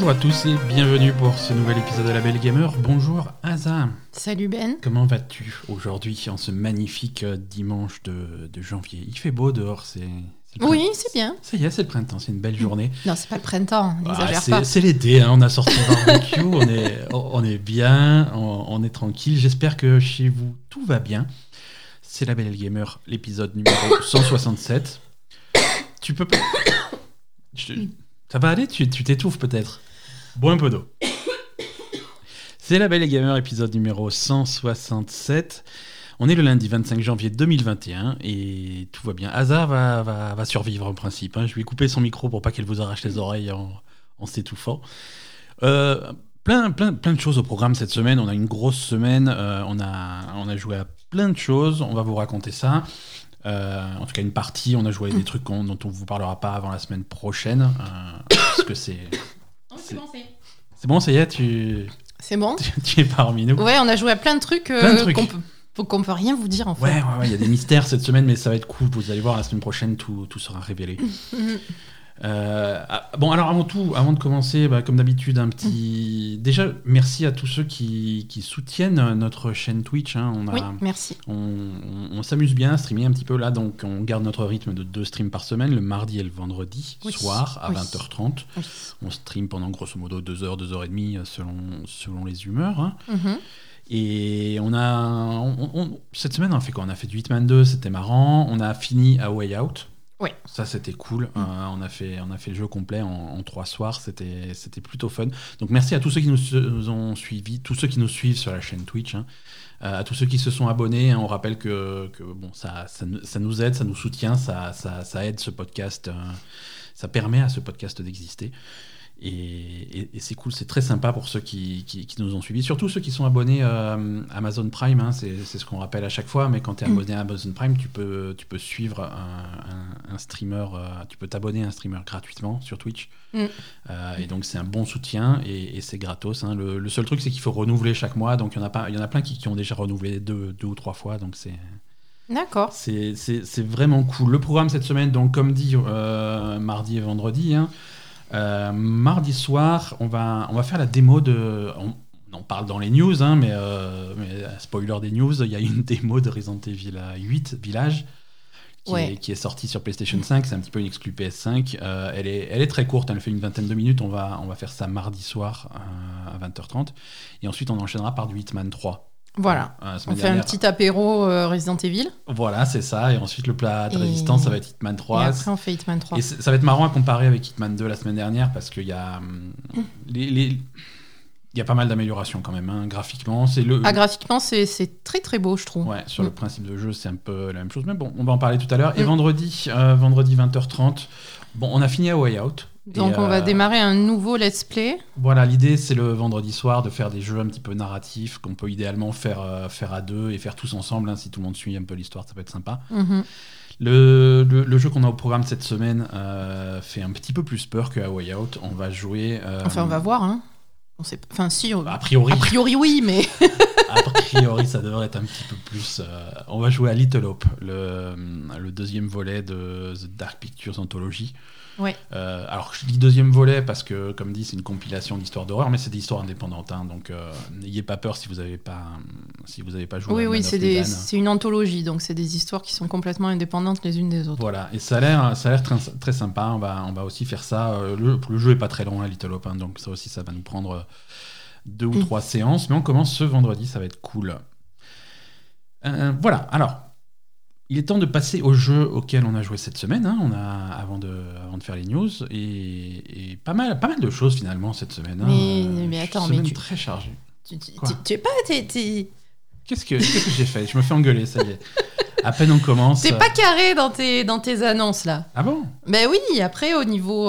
Bonjour à tous et bienvenue pour ce nouvel épisode de La Belle Gamer. Bonjour Asa. Salut Ben. Comment vas-tu aujourd'hui en ce magnifique dimanche de janvier? Il fait beau dehors, Oui, c'est bien. Ça y est, c'est le printemps, c'est une belle journée. Non, c'est pas le printemps, n'exagère pas. C'est l'été, hein, on a sorti le barbecue, on est bien, on est tranquille. J'espère que chez vous tout va bien. C'est La Belle Gamer, l'épisode numéro 167. Tu peux pas... Ça va aller? Tu t'étouffes peut-être? Bois un peu d'eau. C'est La Belle Gamer, épisode numéro 167. On est le lundi 25 janvier 2021 et tout va bien. Asa va survivre en principe. Hein. Je lui ai coupé son micro pour pas qu'elle vous arrache les oreilles en s'étouffant. Plein de choses au programme cette semaine. On a une grosse semaine. On a joué à plein de choses. On va vous raconter ça. En tout cas, une partie. On a joué à des trucs dont on vous parlera pas avant la semaine prochaine. Parce que c'est... C'est bon, ça y est. C'est bon, ça y est, C'est bon. tu es parmi nous. Ouais, on a joué à plein de trucs, qu'on peut rien vous dire en fait. Ouais, il y a des mystères cette semaine, mais ça va être cool. Vous allez voir, la semaine prochaine, tout sera révélé. Bon, alors avant de commencer, comme d'habitude, un petit... Déjà, merci à tous ceux qui soutiennent notre chaîne Twitch. Hein. Oui, merci. On s'amuse bien à streamer un petit peu là, donc on garde notre rythme de 2 streams par semaine, le mardi et le vendredi soir à 20h30. Oui. On stream pendant grosso modo 2 heures, 2h30 selon les humeurs. Hein. Et cette semaine, on a fait quoi? On a fait du Hitman 2, c'était marrant. On a fini A Way Out. Ouais. Ça, c'était cool. On a fait le jeu complet en 3 soirs. C'était plutôt fun. Donc, merci à tous ceux qui nous ont suivis, tous ceux qui nous suivent sur la chaîne Twitch. Hein. À tous ceux qui se sont abonnés. Hein. On rappelle que bon, ça nous aide, ça nous soutient, ça aide ce podcast. Ça permet à ce podcast d'exister. Et c'est cool, c'est très sympa pour ceux qui nous ont suivis, surtout ceux qui sont abonnés à Amazon Prime, hein, c'est ce qu'on rappelle à chaque fois, mais quand tu es abonné à Amazon Prime, tu peux suivre un streamer, tu peux t'abonner à un streamer gratuitement sur Twitch, et donc c'est un bon soutien et c'est gratos. Hein. Le seul truc, c'est qu'il faut renouveler chaque mois, donc il y en a plein qui ont déjà renouvelé 2 ou 3 fois, donc c'est... D'accord. C'est vraiment cool. Le programme cette semaine, donc comme dit, mardi et vendredi, hein, mardi soir, on va faire la démo de... On en parle dans les news, hein, mais spoiler des news, il y a une démo de Resident Evil 8 Village qui est sortie sur PlayStation 5. C'est un petit peu une exclu PS5. Elle est très courte, elle fait une vingtaine de minutes. On va faire ça mardi soir à 20h30. Et ensuite, on enchaînera par du Hitman 3. Voilà, on fait un petit apéro Resident Evil. Voilà, c'est ça. Et ensuite, le plat de résistance, ça va être Hitman 3. Et après, on fait Hitman 3. Et ça va être marrant à comparer avec Hitman 2 la semaine dernière parce qu'il y a il y a pas mal d'améliorations quand même. Hein. Graphiquement, graphiquement, c'est très très beau, je trouve. Ouais, sur le principe de jeu, c'est un peu la même chose. Mais bon, on va en parler tout à l'heure. Et vendredi 20h30, bon, on a fini A Way Out. Donc on va démarrer un nouveau let's play. Voilà, l'idée c'est le vendredi soir de faire des jeux un petit peu narratifs qu'on peut idéalement faire à 2 et faire tous ensemble. Hein, si tout le monde suit un peu l'histoire, ça peut être sympa. Le jeu qu'on a au programme cette semaine fait un petit peu plus peur que A Way Out. On va jouer... Enfin, on va voir. Hein. On sait... Enfin, si... A priori, oui, mais... A priori, ça devrait être un petit peu plus... on va jouer à Little Hope, le deuxième volet de The Dark Pictures Anthology. Ouais. Alors je dis deuxième volet parce que comme dit c'est une compilation d'histoires d'horreur, mais c'est des histoires indépendantes, hein, donc n'ayez pas peur si vous n'avez pas joué. Oui, c'est une anthologie, donc c'est des histoires qui sont complètement indépendantes les unes des autres. Voilà, et ça a l'air très, très sympa. On va aussi faire ça. Le jeu est pas très long, hein, Little Hope, hein, donc ça aussi ça va nous prendre 2 ou 3 séances, mais on commence ce vendredi, ça va être cool. Voilà, alors. Il est temps de passer au jeu auquel on a joué cette semaine, hein. Avant de faire les news, et pas mal de choses finalement cette semaine. Mais attends, semaine très chargée. Tu es pas... Qu'est-ce que j'ai fait? Je me fais engueuler, ça y est. À peine on commence... T'es pas carré dans tes annonces là. Ah bon? Ben oui, après au niveau...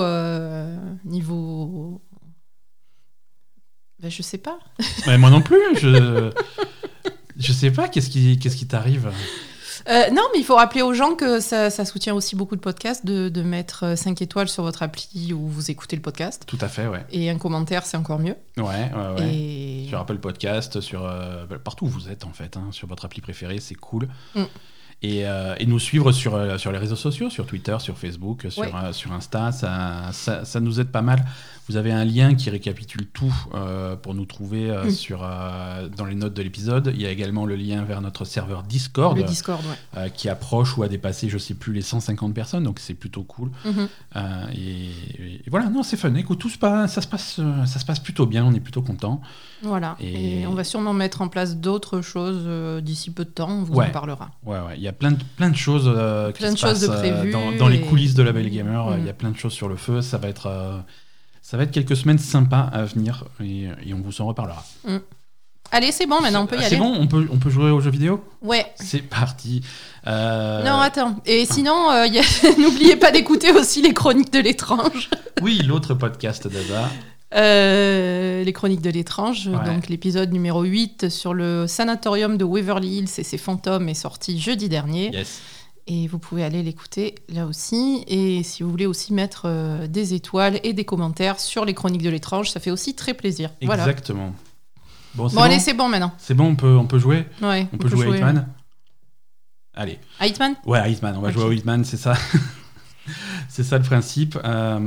Ben je sais pas. Mais moi non plus, je sais pas, qu'est-ce qui t'arrive? Non, mais il faut rappeler aux gens que ça soutient aussi beaucoup de podcasts de mettre 5 étoiles sur votre appli où vous écoutez le podcast. Tout à fait, ouais. Et un commentaire, c'est encore mieux. Ouais. Sur Apple Podcast, sur partout où vous êtes en fait, hein, sur votre appli préférée, c'est cool. et nous suivre sur les réseaux sociaux, sur Twitter, sur Facebook, sur Insta. Ça nous aide pas mal. Vous avez un lien qui récapitule tout pour nous trouver dans les notes de l'épisode. Il y a également le lien vers notre serveur Discord. Le Discord, qui approche ou a dépassé, je sais plus, les 150 personnes, donc c'est plutôt cool. Et voilà, non, c'est fun. Écoute, ça se passe plutôt bien, on est plutôt content. Voilà, et on va sûrement mettre en place d'autres choses d'ici peu de temps, on vous en parlera. Ouais, il y a plein de choses qui se passent dans les coulisses de la Belle Gamer. Il y a plein de choses sur le feu, ça va être quelques semaines sympas à venir et on vous en reparlera. Allez, c'est bon, maintenant on peut y aller. C'est bon, on peut jouer aux jeux vidéo ? Ouais. C'est parti. Non, attends. Et sinon, n'oubliez pas d'écouter aussi les Chroniques de l'étrange. Oui, l'autre podcast d'Ada. Les Chroniques de l'étrange, donc l'épisode numéro 8 sur le sanatorium de Waverly Hills et ses fantômes est sorti jeudi dernier. Yes. Et vous pouvez aller l'écouter là aussi. Et si vous voulez aussi mettre des étoiles et des commentaires sur les Chroniques de l'étrange, ça fait aussi très plaisir. Exactement. Bon, allez, c'est bon maintenant. C'est bon, on peut jouer. Ouais, on peut jouer à Hitman. Allez. À Hitman ? Ouais, à Hitman. On va jouer à Hitman, c'est ça. C'est ça le principe.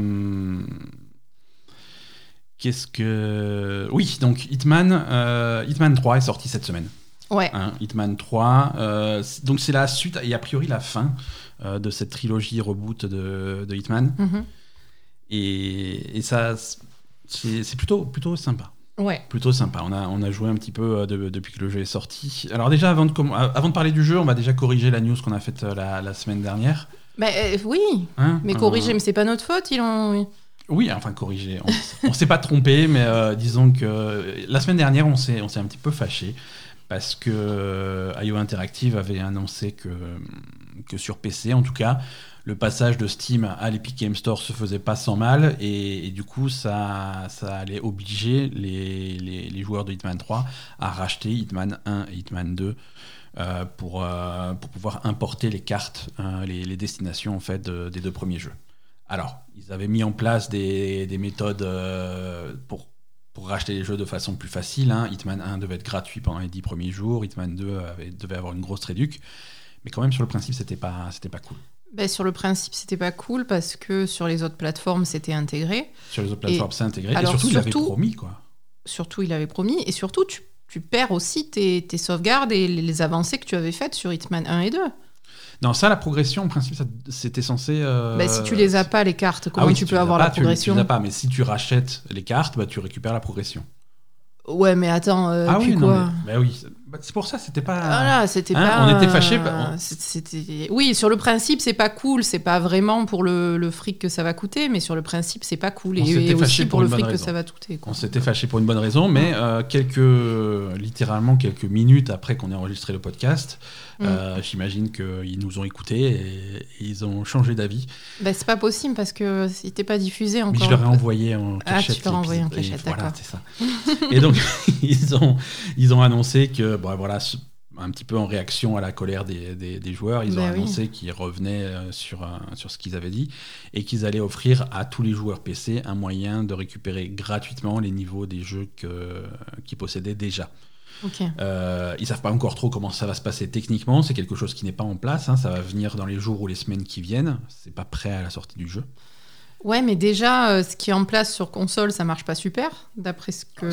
Qu'est-ce que... Oui, donc Hitman 3 est sorti cette semaine. Ouais. Hitman 3. Donc c'est la suite et a priori la fin de cette trilogie reboot de Hitman. Et ça, c'est plutôt sympa. Ouais. Plutôt sympa. On a joué un petit peu depuis que le jeu est sorti. Alors déjà, avant de parler du jeu, on va déjà corriger la news qu'on a faite la semaine dernière. Oui, mais corriger, mais c'est pas notre faute. Oui, enfin corriger. On s'est pas trompé, mais disons que la semaine dernière, on s'est un petit peu fâché parce que IO Interactive avait annoncé que sur PC, en tout cas, le passage de Steam à l'Epic Game Store se faisait pas sans mal et du coup ça allait obliger les joueurs de Hitman 3 à racheter Hitman 1 et Hitman 2 pour pouvoir importer les cartes, les destinations en fait des deux premiers jeux. Alors, ils avaient mis en place des méthodes pour racheter les jeux de façon plus facile. Hitman 1 devait être gratuit pendant les 10 premiers jours, Hitman 2 devait avoir une grosse réduc, mais quand même sur le principe c'était pas cool. Sur le principe, c'était pas cool parce que sur les autres plateformes, c'était intégré. Sur les autres plateformes, c'est intégré. Et surtout, il avait promis, quoi. Surtout, il avait promis. Et surtout, tu perds aussi tes sauvegardes et les avancées que tu avais faites sur Hitman 1 et 2. Non, ça, la progression, en principe, c'était censé... si tu les as pas, les cartes, comment tu peux avoir la progression ? Tu les as pas, mais si tu rachètes les cartes, tu récupères la progression. Ouais, mais attends, puis oui, quoi ? Oui, c'est pour ça, c'était pas... Voilà, c'était pas... On était fâchés. Oui, sur le principe, c'est pas cool, c'est pas vraiment pour le fric que ça va coûter, mais sur le principe, c'est pas cool. Et aussi pour le fric que ça va coûter. On s'était fâchés pour une bonne raison, mais littéralement quelques minutes après qu'on ait enregistré le podcast, j'imagine qu'ils nous ont écoutés et ils ont changé d'avis. C'est pas possible parce que c'était pas diffusé encore. Mais je leur ai envoyé en cachette. Tu leur as envoyé en cachette, d'accord. Voilà, c'est ça. Et donc, ils ont annoncé que, un petit peu en réaction à la colère des joueurs, ils ont annoncé qu'ils revenaient sur ce qu'ils avaient dit et qu'ils allaient offrir à tous les joueurs PC un moyen de récupérer gratuitement les niveaux des jeux qu'ils possédaient déjà. Okay. Ils savent pas encore trop comment ça va se passer techniquement, c'est quelque chose qui n'est pas en place, ça va venir dans les jours ou les semaines qui viennent, c'est pas prêt à la sortie du jeu. Ouais, mais déjà, ce qui est en place sur console, ça marche pas super, d'après ce que...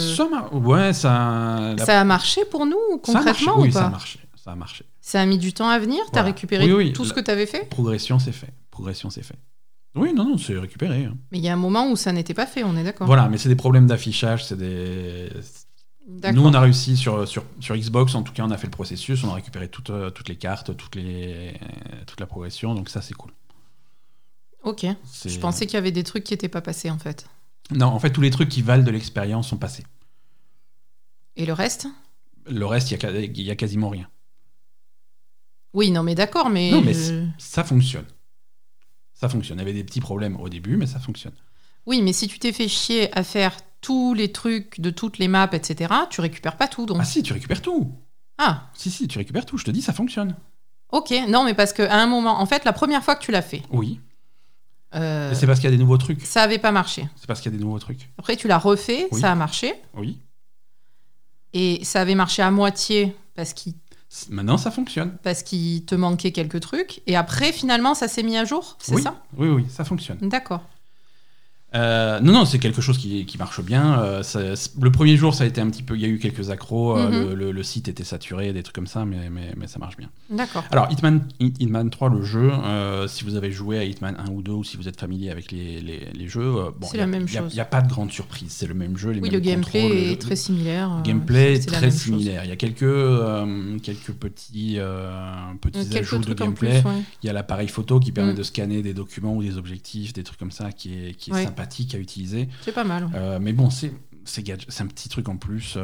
Ça a marché pour nous, concrètement, ou pas ? Ça a marché. Ça a mis du temps à venir ? T'as récupéré tout ce que t'avais fait ? Progression, c'est fait. Oui, non, c'est récupéré. Mais il y a un moment où ça n'était pas fait, on est d'accord ? Voilà, mais c'est des problèmes d'affichage, D'accord. Nous, on a réussi sur Xbox, en tout cas, on a fait le processus, on a récupéré toutes les cartes, toute la progression, donc ça, c'est cool. Ok, je pensais qu'il y avait des trucs qui n'étaient pas passés, en fait. Non, en fait, tous les trucs qui valent de l'expérience sont passés. Et le reste ? Le reste, il y a quasiment rien. Oui, non, mais d'accord, mais... Non, mais ça fonctionne. Ça fonctionne. Il y avait des petits problèmes au début, mais ça fonctionne. Oui, mais si tu t'es fait chier à faire tous les trucs de toutes les maps, etc., tu récupères pas tout, donc. Ah si, tu récupères tout. Ah. Si, tu récupères tout. Je te dis, ça fonctionne. Ok, non, mais parce qu'à un moment, en fait, la première fois que tu l'as fait... Oui. C'est parce qu'il y a des nouveaux trucs. Ça avait pas marché. C'est parce qu'il y a des nouveaux trucs. Après, tu l'as refait, ça a marché. Oui. Et ça avait marché à moitié parce qu'il Maintenant, ça fonctionne. Parce qu'il te manquait quelques trucs. Et après, finalement, ça s'est mis à jour, c'est ça ? Oui, ça fonctionne. D'accord. Non, c'est quelque chose qui marche bien. Le premier jour, ça a été un petit peu... Il y a eu quelques accros. Le site était saturé, des trucs comme ça, mais ça marche bien. D'accord. Alors, Hitman 3, le jeu, si vous avez joué à Hitman 1 ou 2, ou si vous êtes familier avec les jeux, c'est la même chose. Il n'y a pas de grande surprise. C'est le même jeu, les mêmes le gameplay est très similaire. Le gameplay est très similaire. Il y a quelques petits ajouts de gameplay. Plus, ouais. Il y a l'appareil photo qui permet de scanner des documents ou des objectifs, des trucs comme ça, qui est sympathique à utiliser. C'est pas mal. Mais bon, c'est un petit truc en plus.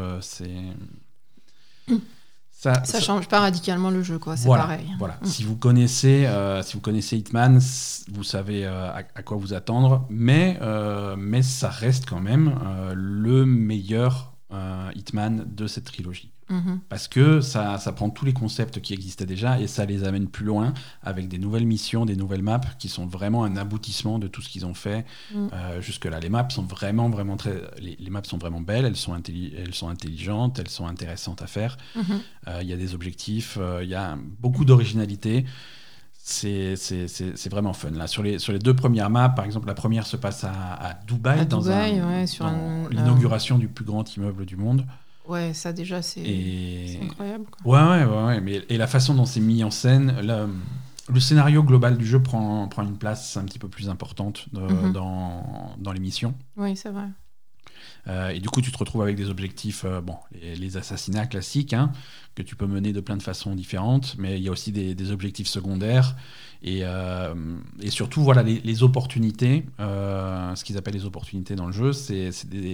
Ça change pas radicalement le jeu, quoi. C'est pareil. Voilà. Si vous connaissez Hitman, vous savez à quoi vous attendre, mais ça reste quand même le meilleur Hitman de cette trilogie. Parce que ça prend tous les concepts qui existaient déjà et ça les amène plus loin avec des nouvelles missions, des nouvelles maps qui sont vraiment un aboutissement de tout ce qu'ils ont fait jusque-là. Les maps sont vraiment les maps sont vraiment belles, elles sont intelligentes, elles sont intéressantes à faire. Il y a des objectifs, il y a beaucoup d'originalité. C'est vraiment fun. Là, sur les deux premières maps, par exemple, la première se passe à Dubaï, dans l'inauguration du plus grand immeuble du monde. Ouais, ça déjà, c'est incroyable, quoi. Ouais. Et la façon dont c'est mis en scène, le scénario global du jeu prend une place un petit peu plus importante dans les missions. Oui, c'est vrai. Et du coup, tu te retrouves avec des objectifs, les assassinats classiques, que tu peux mener de plein de façons différentes, mais il y a aussi des objectifs secondaires et surtout, voilà, les opportunités. Ce qu'ils appellent les opportunités dans le jeu, c'est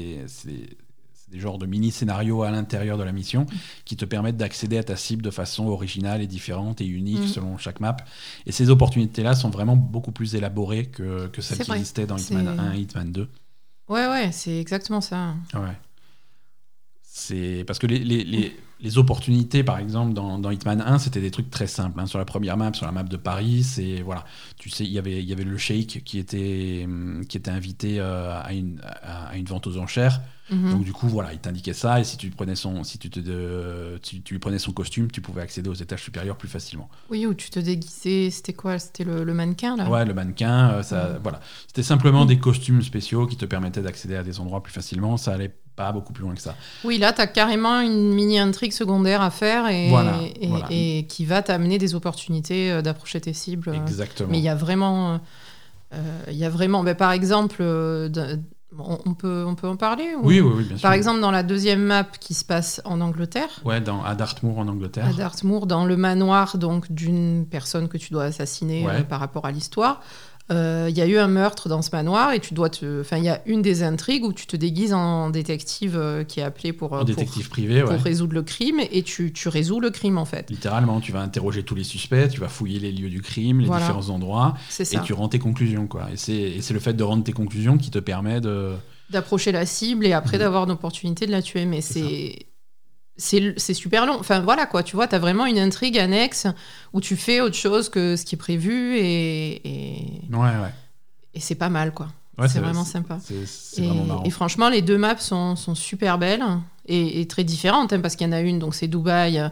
des genres de mini-scénarios à l'intérieur de la mission qui te permettent d'accéder à ta cible de façon originale et différente et unique selon chaque map. Et ces opportunités-là sont vraiment beaucoup plus élaborées que celles qui existaient dans Hitman 1 et Hitman 2. Ouais, c'est exactement ça. Ouais. C'est parce que les opportunités, par exemple, dans Hitman 1, c'était des trucs très simples. Sur la première map, sur la map de Paris, voilà, tu sais, il y avait le sheik qui était invité à une vente aux enchères. Donc du coup, voilà, il t'indiquait ça, et si tu lui prenais son costume, tu pouvais accéder aux étages supérieurs plus facilement. Oui, ou tu te déguisais, c'était quoi ? C'était le mannequin, là ? Ouais, le mannequin, voilà. C'était simplement des costumes spéciaux qui te permettaient d'accéder à des endroits plus facilement, ça allait pas beaucoup plus loin que ça. Oui, là, t'as carrément une mini-intrigue secondaire à faire et qui va t'amener des opportunités d'approcher tes cibles. Exactement. Mais il y a vraiment... par exemple... On peut en parler ou... Oui, bien sûr. Par exemple, dans la deuxième map qui se passe en Angleterre. Ouais, à Dartmoor en Angleterre. À Dartmoor, dans le manoir donc, d'une personne que tu dois assassiner par rapport à l'histoire. Il y a eu un meurtre dans ce manoir et il y a une des intrigues où tu te déguises en détective qui est appelé pour détective privé, pour résoudre le crime et tu résous le crime en fait. Littéralement, tu vas interroger tous les suspects, tu vas fouiller les lieux du crime, les différents endroits et tu rends tes conclusions, quoi. Et c'est le fait de rendre tes conclusions qui te permet d'approcher la cible et après d'avoir une opportunité de la tuer. Mais c'est super long. Enfin voilà quoi, tu vois, t'as vraiment une intrigue annexe où tu fais autre chose que ce qui est prévu et c'est pas mal quoi. Ouais, c'est vraiment sympa. C'est vraiment marrant. Et franchement, les deux maps sont super belles et très différentes parce qu'il y en a une, donc c'est Dubaï,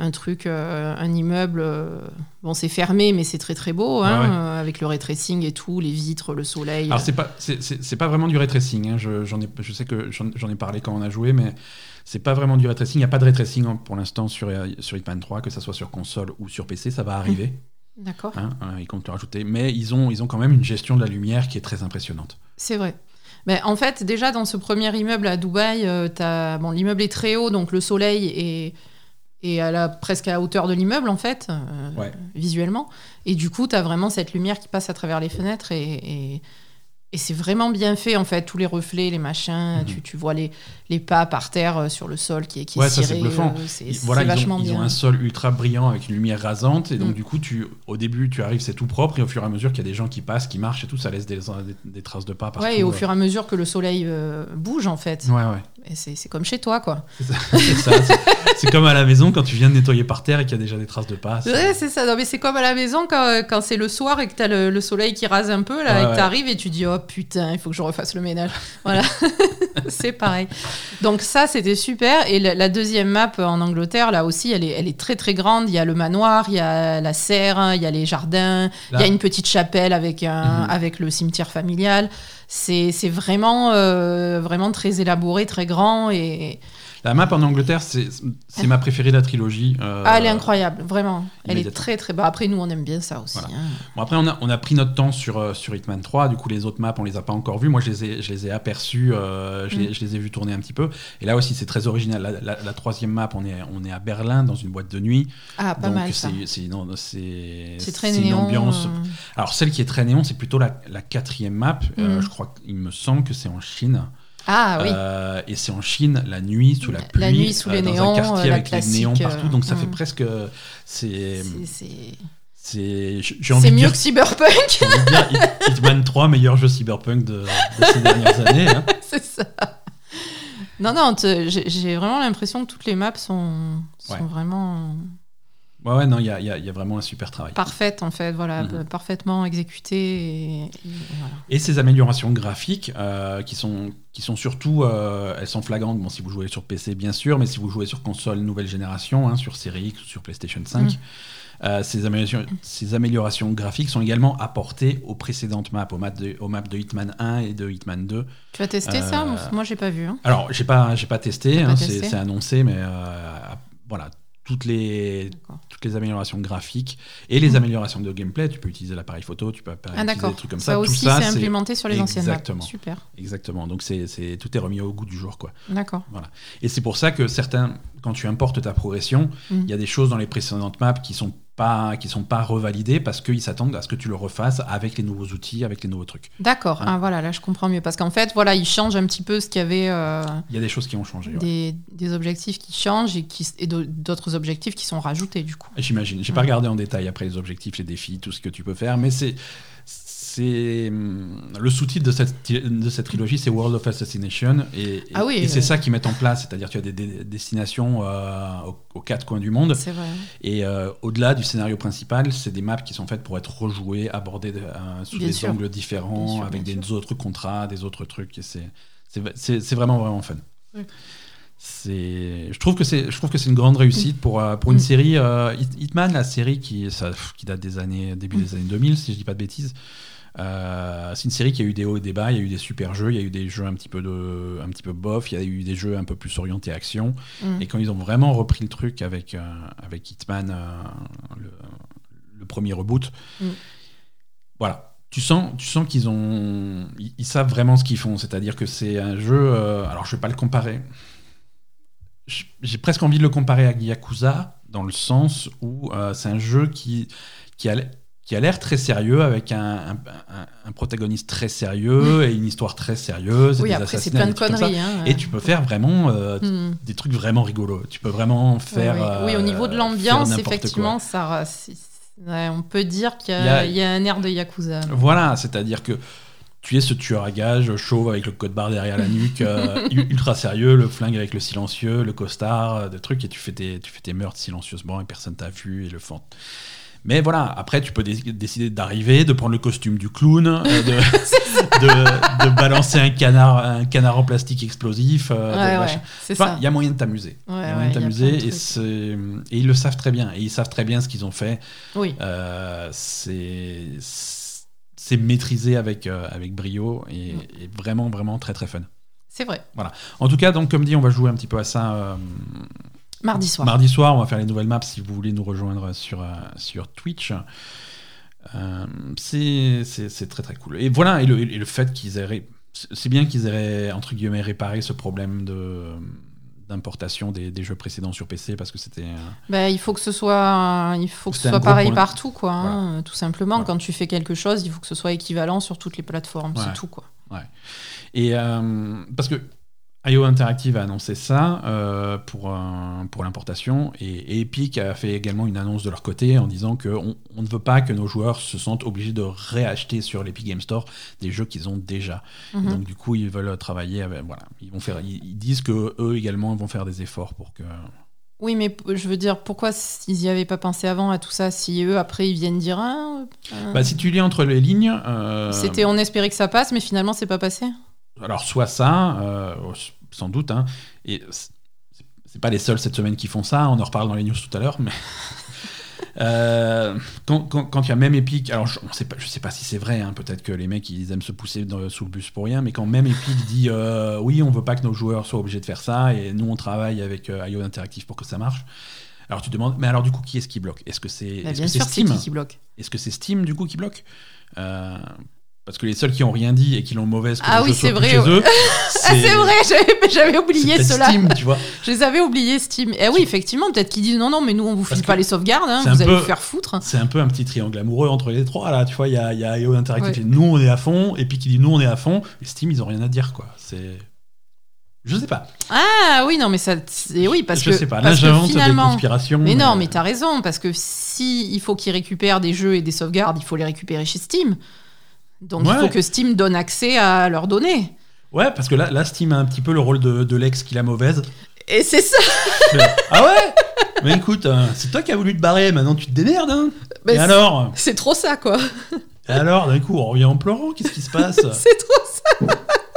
un immeuble, bon c'est fermé mais c'est très très beau avec le ray tracing et tout, les vitres, le soleil. Alors c'est pas vraiment du ray tracing, je sais que j'en ai parlé quand on a joué, mais c'est pas vraiment du ray tracing. Il n'y a pas de ray tracing pour l'instant sur Hitman 3, que ça soit sur console ou sur PC, ça va arriver. D'accord. Ils comptent le rajouter, mais ils ont quand même une gestion de la lumière qui est très impressionnante. C'est vrai. Mais en fait, déjà dans ce premier immeuble à Dubaï, l'immeuble est très haut, donc le soleil est presque à la hauteur de l'immeuble en fait, visuellement. Et du coup, tu as vraiment cette lumière qui passe à travers les fenêtres et c'est vraiment bien fait en fait, tous les reflets, les machins, tu vois les pas par terre sur le sol qui est ciré. Ça c'est bluffant. C'est vachement bien. Ils ont un sol ultra brillant avec une lumière rasante et donc du coup au début tu arrives, c'est tout propre et au fur et à mesure qu'il y a des gens qui passent, qui marchent et tout, ça laisse des traces de pas partout. Ouais, et au fur et à mesure que le soleil bouge en fait. Ouais. Et c'est comme chez toi quoi. C'est comme à la maison quand tu viens de nettoyer par terre et qu'il y a déjà des traces de pas. Ouais, c'est ça. Non, mais c'est comme à la maison quand c'est le soir et que t'as le soleil qui rase un peu là, et que t'arrives et tu dis oh putain, il faut que je refasse le ménage. Voilà. C'est pareil. Donc ça, c'était super. Et la deuxième map en Angleterre, là aussi, elle est très très grande. Il y a le manoir, il y a la serre, il y a les jardins, il y a une petite chapelle avec le cimetière familial. C'est vraiment, vraiment très élaboré, très grand. Et la map en Angleterre, c'est ma préférée de la trilogie. elle est incroyable, vraiment. Elle est très très... Après, nous, on aime bien ça aussi. Voilà. Bon, après, on a pris notre temps sur Hitman 3. Du coup, les autres maps, on les a pas encore vues. Moi, je les ai aperçues. Je les ai vues tourner un petit peu. Et là aussi, c'est très original. La troisième map, on est à Berlin, dans une boîte de nuit. Ah, pas mal, ça. C'est très néon. Une ambiance... Alors, celle qui est très néon, c'est plutôt la quatrième map. Je crois qu'il me semble que c'est en Chine. Ah oui. Et c'est en Chine, la nuit, sous la pluie, la nuit, sous les dans néons, un quartier avec classique, les néons partout. Donc ça fait presque... C'est j'ai envie de mieux dire, que Cyberpunk. J'ai envie de dire Hitman 3, meilleur jeu Cyberpunk de ces dernières années. Hein. C'est ça. Non, j'ai vraiment l'impression que toutes les maps sont vraiment... Ouais, non, il y a vraiment un super travail. Parfaite, en fait, voilà, parfaitement exécutée. Voilà. Et ces améliorations graphiques, qui sont surtout, elles sont flagrantes. Bon, si vous jouez sur PC, bien sûr, mais si vous jouez sur console nouvelle génération, hein, sur Series X ou sur PlayStation 5, ces améliorations graphiques sont également apportées aux précédentes maps, aux maps de Hitman 1 et de Hitman 2. Tu as testé ça ? Moi, j'ai pas vu. Hein. Alors, j'ai pas testé, c'est annoncé, mais voilà. Toutes les améliorations graphiques et les améliorations de gameplay. Tu peux utiliser l'appareil photo, tu peux utiliser des trucs comme ça. Ça aussi, tout ça, c'est implémenté sur les anciennes maps. Super. Exactement. Donc, tout est remis au goût du jour, quoi. D'accord. Voilà. Et c'est pour ça que quand tu importes ta progression, il y a des choses dans les précédentes maps qui sont pas revalidées parce qu'ils s'attendent à ce que tu le refasses avec les nouveaux outils, avec les nouveaux trucs. D'accord. Hein. Voilà, là je comprends mieux. Parce qu'en fait, voilà, ils changent un petit peu ce qu'il y avait... Il y a des choses qui ont changé. Des objectifs qui changent et d'autres objectifs qui sont rajoutés, du coup. J'imagine. J'ai pas regardé en détail après les objectifs, les défis, tout ce que tu peux faire, mais c'est le sous-titre de cette trilogie, c'est World of Assassination, et c'est ça qu'ils mettent en place, c'est-à-dire tu as des destinations aux quatre coins du monde. C'est vrai. Et au-delà du scénario principal, c'est des maps qui sont faites pour être rejouées, abordées sous des angles différents, avec des autres contrats, des autres trucs. Et c'est vraiment vraiment fun. Ouais. Je trouve que c'est une grande réussite pour une série Hitman, la série qui date début des années 2000, si je dis pas de bêtises. C'est une série qui a eu des hauts et des bas. Il y a eu des super jeux, il y a eu des jeux un petit peu bof, il y a eu des jeux un peu plus orientés action. Et quand ils ont vraiment repris le truc avec Hitman, le premier reboot, voilà. Tu sens qu'ils savent vraiment ce qu'ils font. C'est-à-dire que c'est un jeu. Alors je vais pas le comparer. J'ai presque envie de le comparer à Yakuza, dans le sens où c'est un jeu qui a l'air très sérieux, avec un protagoniste très sérieux et une histoire très sérieuse. Oui, après c'est plein de conneries. Hein. Et tu peux faire vraiment des trucs vraiment rigolos. Tu peux vraiment faire... Oui, au niveau de l'ambiance, effectivement, on peut dire qu'il y a un air de Yakuza. Voilà, c'est-à-dire que tu es ce tueur à gages, chauve avec le code barre derrière la nuque, ultra sérieux, le flingue avec le silencieux, le costard, des trucs, et tu fais tes meurtres silencieusement et personne t'a vu et le font. Mais voilà, après tu peux décider d'arriver, de prendre le costume du clown, de balancer un canard en plastique explosif. C'est ça. Il y a moyen de t'amuser. Il y a moyen de t'amuser et ils le savent très bien. Et ils savent très bien ce qu'ils ont fait. Oui. C'est maîtrisé avec brio et vraiment, vraiment très, très fun. C'est vrai. Voilà. En tout cas, donc, comme dit, on va jouer un petit peu à ça... Mardi soir. Mardi soir, on va faire les nouvelles maps si vous voulez nous rejoindre sur Twitch. C'est très très cool. Et voilà, et le fait qu'ils aient... C'est bien qu'ils aient, entre guillemets, réparé ce problème d'importation des jeux précédents sur PC, parce que c'était... il faut que ce soit pareil partout, quoi. Voilà. Hein, tout simplement, voilà. Quand tu fais quelque chose, il faut que ce soit équivalent sur toutes les plateformes, c'est tout, quoi. Ouais. Et parce que IO Interactive a annoncé ça pour l'importation, et Epic a fait également une annonce de leur côté en disant qu'on ne veut pas que nos joueurs se sentent obligés de réacheter sur l'Epic Game Store des jeux qu'ils ont déjà. Et donc du coup, ils veulent travailler avec, voilà, ils disent que eux également vont faire des efforts pour que... Oui, mais je veux dire, pourquoi ils n'y avaient pas pensé avant à tout ça, si eux, après, ils viennent dire... si tu lis entre les lignes... on espérait que ça passe, mais finalement, c'est pas passé. Alors, soit ça, sans doute, hein, et c'est pas les seuls cette semaine qui font ça, on en reparle dans les news tout à l'heure, mais... quand il y a même Epic, alors je sais pas si c'est vrai, hein, peut-être que les mecs ils aiment se pousser sous le bus pour rien, mais quand même Epic dit oui, on veut pas que nos joueurs soient obligés de faire ça, et nous on travaille avec IO Interactive pour que ça marche. Alors tu te demandes, mais alors du coup qui est-ce qui bloque ? Est-ce que c'est Steam ? Qui bloque. Est-ce que c'est Steam du coup qui bloque ? Parce que les seuls qui ont rien dit et qui l'ont mauvaise que le jeu soit plus chez eux, c'est vrai, j'avais oublié cela. Steam, tu vois. Je les avais oubliés Steam. Et oui, effectivement, peut-être qu'ils disent non, mais nous on vous file pas les sauvegardes, hein, vous allez vous faire foutre. C'est un peu un petit triangle amoureux entre les trois là, tu vois. Il y a IO Interactive, nous on est à fond, et puis qui dit nous on est à fond. Et Steam ils ont rien à dire quoi. Je sais pas. Ah oui, non, mais ça. Oui, parce que. Je sais pas, là j'invente finalement... des conspirations. Mais non, mais t'as raison, parce que si il faut qu'ils récupèrent des jeux et des sauvegardes, il faut les récupérer chez Steam. Donc il faut que Steam donne accès à leurs données. Ouais, parce que là Steam a un petit peu le rôle de l'ex qui la mauvaise. Et c'est ça. Ah ouais. Mais écoute, c'est toi qui as voulu te barrer, maintenant tu te démerdes, hein. Et alors ? C'est trop ça, quoi. Et alors, d'un coup, on revient en pleurant, qu'est-ce qui se passe ? C'est trop ça.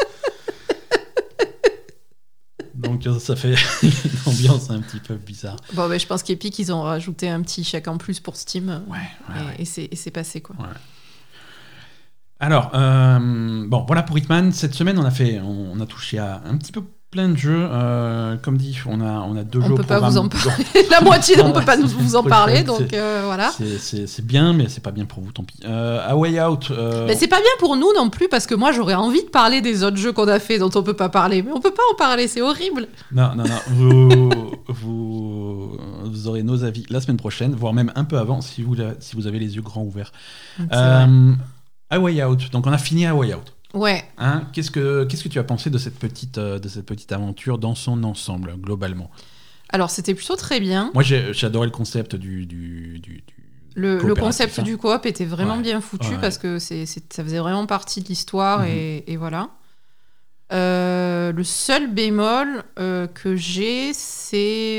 Donc ça fait une ambiance un petit peu bizarre. Bon, je pense qu'Epic, ils ont rajouté un petit chèque en plus pour Steam. Ouais. Et c'est passé, quoi. Ouais. Alors, voilà pour Hitman. Cette semaine, on a touché à un petit peu plein de jeux. Comme dit, on a 2 jeux au programme. On peut pas vous en parler. La moitié, on peut pas vous en parler. Donc voilà. C'est bien, mais c'est pas bien pour vous, tant pis. A Way Out. Mais c'est pas bien pour nous non plus, parce que moi, j'aurais envie de parler des autres jeux qu'on a fait dont on peut pas parler. Mais on peut pas en parler, c'est horrible. Non. Vous aurez nos avis la semaine prochaine, voire même un peu avant, si vous avez les yeux grands ouverts. A Way Out. Donc on a fini A Way Out. Ouais. Hein, qu'est-ce que tu as pensé de cette petite aventure dans son ensemble, globalement ? Alors c'était plutôt très bien. Moi j'ai adoré le concept le concept du coop était vraiment bien foutu parce que ça faisait vraiment partie de l'histoire et voilà. Le seul bémol que j'ai, c'est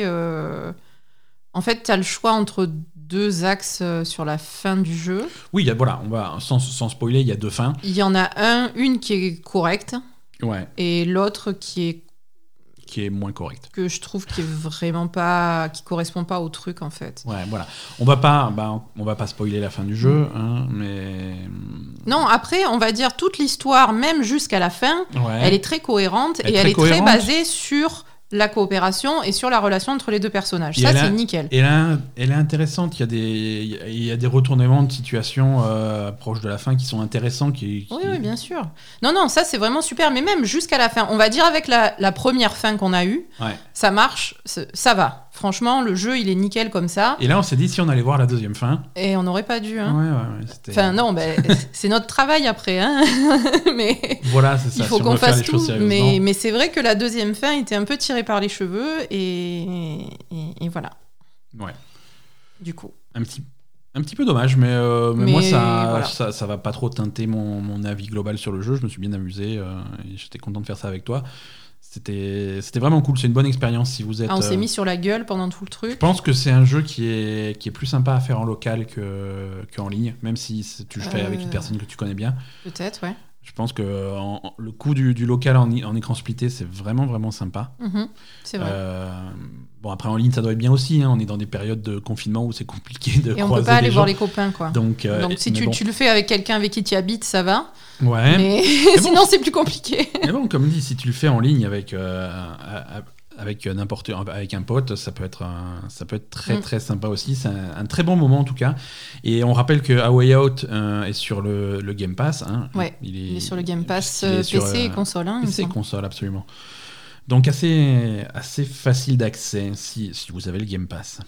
en fait t'as le choix entre 2 axes sur la fin du jeu. Oui, voilà, on va sans spoiler, il y a 2 fins. Il y en a une qui est correcte, et l'autre qui est moins correcte. Que je trouve qui est vraiment pas, qui correspond pas au truc en fait. Ouais, voilà. On va pas spoiler la fin du jeu, hein, mais non. Après, on va dire toute l'histoire, même jusqu'à la fin, elle est très cohérente et elle est très basée sur la coopération et sur la relation entre les 2 personnages. Ça, c'est nickel. Elle est intéressante. Il y a des retournements de situation proches de la fin qui sont intéressants. Oui, bien sûr. Non, ça, c'est vraiment super. Mais même jusqu'à la fin, on va dire avec la première fin qu'on a eue, ça marche, ça va. Franchement, le jeu, il est nickel comme ça. Et là, on s'est dit si on allait voir la deuxième fin. Et on n'aurait pas dû. Hein. Ouais, enfin, non, c'est notre travail après. Hein. Mais voilà, c'est ça. Il faut qu'on fasse tout. Mais c'est vrai que la deuxième fin était un peu tirée par les cheveux. Et voilà. Ouais. Du coup. Un petit peu dommage, mais moi, ça va pas trop teinter mon avis global sur le jeu. Je me suis bien amusé. Et j'étais content de faire ça avec toi. C'était vraiment cool, c'est une bonne expérience si vous êtes... on s'est mis sur la gueule pendant tout le truc. Je pense que c'est un jeu qui est plus sympa à faire en local qu'en ligne, même si tu le fais avec une personne que tu connais bien. Peut-être, ouais. Je pense que le coup du local en écran splitté, c'est vraiment, vraiment sympa. C'est vrai. Bon, après, en ligne, ça doit être bien aussi. Hein. On est dans des périodes de confinement où c'est compliqué de croiser des gens. Et on peut pas aller voir les copains, quoi. Donc si tu le fais avec quelqu'un avec qui tu habites, ça va. Ouais. Mais sinon, c'est plus compliqué. Mais bon, comme dit, si tu le fais en ligne avec un pote, ça peut être très très sympa aussi. C'est un très bon moment en tout cas. Et on rappelle que A Way Out est sur le Game Pass. Hein. Ouais. Il est sur le Game Pass PC et console. Hein, PC et console, absolument. Donc assez facile d'accès si vous avez le Game Pass.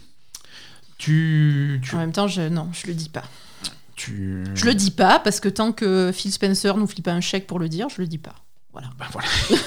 En même temps, je le dis pas. Je le dis pas parce que tant que Phil Spencer nous file pas un chèque pour le dire, je le dis pas. Voilà. Voilà.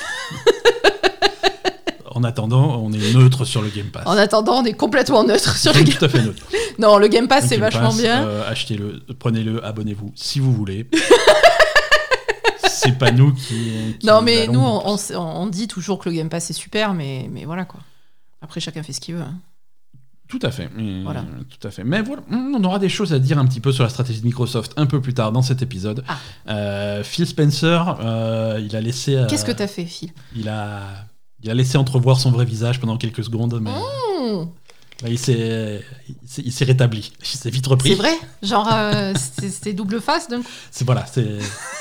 En attendant, on est neutre sur le Game Pass. En attendant, on est complètement neutre sur le Game Pass. Tout à fait neutre. Non, le Game Pass, c'est vachement bien. Achetez-le, prenez-le, abonnez-vous si vous voulez. C'est pas nous qui non, mais nous, on dit toujours que le Game Pass est super, mais voilà quoi. Après, chacun fait ce qu'il veut. Hein. Tout à fait. Voilà. Tout à fait. Mais voilà, on aura des choses à dire un petit peu sur la stratégie de Microsoft un peu plus tard dans cet épisode. Phil Spencer, il a laissé... Qu'est-ce que t'as fait, Phil ? Il a laissé entrevoir son vrai visage pendant quelques secondes, mais... Il s'est rétabli. Il s'est vite repris. C'est vrai ? Genre, c'était double face, donc. Voilà, c'est...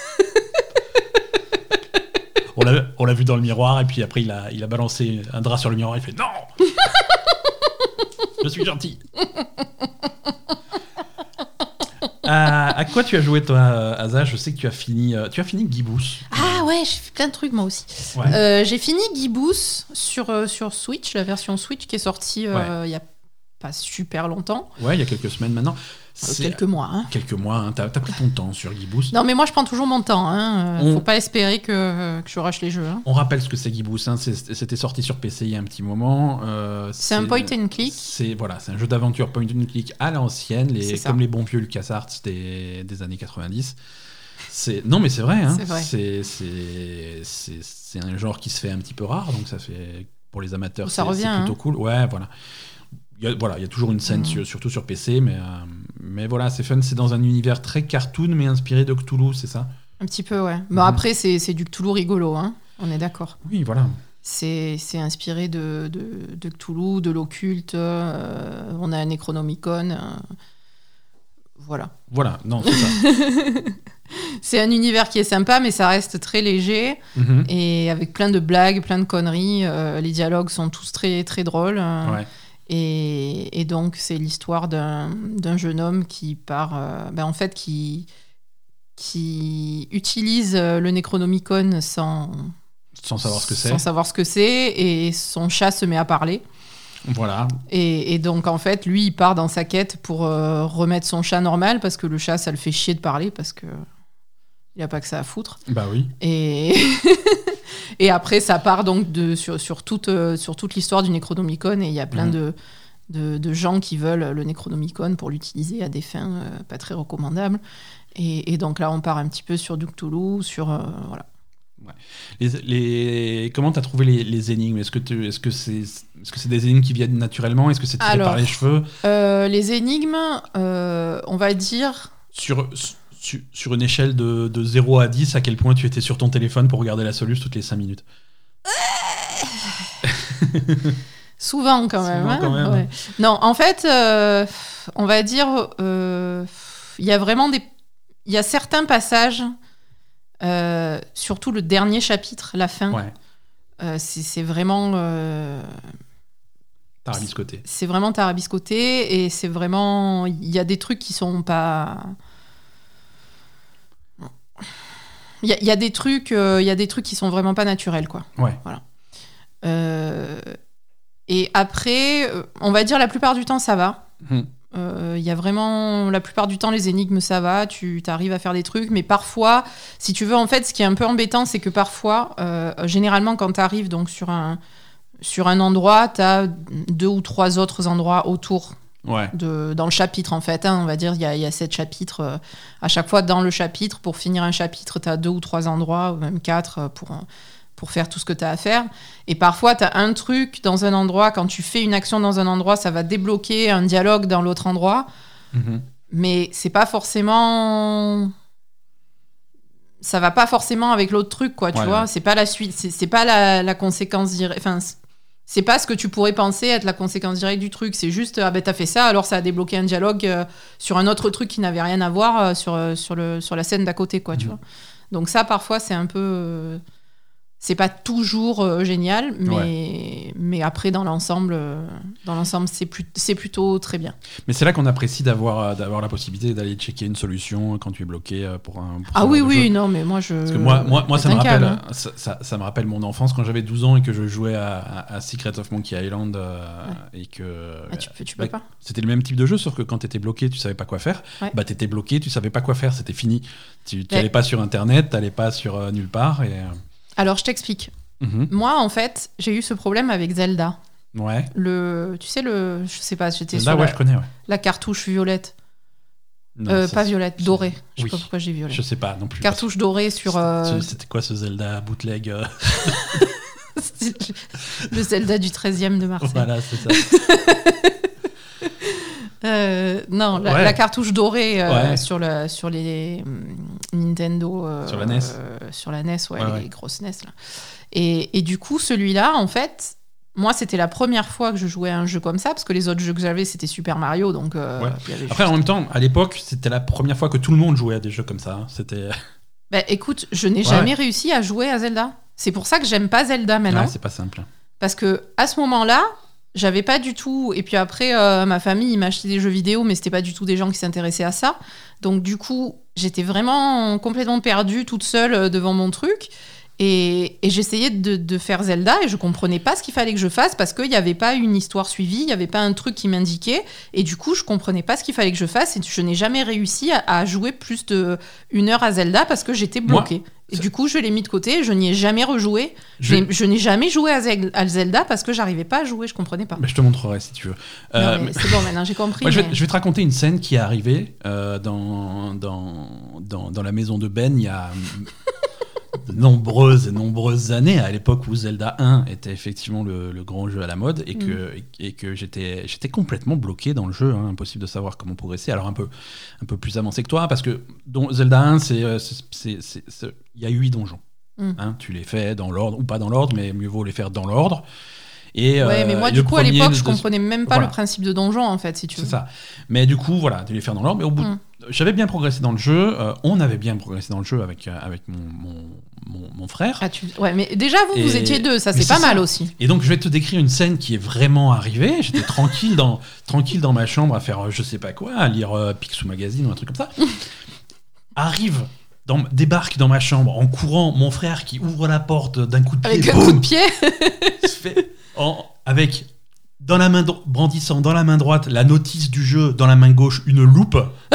on l'a vu dans le miroir, et puis après, il a balancé un drap sur le miroir, il fait « Non !» Je suis gentil. À quoi tu as joué, toi, Asa ? Je sais que tu as fini Guibous. Ah ouais, j'ai fait plein de trucs, moi aussi. Ouais. J'ai fini Guibous sur Switch, la version Switch qui est sortie il y a pas super longtemps. Ouais, il y a quelques semaines maintenant. Quelques mois. Hein. Quelques mois, hein. T'as pris ton temps sur Guibous. Non, mais moi, je prends toujours mon temps. Faut pas espérer que je rush les jeux. Hein. On rappelle ce que c'est Guibous. Hein. C'était sorti sur PC il y a un petit moment. C'est un point and click. C'est un jeu d'aventure point and click à l'ancienne, comme les bons vieux LucasArts des années 90. Non, mais c'est vrai. Hein. C'est vrai. C'est un genre qui se fait un petit peu rare, donc ça fait pour les amateurs, ça revient, c'est plutôt cool. Ouais, voilà. Il y a toujours une scène, surtout sur PC, mais voilà, c'est fun. C'est dans un univers très cartoon, mais inspiré de Cthulhu, c'est ça ? Un petit peu, ouais. Bon, après, c'est du Cthulhu rigolo, hein. On est d'accord. Oui, voilà. C'est inspiré de Cthulhu, de l'occulte. On a un Necronomicon. Voilà. Voilà, non, c'est ça. C'est un univers qui est sympa, mais ça reste très léger. Et avec plein de blagues, plein de conneries. Les dialogues sont tous très, très drôles. Ouais. Et donc, c'est l'histoire d'un jeune homme qui part... en fait, qui utilise le Necronomicon sans savoir ce que c'est. Et son chat se met à parler. Voilà. Et donc, en fait, lui, il part dans sa quête pour remettre son chat normal, parce que le chat, ça le fait chier de parler, parce que il n'y a pas que ça à foutre. Bah oui. Et après, ça part donc sur toute l'histoire du Necronomicon, et il y a plein de gens qui veulent le Necronomicon pour l'utiliser à des fins pas très recommandables. Et donc là, on part un petit peu sur du Cthulhu, sur... voilà. Ouais. Comment t'as trouvé les énigmes ? Est-ce que c'est des énigmes qui viennent naturellement ? Est-ce que c'est tiré par les cheveux ? Les énigmes, on va dire... Sur une échelle de 0 à 10, à quel point tu étais sur ton téléphone pour regarder la soluce toutes les 5 minutes ? Souvent quand même. Ouais. Non, en fait, on va dire, il y a vraiment il y a certains passages, surtout le dernier chapitre, la fin. Ouais. C'est vraiment... tarabiscoté. C'est vraiment tarabiscoté, et c'est vraiment... Il y a des trucs qui sont pas... Il y a des trucs qui sont vraiment pas naturels, quoi. Ouais. Voilà. Et après, on va dire la plupart du temps, ça va. Il y a vraiment... La plupart du temps, les énigmes, ça va. Tu arrives à faire des trucs. Mais parfois, si tu veux, en fait, ce qui est un peu embêtant, c'est que parfois, généralement, quand tu arrives donc, sur un endroit, tu as 2 ou 3 autres endroits autour. Ouais. Dans le chapitre, en fait, hein, on va dire, il y a 7 chapitres. À chaque fois, dans le chapitre, pour finir un chapitre, tu as 2 ou 3 endroits, ou même 4, pour faire tout ce que tu as à faire. Et parfois, tu as un truc dans un endroit. Quand tu fais une action dans un endroit, ça va débloquer un dialogue dans l'autre endroit. Mais c'est pas forcément... Ça va pas forcément avec l'autre truc, quoi, tu vois. Ouais. C'est pas la suite, c'est pas la conséquence directe... Enfin, c'est pas ce que tu pourrais penser être la conséquence directe du truc. C'est juste, t'as fait ça, alors ça a débloqué un dialogue sur un autre truc qui n'avait rien à voir sur la scène d'à côté, quoi, tu vois. Donc ça, parfois, c'est un peu... c'est pas toujours génial, mais après, dans l'ensemble, c'est plutôt très bien. Mais c'est là qu'on apprécie d'avoir la possibilité d'aller checker une solution quand tu es bloqué pour ah oui, non, mais moi, je... Parce que moi ça me rappelle mon enfance quand j'avais 12 ans et que je jouais à Secret of Monkey Island et que... Ah, tu peux pas. C'était le même type de jeu, sauf que quand t'étais bloqué, tu savais pas quoi faire. Ouais. Bah, t'étais bloqué, tu savais pas quoi faire, c'était fini. Tu allais pas sur Internet, t'allais pas sur nulle part et... Alors, je t'explique. Moi, en fait, j'ai eu ce problème avec Zelda. Ouais. Tu sais, je sais pas, j'étais Zelda, sur je connais, la cartouche violette. Non, pas violette, dorée. Je sais pas pourquoi j'ai violette. Je sais pas non plus. Cartouche dorée sur... C'était quoi ce Zelda bootleg Le Zelda du 13e de Marseille. Voilà, c'est ça. Non, la cartouche dorée sur les Nintendo. Sur la NES. Sur la NES, les grosses NES. Là. Et du coup, celui-là, en fait, moi, c'était la première fois que je jouais à un jeu comme ça, parce que les autres jeux que j'avais, c'était Super Mario. Donc, Après, en même temps, à l'époque, c'était la première fois que tout le monde jouait à des jeux comme ça. Hein. C'était... écoute, je n'ai jamais réussi à jouer à Zelda. C'est pour ça que j'aime pas Zelda maintenant. Ouais, c'est pas simple. Parce que à ce moment-là, j'avais pas du tout. Et puis après, ma famille m'achetait des jeux vidéo, mais c'était pas du tout des gens qui s'intéressaient à ça. Donc du coup, j'étais vraiment complètement perdue toute seule devant mon truc. Et j'essayais de faire Zelda et je comprenais pas ce qu'il fallait que je fasse parce qu'il n'y avait pas une histoire suivie, il n'y avait pas un truc qui m'indiquait. Et du coup, je comprenais pas ce qu'il fallait que je fasse et je n'ai jamais réussi à jouer plus d'1 heure à Zelda parce que j'étais bloquée. Et du coup, je l'ai mis de côté et je n'y ai jamais rejoué. Je n'ai jamais joué à Zelda parce que j'arrivais pas à jouer, je comprenais pas. Mais je te montrerai si tu veux. Non, mais c'est bon, maintenant j'ai compris. Je vais te raconter une scène qui est arrivée dans la maison de Ben il y a... de nombreuses années, à l'époque où Zelda 1 était effectivement le grand jeu à la mode et que j'étais complètement bloqué dans le jeu, hein, impossible de savoir comment progresser. Alors un peu plus avancé que toi, parce que Zelda 1, il y a 8 donjons. Hein, tu les fais dans l'ordre, ou pas dans l'ordre, mais mieux vaut les faire dans l'ordre. Mais moi, du coup, à l'époque, je comprenais même pas le principe de donjon, en fait, si tu veux. C'est ça. Mais du coup, voilà, tu les faire dans l'ordre. Mais au bout, j'avais bien progressé dans le jeu. On avait bien progressé dans le jeu avec mon frère. Ouais, mais déjà, vous étiez deux, ça, c'est pas mal aussi. Et donc, je vais te décrire une scène qui est vraiment arrivée. J'étais tranquille dans ma chambre à faire je sais pas quoi, à lire Picsou Magazine ou un truc comme ça. Débarque dans ma chambre en courant, mon frère qui ouvre la porte d'un coup de pied. Avec un coup de pied se fait avec brandissant dans la main droite la notice du jeu, dans la main gauche une loupe,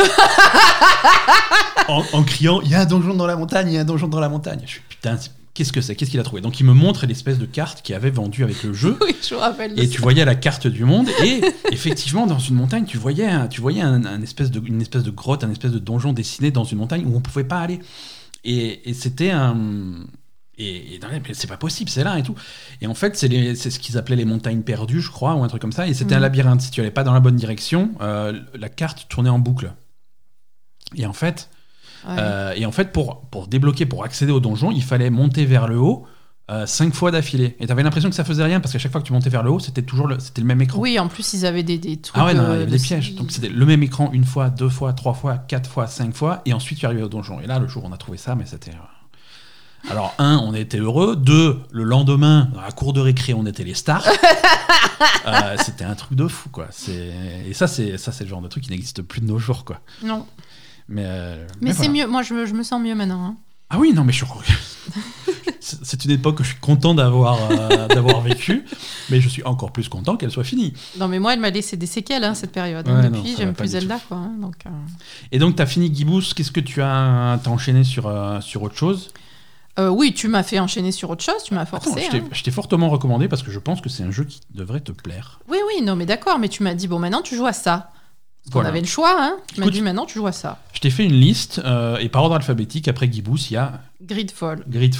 en criant il y a un donjon dans la montagne, il y a un donjon dans la montagne. Je suis putain, qu'est-ce que c'est, qu'est-ce qu'il a trouvé? Donc il me montre l'espèce de carte qu'il avait vendue avec le jeu. Oui, je me rappelle. Et tu voyais la carte du monde et effectivement dans une montagne tu voyais une espèce de grotte, un espèce de donjon dessiné dans une montagne où on pouvait pas aller. Et c'était un... Et c'est pas possible, c'est là et tout. Et en fait, c'est ce qu'ils appelaient les montagnes perdues, je crois, ou un truc comme ça. Et c'était un labyrinthe. Si tu allais pas dans la bonne direction, la carte tournait en boucle. Et en fait, pour débloquer, pour accéder au donjon, il fallait monter vers le haut 5 fois d'affilée. Et t'avais l'impression que ça faisait rien parce qu'à chaque fois que tu montais vers le haut, c'était le même écran. Oui, en plus, ils avaient des trucs. Ah ouais, non, il y avait des pièges. Donc c'était le même écran 1 fois, 2 fois, 3 fois, 4 fois, 5 fois. Et ensuite, tu arrivais au donjon. Et là, le jour où on a trouvé ça, mais c'était... Alors, 1, on était heureux. 2, le lendemain, dans la cour de récré, on était les stars. C'était un truc de fou, quoi. Et ça, c'est le genre de truc qui n'existe plus de nos jours, quoi. Non. Mais c'est voilà. mieux. Moi, je me sens mieux maintenant. Hein. Ah oui, non, mais c'est une époque que je suis content d'avoir vécu, mais je suis encore plus content qu'elle soit finie. Non, mais moi, elle m'a laissé des séquelles, hein, cette période. Ouais, depuis, j'aime plus Zelda, quoi. Hein, donc, Et donc, t'as fini Guibous. Qu'est-ce que t'as enchaîné sur autre chose? Oui, tu m'as fait enchaîner sur autre chose, tu m'as forcé. Attends, je t'ai fortement recommandé parce que je pense que c'est un jeu qui devrait te plaire. Oui, non, mais d'accord, mais tu m'as dit, bon, maintenant tu joues à ça. Voilà. On avait le choix, hein. Tu m'as dit, maintenant tu joues à ça. Je t'ai fait une liste, et par ordre alphabétique, après Guibous, il y a... Gridfall.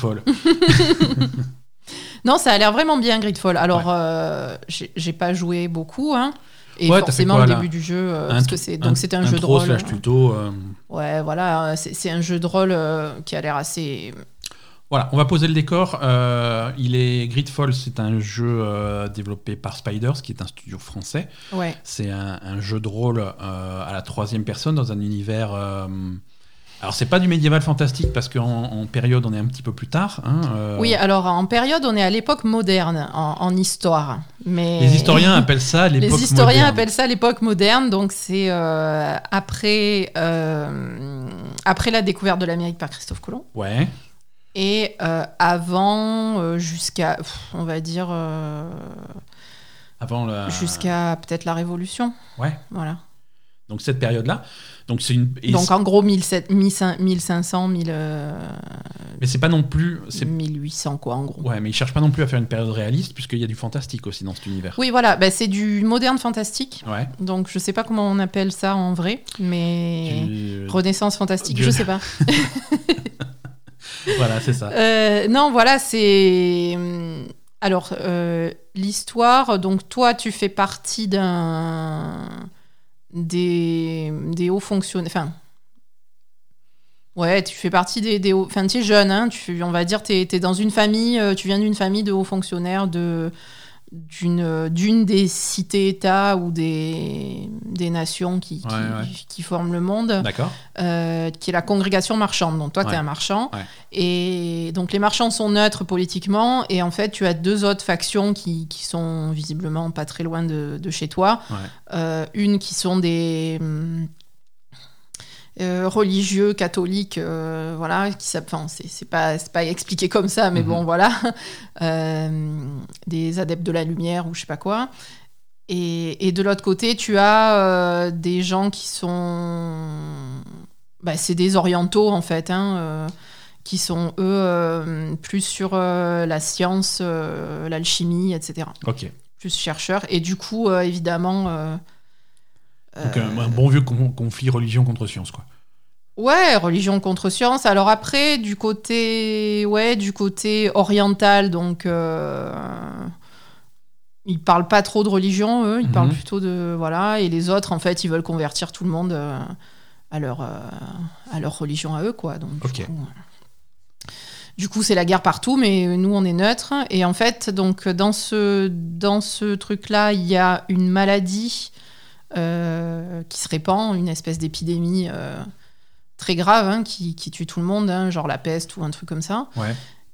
Non, ça a l'air vraiment bien, Gridfall. Alors, j'ai pas joué beaucoup, hein. Et forcément, le début du jeu, parce que c'était un jeu de rôle. Slash tuto. Ouais, voilà, c'est un jeu de rôle qui a l'air assez... Voilà, on va poser le décor. Gridfall, c'est un jeu développé par Spiders, qui est un studio français. Ouais. C'est un jeu de rôle à la 3e personne dans un univers... Alors, c'est pas du médiéval fantastique, parce qu'en période, on est un petit peu plus tard. Hein, Oui, alors en période, on est à l'époque moderne, en histoire. Mais... Les historiens appellent ça l'époque moderne. Les historiens appellent ça l'époque moderne, donc c'est après la découverte de l'Amérique par Christophe Colomb. Ouais. Et avant, jusqu'à, on va dire... jusqu'à peut-être la Révolution. Ouais. Voilà. Donc cette période-là. Donc en gros 1500, 1000... Mais c'est pas non plus... 1800 quoi en gros. Ouais, mais ils cherchent pas non plus à faire une période réaliste puisqu'il y a du fantastique aussi dans cet univers. Oui, voilà, c'est du moderne fantastique. Ouais. Donc je sais pas comment on appelle ça en vrai, mais Renaissance fantastique, je sais pas. Voilà, c'est ça. Non, voilà, c'est... Alors, l'histoire, donc toi, tu fais partie d'un des hauts fonctionnaires. Enfin, ouais, tu fais partie des hauts. Enfin, tu es jeune, hein, on va dire, tu es dans une famille, tu viens d'une famille de hauts fonctionnaires d'une des cités-États ou des nations qui forment le monde, d'accord. Qui est la congrégation marchande. Donc toi, tu es un marchand. Ouais. Et donc les marchands sont neutres politiquement. Et en fait, tu as deux autres factions qui sont visiblement pas très loin de chez toi. Ouais. Une qui sont des... religieux catholiques, voilà, c'est pas expliqué comme ça, mais bon, voilà, des adeptes de la lumière ou je sais pas quoi. Et de l'autre côté, tu as des gens qui sont, c'est des orientaux en fait, hein, qui sont eux plus sur la science, l'alchimie, etc. Ok. Plus chercheurs. Et du coup, évidemment. Donc un bon vieux conflit religion contre science, quoi. Ouais, religion contre science. Alors après, du côté oriental, donc ils parlent pas trop de religion, eux. Ils parlent plutôt de voilà. Et les autres, en fait, ils veulent convertir tout le monde à leur religion à eux, quoi. Donc du coup, c'est la guerre partout, mais nous, on est neutre. Et en fait, donc dans ce truc-là, il y a une maladie qui se répand, une espèce d'épidémie très grave, hein, qui tue tout le monde, hein, genre la peste ou un truc comme ça. Ouais.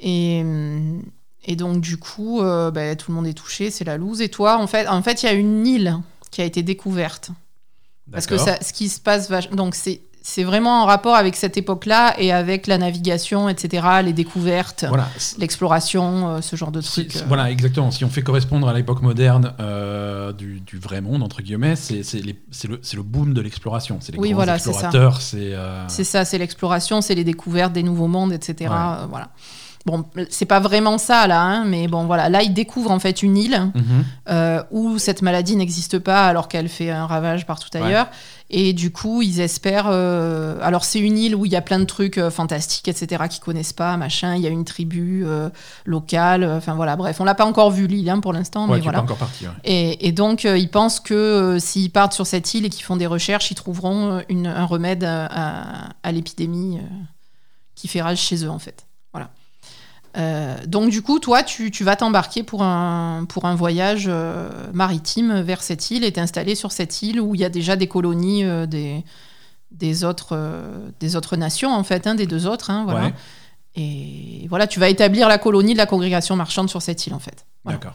Et donc, du coup, tout le monde est touché, c'est la loose. Et toi, en fait, il y a une île qui a été découverte. Parce que ce qui se passe... Donc, c'est vraiment en rapport avec cette époque-là et avec la navigation, etc., les découvertes, l'exploration, ce genre de trucs. Voilà, exactement. Si on fait correspondre à l'époque moderne du vrai monde, entre guillemets, c'est le boom de l'exploration. C'est les grands explorateurs. C'est ça, c'est l'exploration, c'est les découvertes des nouveaux mondes, etc. Voilà. Bon, c'est pas vraiment ça, là, hein, mais bon, voilà. Là, ils découvrent en fait une île où cette maladie n'existe pas alors qu'elle fait un ravage partout ailleurs. Et du coup, ils espèrent... alors, c'est une île où il y a plein de trucs fantastiques, etc., qu'ils connaissent pas, machin. Il y a une tribu locale. Enfin, voilà, bref. On l'a pas encore vu, l'île, hein, pour l'instant. Ouais, mais voilà. Pas encore parti, ouais. Et donc, ils pensent que s'ils partent sur cette île et qu'ils font des recherches, ils trouveront un remède à l'épidémie qui fait rage chez eux, en fait. Voilà. Donc du coup, toi, tu vas t'embarquer pour un voyage maritime vers cette île et t'installer sur cette île où il y a déjà des colonies des autres nations, en fait, hein, des deux autres. Hein, voilà. Ouais. Et voilà, tu vas établir la colonie de la congrégation marchande sur cette île, en fait. Voilà. D'accord.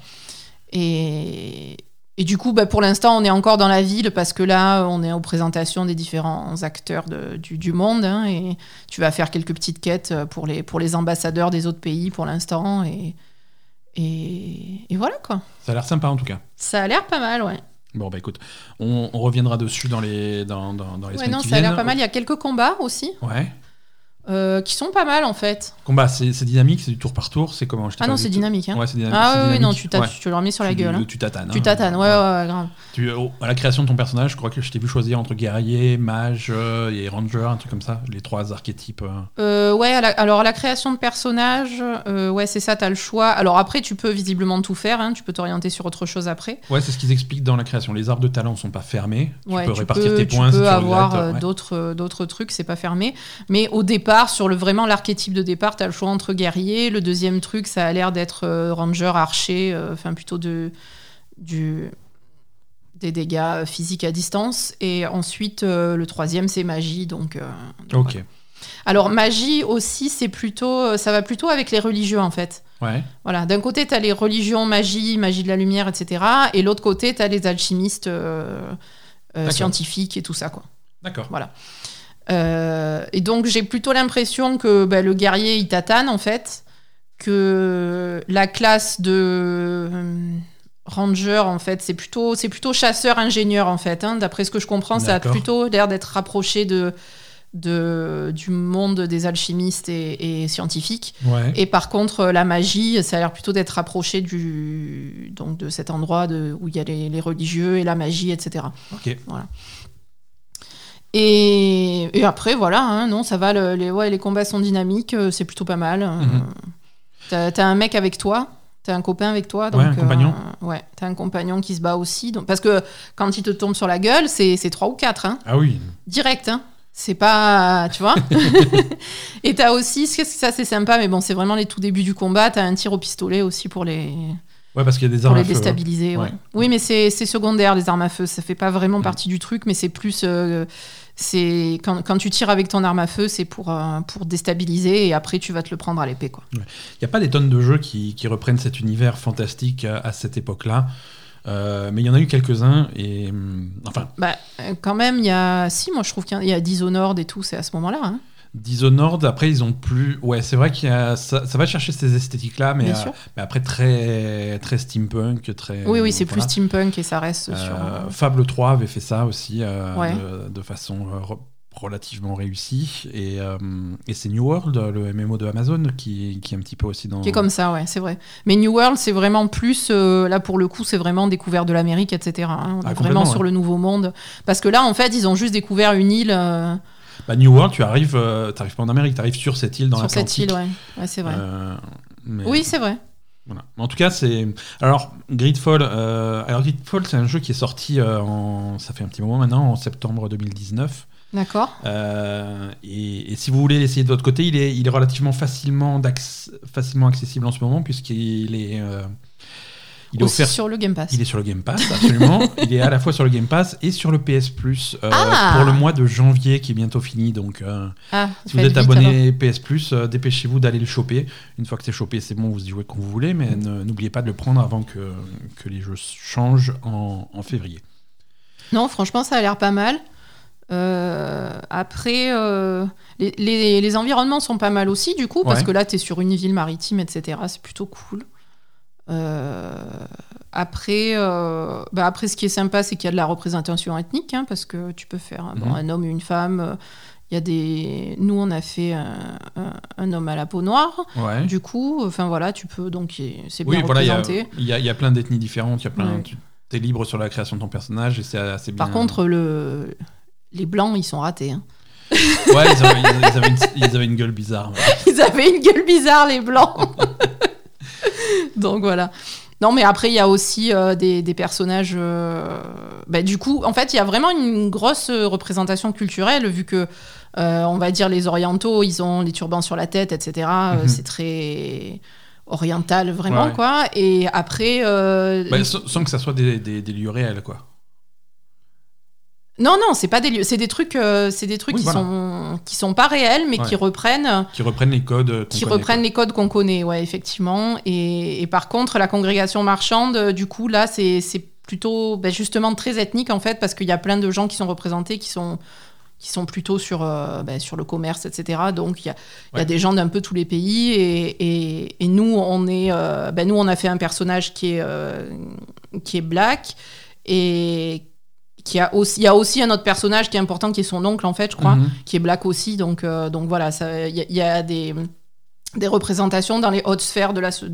Et du coup, pour l'instant, on est encore dans la ville parce que là, on est aux présentations des différents acteurs du monde. Hein, et tu vas faire quelques petites quêtes pour les ambassadeurs des autres pays pour l'instant. Et voilà, quoi. Ça a l'air sympa, en tout cas. Ça a l'air pas mal, ouais. Bon, écoute, on reviendra dessus dans les semaines qui viennent. Ça a l'air pas mal. Il y a quelques combats aussi. Ouais. Qui sont pas mal en fait. Combat, c'est dynamique, c'est du tour par tour, c'est comment non, c'est dynamique. Hein. Ouais, c'est dynamique. Ah oui, non, tu leur mets sur la gueule. Tu tatanes. Tu tatanes, ouais, grave. À la création de ton personnage, je crois que je t'ai vu choisir entre guerrier, mage et ranger, un truc comme ça, les trois archétypes. Ouais, alors à la création de personnage, ouais, c'est ça, t'as le choix. Alors après, tu peux visiblement tout faire, hein, tu peux t'orienter sur autre chose après. Ouais, c'est ce qu'ils expliquent dans la création. Les arbres de talent sont pas fermés. Ouais, tu peux répartir tes points. Tu peux avoir d'autres trucs, c'est pas fermé. Mais au départ, sur vraiment l'archétype de départ, t'as le choix entre guerrier. Le deuxième truc, ça a l'air d'être ranger, archer, enfin plutôt des dégâts physiques à distance. Et ensuite, le troisième, c'est magie. Donc ok. Voilà. Alors, magie aussi, ça va plutôt avec les religieux, en fait. Ouais. Voilà. D'un côté, tu as les religions, magie de la lumière, etc. Et l'autre côté, tu as les alchimistes scientifiques et tout ça, quoi. D'accord. Voilà. Et donc, j'ai plutôt l'impression que le guerrier, il tatane, en fait. Que la classe de ranger, en fait, c'est plutôt chasseur-ingénieur, en fait. Hein. D'après ce que je comprends, ça a plutôt l'air d'être rapproché du monde des alchimistes et scientifiques. Ouais. Et par contre, la magie, ça a l'air plutôt d'être rapproché de cet endroit où il y a les religieux et la magie, etc. Ok. Voilà. Et après, voilà, hein, non, ça va, les combats sont dynamiques, c'est plutôt pas mal. T'as un mec avec toi. T'as un copain avec toi, donc un compagnon. T'as un compagnon qui se bat aussi, donc parce que quand il te tombe sur la gueule, c'est 3 ou 4, hein. Ah oui. Direct, hein. C'est pas, tu vois. Et t'as aussi, ça c'est sympa, mais bon, c'est vraiment les tout débuts du combat. T'as un tir au pistolet aussi pour les. Ouais, parce qu'il y a des armes à feu. Pour les déstabiliser. Ouais. Oui, mais c'est secondaire les armes à feu. Ça fait pas vraiment partie du truc, mais c'est plus. C'est quand tu tires avec ton arme à feu, c'est pour déstabiliser et après tu vas te le prendre à l'épée, quoi. Il n'y a pas des tonnes de jeux qui reprennent cet univers fantastique à cette époque-là, mais il y en a eu quelques-uns et enfin. Quand même, moi je trouve qu'il y a Dishonored et tout, c'est à ce moment-là. Hein. Dishonored, après ils ont plus. Ouais, c'est vrai qu'il y a ça va chercher ces esthétiques-là, mais après très très steampunk, très. Oui, c'est plus steampunk et ça reste sur. Fable 3 avait fait ça aussi de façon relativement réussie et c'est New World, le MMO de Amazon, qui est un petit peu aussi dans. Qui est comme ça, ouais, c'est vrai. Mais New World, c'est vraiment plus là pour le coup, c'est vraiment découvert de l'Amérique, etc. Hein. On est vraiment sur le Nouveau Monde, parce que là, en fait, ils ont juste découvert une île. New World, tu arrives pas en Amérique, tu arrives sur cette île dans l'Atlantique. Sur cette île, ouais, c'est vrai. Oui, c'est vrai. Voilà. En tout cas, c'est. Alors, Gridfall, c'est un jeu qui est sorti ça fait un petit moment maintenant, en septembre 2019. D'accord. Et si vous voulez l'essayer de votre côté, il est relativement facilement accessible en ce moment, puisqu'il est. Il est aussi offert sur le Game Pass. Il est sur le Game Pass, absolument. Il est à la fois sur le Game Pass et sur le PS Plus pour le mois de janvier qui est bientôt fini. Donc, si vous êtes abonné PS Plus, dépêchez-vous d'aller le choper. Une fois que c'est chopé, c'est bon, vous y jouez quand vous voulez, mais n'oubliez pas de le prendre avant que les jeux changent en février. Non, franchement, ça a l'air pas mal. Après, les environnements sont pas mal aussi, du coup, parce que là, t'es sur une ville maritime, etc. C'est plutôt cool. Après, ce qui est sympa, c'est qu'il y a de la représentation ethnique, hein, parce que tu peux faire un homme et une femme. Nous, on a fait un homme à la peau noire. Ouais. Du coup, tu peux, donc c'est bien représenté. Il y a plein d'ethnies différentes. Il y a plein. T'es libre sur la création de ton personnage et c'est assez bien. Par contre, les blancs, ils sont ratés. Hein. Ouais, ils avaient une gueule bizarre. Ouais. Ils avaient une gueule bizarre, les blancs. Donc voilà. Non, mais après, il y a aussi des personnages. Du coup, en fait, il y a vraiment une grosse représentation culturelle, vu que, on va dire, les orientaux, ils ont les turbans sur la tête, etc. C'est très oriental, vraiment, quoi. Et après. Sans que ça soit des lieux réels, quoi. Non, c'est pas des lieux, c'est des trucs qui sont pas réels, mais qui reprennent les codes les codes qu'on connaît, ouais, effectivement. Et par contre, la congrégation marchande, du coup, là, c'est plutôt justement très ethnique, en fait, parce qu'il y a plein de gens qui sont représentés, qui sont plutôt sur le commerce, etc. Donc, il y a des gens d'un peu tous les pays. Et nous, on a fait un personnage qui est black. Et il y a aussi un autre personnage qui est important, qui est son oncle, en fait, je crois, qui est black aussi. Donc voilà, il y a des représentations dans les hautes sphères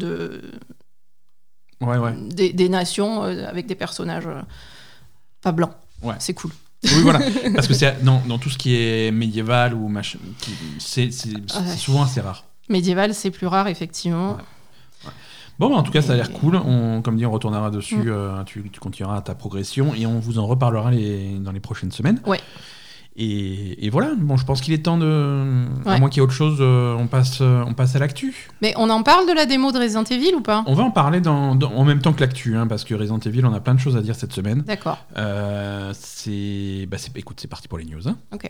des nations avec des personnages pas blancs. Ouais. C'est cool. Oui, voilà. Parce que c'est dans tout ce qui est médiéval ou machin, c'est souvent assez rare. Médiéval, c'est plus rare, effectivement. Ouais. Bon, en tout cas, ça a l'air cool. Comme dit, on retournera dessus. Tu continueras ta progression et on vous en reparlera dans les prochaines semaines. Ouais. Et voilà. Bon, je pense qu'il est temps de. À moins qu'il y ait autre chose, on passe à l'actu. Mais on en parle de la démo de Resident Evil ou pas ? On va en parler en même temps que l'actu, hein, parce que Resident Evil, on a plein de choses à dire cette semaine. D'accord. Écoute, c'est parti pour les news. Hein. Ok.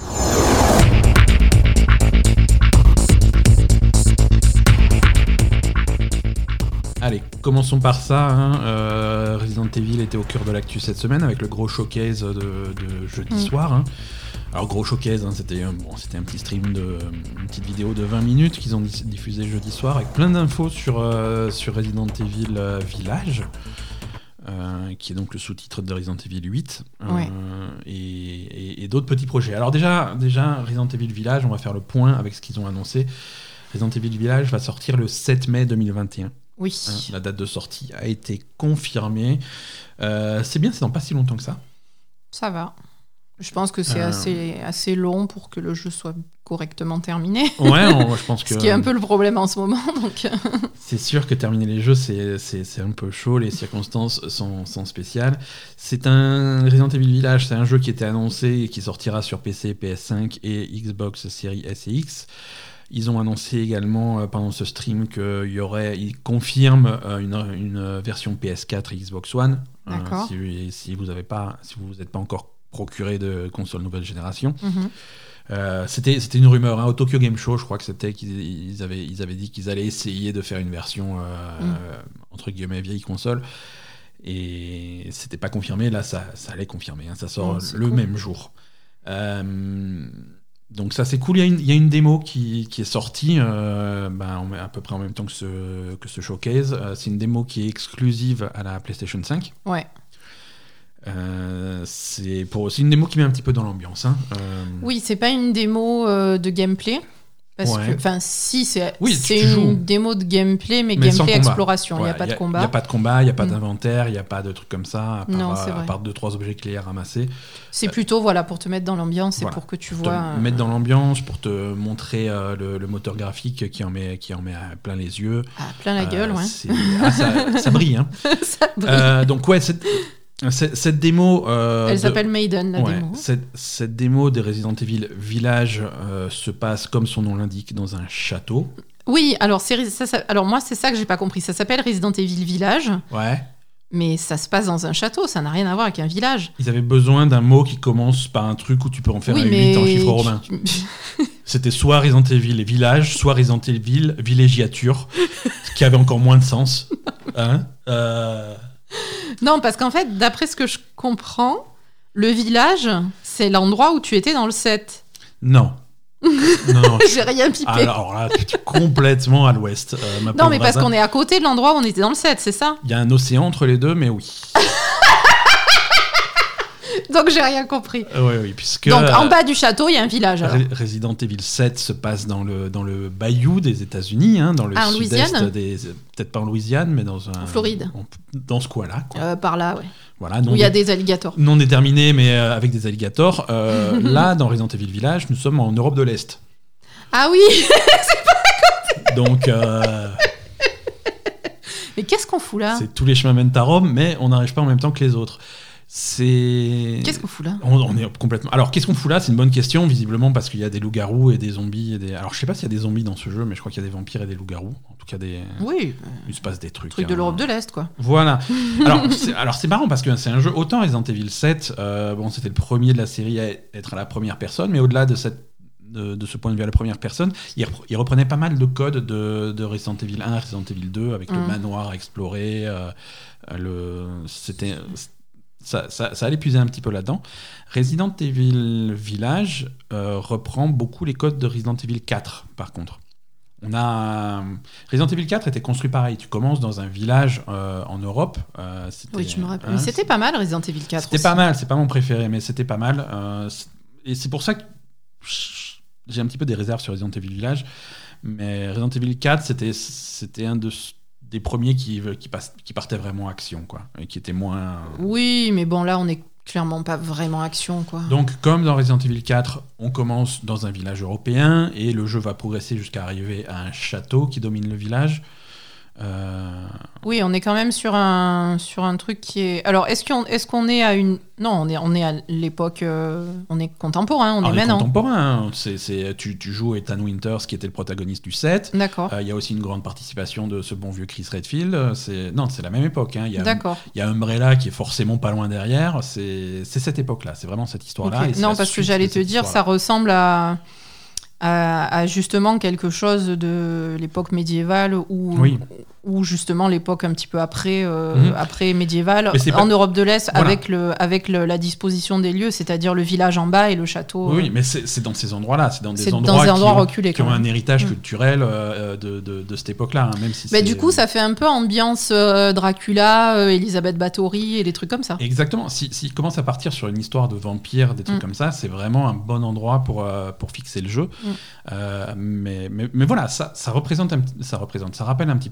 Allez, commençons par ça. Hein. Resident Evil était au cœur de l'actu cette semaine avec le gros showcase de jeudi soir. Hein. Alors, gros showcase, hein, c'était un petit stream, une petite vidéo de 20 minutes qu'ils ont diffusé jeudi soir avec plein d'infos sur Resident Evil Village, qui est donc le sous-titre de Resident Evil 8, et d'autres petits projets. Alors déjà, Resident Evil Village, on va faire le point avec ce qu'ils ont annoncé. Resident Evil Village va sortir le 7 mai 2021. Oui. La date de sortie a été confirmée. C'est bien, c'est dans pas si longtemps que ça. Ça va. Je pense que c'est assez long pour que le jeu soit correctement terminé. Ouais, je pense que... Ce qui est un peu le problème en ce moment. Donc... C'est sûr que terminer les jeux, c'est un peu chaud, les circonstances sont spéciales. C'est un Resident Evil Village, c'est un jeu qui était annoncé et qui sortira sur PC, PS5 et Xbox Series S et X. Ils ont annoncé également pendant ce stream qu'ils confirment une version PS4 et Xbox One. D'accord. Si vous n'êtes pas encore procuré de console nouvelle génération. C'était une rumeur, hein. Au Tokyo Game Show, je crois que c'était qu'ils avaient dit qu'ils allaient essayer de faire une version entre guillemets vieille console, et c'était pas confirmé. Là, ça allait confirmer, hein. Ça sort le même jour. Donc ça, c'est cool. Il y a une démo qui est sortie à peu près en même temps que ce showcase. C'est une démo qui est exclusive à la PlayStation 5. Ouais. C'est une démo qui met un petit peu dans l'ambiance, hein. Oui, c'est pas une démo de gameplay. Parce que, si, c'est une démo de gameplay, mais gameplay exploration. Il n'y a pas de combat. Il n'y a pas de combat, il n'y a pas d'inventaire, il n'y a pas de trucs comme ça, à part 2-3 objets clés à ramasser. C'est plutôt pour te mettre dans l'ambiance et pour que tu vois. Te mettre dans l'ambiance, pour te montrer le moteur graphique qui en met plein les yeux. Plein la gueule, ouais. Ça brille, hein. Ça brille. Donc, ouais, cette démo... Elle s'appelle Maiden, la démo. Cette démo de Resident Evil Village se passe, comme son nom l'indique, dans un château. Oui, alors moi, c'est ça que j'ai pas compris. Ça s'appelle Resident Evil Village. Ouais. Mais ça se passe dans un château, ça n'a rien à voir avec un village. Ils avaient besoin d'un mot qui commence par un truc où tu peux en faire un 8 en chiffre romain. C'était soit Resident Evil et Village, soit Resident Evil Villégiature, ce qui avait encore moins de sens. Hein Non, parce qu'en fait, d'après ce que je comprends, le village, c'est l'endroit où tu étais dans le 7. Non. Non, j'ai rien pipé. Alors là, tu es complètement à l'ouest. Non, mais parce qu'on est à côté de l'endroit où on était dans le 7, c'est ça ? Il y a un océan entre les deux, mais oui. Donc j'ai rien compris. Oui, puisque... Donc en bas du château, il y a un village. Resident Evil 7 se passe dans le bayou des États-Unis, hein, dans le sud-est peut-être pas en Louisiane, mais dans un... Floride. Dans ce coin-là, quoi. Par là, ouais. Voilà, où il y a des alligators. Non déterminé, mais avec des alligators. Là, dans Resident Evil Village, nous sommes en Europe de l'Est. Ah oui. C'est pas à côté. Donc... Mais qu'est-ce qu'on fout là ? C'est tous les chemins mènent à Rome, mais on n'arrive pas en même temps que les autres. Qu'est-ce qu'on fout là ? On est complètement... Alors, qu'est-ce qu'on fout là ? C'est une bonne question, visiblement, parce qu'il y a des loups-garous et des zombies. Alors, je sais pas s'il y a des zombies dans ce jeu, mais je crois qu'il y a des vampires et des loups-garous. En tout cas, Oui. Il se passe des trucs. Truc de l'Europe de l'Est, quoi. Voilà. Alors, c'est marrant, parce que c'est un jeu... Autant Resident Evil 7, c'était le premier de la série à être à la première personne, mais au-delà de ce point de vue à la première personne, il reprenait pas mal de codes de Resident Evil 1 à Resident Evil 2, avec le manoir à explorer. Ça allait puiser un petit peu là-dedans. Resident Evil Village reprend beaucoup les codes de Resident Evil 4, par contre. Resident Evil 4 était construit pareil. Tu commences dans un village en Europe. Oui, je me rappelle. Mais c'était pas mal, Resident Evil 4. C'était pas mal. C'est pas mon préféré, mais c'était pas mal. Et c'est pour ça que j'ai un petit peu des réserves sur Resident Evil Village. Mais Resident Evil 4, c'était un des premiers qui partaient vraiment action, quoi, et qui était moins... Oui, mais bon, là, on est clairement pas vraiment action, quoi. Donc, comme dans Resident Evil 4, on commence dans un village européen, et le jeu va progresser jusqu'à arriver à un château qui domine le village. Oui, on est quand même sur un truc qui est... Alors, est-ce qu'on est à une... Non, on est à l'époque... on est contemporain, on est maintenant. Contemporain, tu joues Ethan Winters, qui était le protagoniste du 7. D'accord. Il y a aussi une grande participation de ce bon vieux Chris Redfield. C'est la même époque. Hein. D'accord. Il y a Umbrella qui est forcément pas loin derrière. C'est cette époque-là, c'est vraiment cette histoire-là. Okay. Non, parce que j'allais te dire, ça ressemble à justement quelque chose de l'époque médiévale ou justement l'époque un petit peu après médiévale en Europe de l'Est, voilà. avec la disposition des lieux, c'est-à-dire le village en bas et le château. Oui, mais c'est dans ces endroits-là, c'est dans des endroits reculés, qui ont un héritage culturel de cette époque-là, hein, même si du coup, ça fait un peu ambiance Dracula, Elisabeth Bathory et des trucs comme ça. Exactement. S'il commence à partir sur une histoire de vampires, des trucs comme ça, c'est vraiment un bon endroit pour fixer le jeu. Mais voilà, ça rappelle un petit peu la structure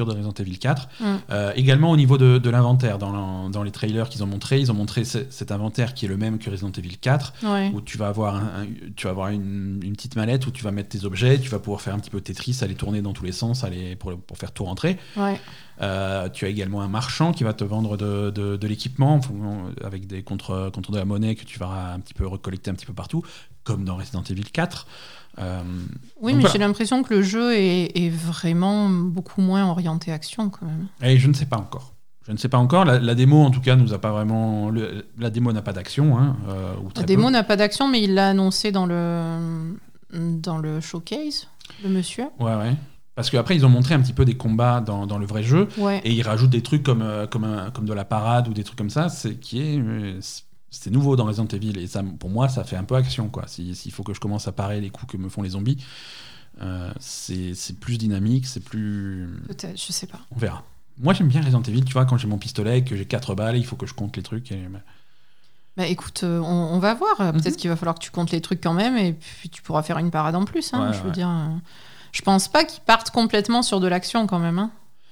de Resident Evil 4. Également au niveau de l'inventaire, dans les trailers qu'ils ont montré cet inventaire qui est le même que Resident Evil 4, où tu vas avoir une petite mallette où tu vas mettre tes objets, tu vas pouvoir faire un petit peu Tetris, aller tourner dans tous les sens, pour faire tout rentrer. Tu as également un marchand qui va te vendre de l'équipement avec contre de la monnaie que tu vas un petit peu recollecter un petit peu partout, comme dans Resident Evil 4. Oui, mais j'ai l'impression que le jeu est vraiment beaucoup moins orienté action quand même. Et je ne sais pas encore. La démo, en tout cas, nous a pas vraiment. La démo n'a pas d'action. La démo n'a pas d'action, mais il l'a annoncé dans le showcase, le monsieur. Ouais. Parce qu'après, ils ont montré un petit peu des combats dans le vrai jeu. Et ils rajoutent des trucs comme de la parade ou des trucs comme ça, c'est nouveau dans Resident Evil. Et ça, pour moi, ça fait un peu action, quoi. S'il faut que je commence à parer les coups que me font les zombies, c'est plus dynamique, c'est plus... Peut-être, je sais pas. On verra. Moi, j'aime bien Resident Evil, tu vois, quand j'ai mon pistolet, que j'ai 4 balles, il faut que je compte les trucs. Bah écoute, on va voir. Peut-être qu'il va falloir que tu comptes les trucs quand même, et puis tu pourras faire une parade en plus. Je veux dire, je pense pas qu'ils partent complètement sur de l'action quand même.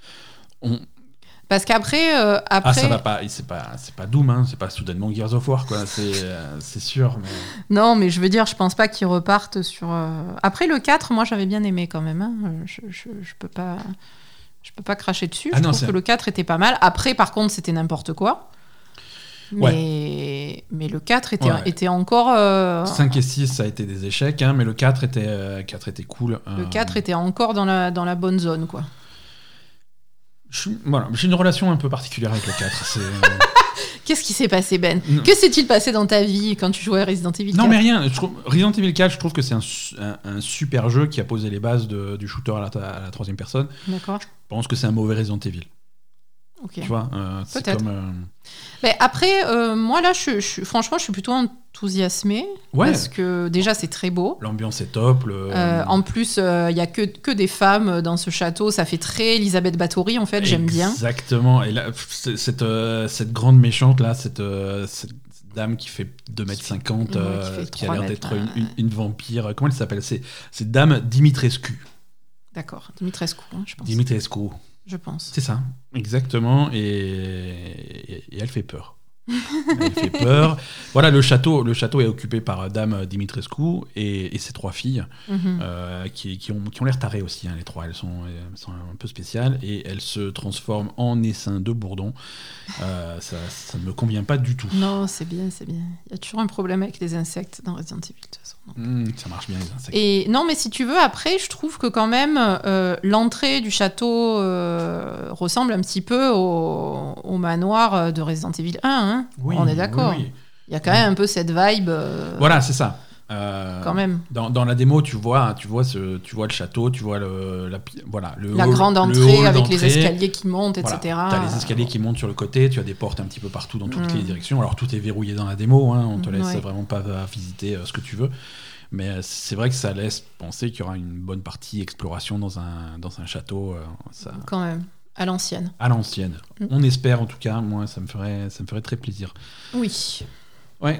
Parce qu'après, ça va pas. C'est pas Doom, c'est pas soudainement Gears of War, quoi. C'est sûr. Mais... Non, mais je veux dire, je pense pas qu'ils repartent sur. Après le 4, moi j'avais bien aimé quand même. Je peux pas cracher dessus. Je trouve que le 4 était pas mal. Après, par contre, c'était n'importe quoi. Mais le 4 était encore... 5 et 6, ça a été des échecs, mais le 4 était cool. Le 4 était encore dans la bonne zone, quoi. J'ai une relation un peu particulière avec le 4. Qu'est-ce qui s'est passé, Ben ? Que s'est-il passé dans ta vie quand tu jouais à Resident Evil 4 ? Non, mais rien. Resident Evil 4, je trouve que c'est un super jeu qui a posé les bases du shooter à la troisième personne. D'accord. Je pense que c'est un mauvais Resident Evil. Okay. Tu vois, c'est comme... Mais après, moi là, franchement, je suis plutôt enthousiasmée. Parce que déjà, c'est très beau. L'ambiance est top. En plus, il n'y a que des femmes dans ce château. Ça fait très Elisabeth Bathory, en fait. J'aime bien. Exactement. Et là, cette grande méchante, là, cette dame qui fait 2m50, qui a l'air d'être une vampire. Comment elle s'appelle ? C'est Dame Dimitrescu. D'accord, Dimitrescu, je pense. Dimitrescu. Je pense. C'est ça, exactement, et elle fait peur. Elle fait peur. Voilà, le château est occupé par Dame Dimitrescu et ses 3 filles, qui ont l'air tarées aussi, les 3. Elles sont un peu spéciales, et elles se transforment en essaims de bourdon. Ça ne me convient pas du tout. Non, c'est bien. Il y a toujours un problème avec les insectes dans Resident Evil, de toute façon. Ça marche bien, les insectes. Et non, mais si tu veux, après, je trouve que quand même, l'entrée du château ressemble un petit peu au manoir de Resident Evil 1. Oui, on est d'accord. Oui. Il y a quand même un peu cette vibe. Voilà, c'est ça. Quand même. Dans la démo, tu vois le château, tu vois la grande entrée avec les escaliers qui montent, etc. Tu as les escaliers qui montent sur le côté, tu as des portes un petit peu partout dans toutes les directions. Alors tout est verrouillé dans la démo, on te laisse vraiment pas visiter ce que tu veux. Mais c'est vrai que ça laisse penser qu'il y aura une bonne partie exploration dans un château. Quand même. À l'ancienne. On espère, en tout cas. Moi, ça me ferait très plaisir. Oui. Ouais,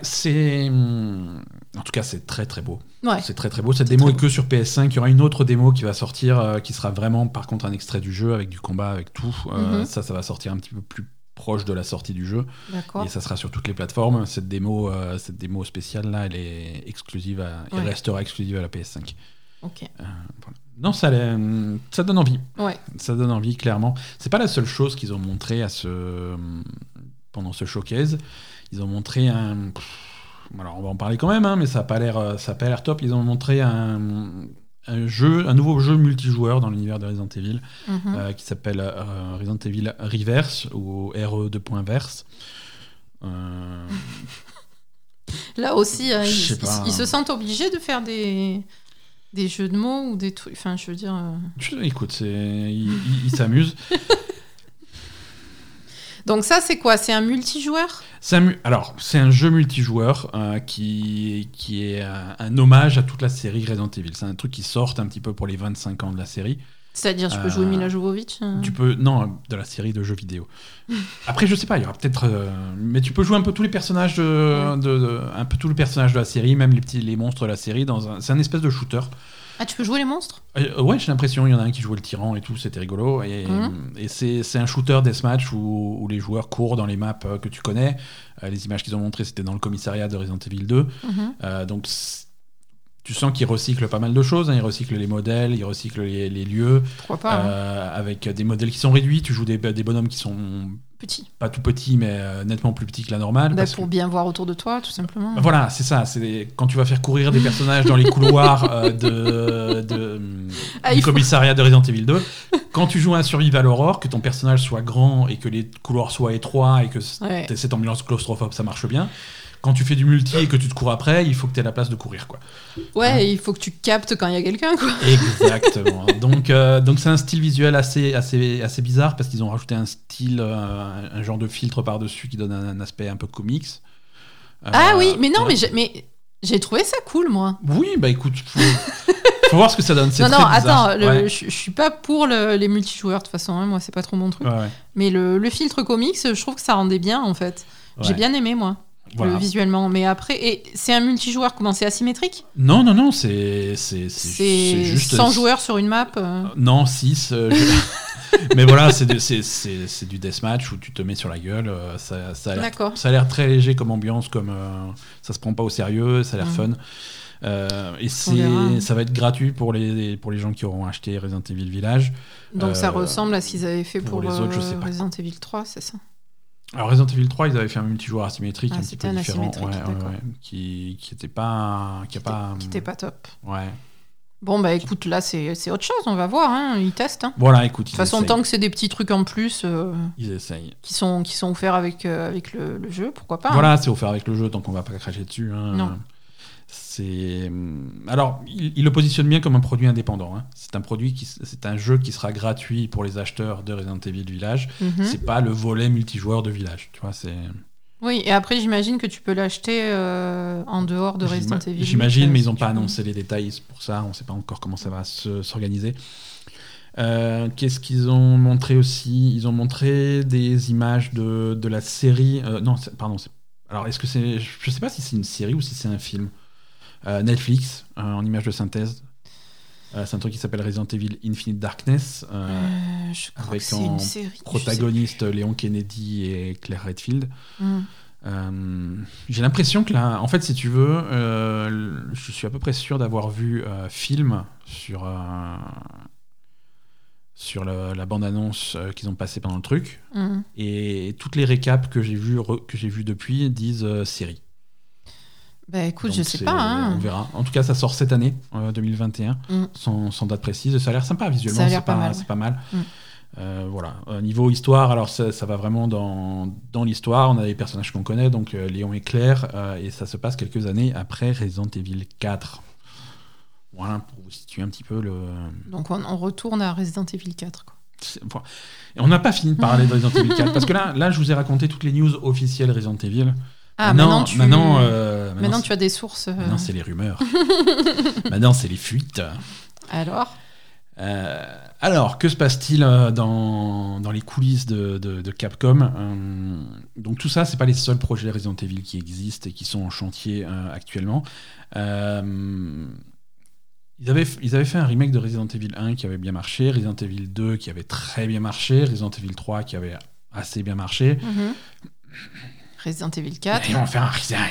en tout cas, c'est très très beau. Ouais. C'est très très beau. Cette démo est que sur PS5. Il y aura une autre démo qui va sortir, qui sera vraiment, par contre, un extrait du jeu avec du combat, avec tout. Ça va sortir un petit peu plus proche de la sortie du jeu. D'accord. Et ça sera sur toutes les plateformes. Cette démo spéciale là, elle est exclusive, elle restera exclusive à la PS5. Ok. Voilà. Non, ça donne envie. Ouais. Ça donne envie, clairement. C'est pas la seule chose qu'ils ont montré pendant ce showcase. Ils ont montré alors on va en parler quand même, mais ça a pas l'air top. Ils ont montré un nouveau jeu multijoueur dans l'univers de Resident Evil, qui s'appelle Resident Evil Reverse ou RE2.verse. Là aussi, ils se sentent obligés de faire des jeux de mots ou des trucs. Enfin, je veux dire. Écoute, ils s'amusent. Donc ça, c'est quoi ? C'est un multijoueur ? Alors, c'est un jeu multijoueur qui est un hommage à toute la série Resident Evil. C'est un truc qui sort un petit peu pour les 25 ans de la série. C'est-à-dire, tu peux jouer Mila Jovovich Non, de la série de jeux vidéo. Après, je sais pas, il y aura peut-être... mais tu peux jouer un peu tous les personnages un peu tous les personnages de la série, même les monstres de la série. C'est un espèce de shooter. Ah, tu peux jouer les monstres ? Ouais, j'ai l'impression. Il y en a un qui jouait le tyran et tout, c'était rigolo. Et c'est un shooter deathmatch où les joueurs courent dans les maps que tu connais. Les images qu'ils ont montrées, c'était dans le commissariat de Resident Evil 2. Donc tu sens qu'ils recyclent pas mal de choses. Ils recyclent les modèles, ils recyclent les lieux. Pourquoi pas avec des modèles qui sont réduits. Tu joues des bonhommes qui sont petits. Pas tout petits, mais nettement plus petits que la normale. Pour bien voir autour de toi, tout simplement. Voilà, c'est ça. Quand tu vas faire courir des personnages dans les couloirs du commissariat de Resident Evil 2, quand tu joues à un Survival Horror, que ton personnage soit grand et que les couloirs soient étroits et que cette ambiance claustrophobe, ça marche bien. Quand tu fais du multi et que tu te cours après, il faut que tu aies la place de courir, quoi. Ouais, il faut que tu captes quand il y a quelqu'un, quoi. Exactement. Donc c'est un style visuel assez bizarre parce qu'ils ont rajouté un style, un genre de filtre par-dessus qui donne un aspect un peu comics. Oui, mais non, mais j'ai trouvé ça cool, moi. Oui, bah écoute, faut voir ce que ça donne. C'est non, très bizarre. attends, je suis pas pour les multijoueurs de toute façon, hein, moi c'est pas trop mon truc. Ouais. Mais le filtre comics, je trouve que ça rendait bien en fait. Ouais. J'ai bien aimé moi. Voilà. Visuellement, mais après, et c'est un multijoueur, comment, c'est asymétrique ? Non, c'est juste 100 joueurs sur une map. Non, 6. Mais voilà, c'est du deathmatch où tu te mets sur la gueule. Ça a l'air très léger comme ambiance, ça se prend pas au sérieux, ça a l'air fun. Et ça va être gratuit pour les gens qui auront acheté Resident Evil Village. Donc ça ressemble à ce qu'ils avaient fait pour les autres, je sais pas. Resident Evil 3, c'est ça ? Alors Resident Evil 3, ils avaient fait un multijoueur asymétrique un petit peu différent, qui était pas top. Ouais. Bon bah écoute, là c'est autre chose, on va voir, hein, ils testent. Hein. Voilà, écoute. De toute façon, tant que c'est des petits trucs en plus, ils essayent. Qui sont offerts avec le jeu, pourquoi pas. Voilà, hein. C'est offert avec le jeu, tant qu'on va pas cracher dessus. Hein. Non. Alors, il le positionne bien comme un produit indépendant. Hein. C'est un jeu qui sera gratuit pour les acheteurs de Resident Evil Village. C'est pas le volet multijoueur de Village. Tu vois, Oui, et après j'imagine que tu peux l'acheter en dehors de Resident Evil. J'imagine, mais ils n'ont pas annoncé les détails pour ça. On ne sait pas encore comment ça va s'organiser. Qu'est-ce qu'ils ont montré aussi ? Ils ont montré des images de la série. Alors, est-ce que c'est ? Je ne sais pas si c'est une série ou si c'est un film. Netflix, en image de synthèse. C'est un truc qui s'appelle Resident Evil Infinite Darkness, je crois avec que c'est une série, protagoniste Léon Kennedy et Claire Redfield. J'ai l'impression que là, en fait, si tu veux, je suis à peu près sûr d'avoir vu film sur la bande-annonce qu'ils ont passée pendant le truc, et toutes les récaps que j'ai vues depuis disent série. Bah écoute, donc je sais pas. Hein. On verra. En tout cas, ça sort cette année, 2021, sans date précise. Ça a l'air sympa visuellement, ça a l'air c'est pas mal. Voilà. Niveau histoire, alors ça va vraiment dans l'histoire. On a des personnages qu'on connaît, donc Léon et Claire, et ça se passe quelques années après Resident Evil 4. Voilà, pour vous situer un petit peu le... Donc on retourne à Resident Evil 4, quoi. Et on n'a pas fini de parler de Resident Evil 4, parce que là, je vous ai raconté toutes les news officielles Resident Evil. Ah, maintenant tu as des sources. Maintenant, c'est les rumeurs. Maintenant, c'est les fuites. Alors, que se passe-t-il dans les coulisses de Capcom ? Donc tout ça, c'est pas les seuls projets Resident Evil qui existent et qui sont en chantier actuellement. Ils avaient fait un remake de Resident Evil 1 qui avait bien marché, Resident Evil 2 qui avait très bien marché, Resident Evil 3 qui avait assez bien marché. Resident Evil 4. Et on fait un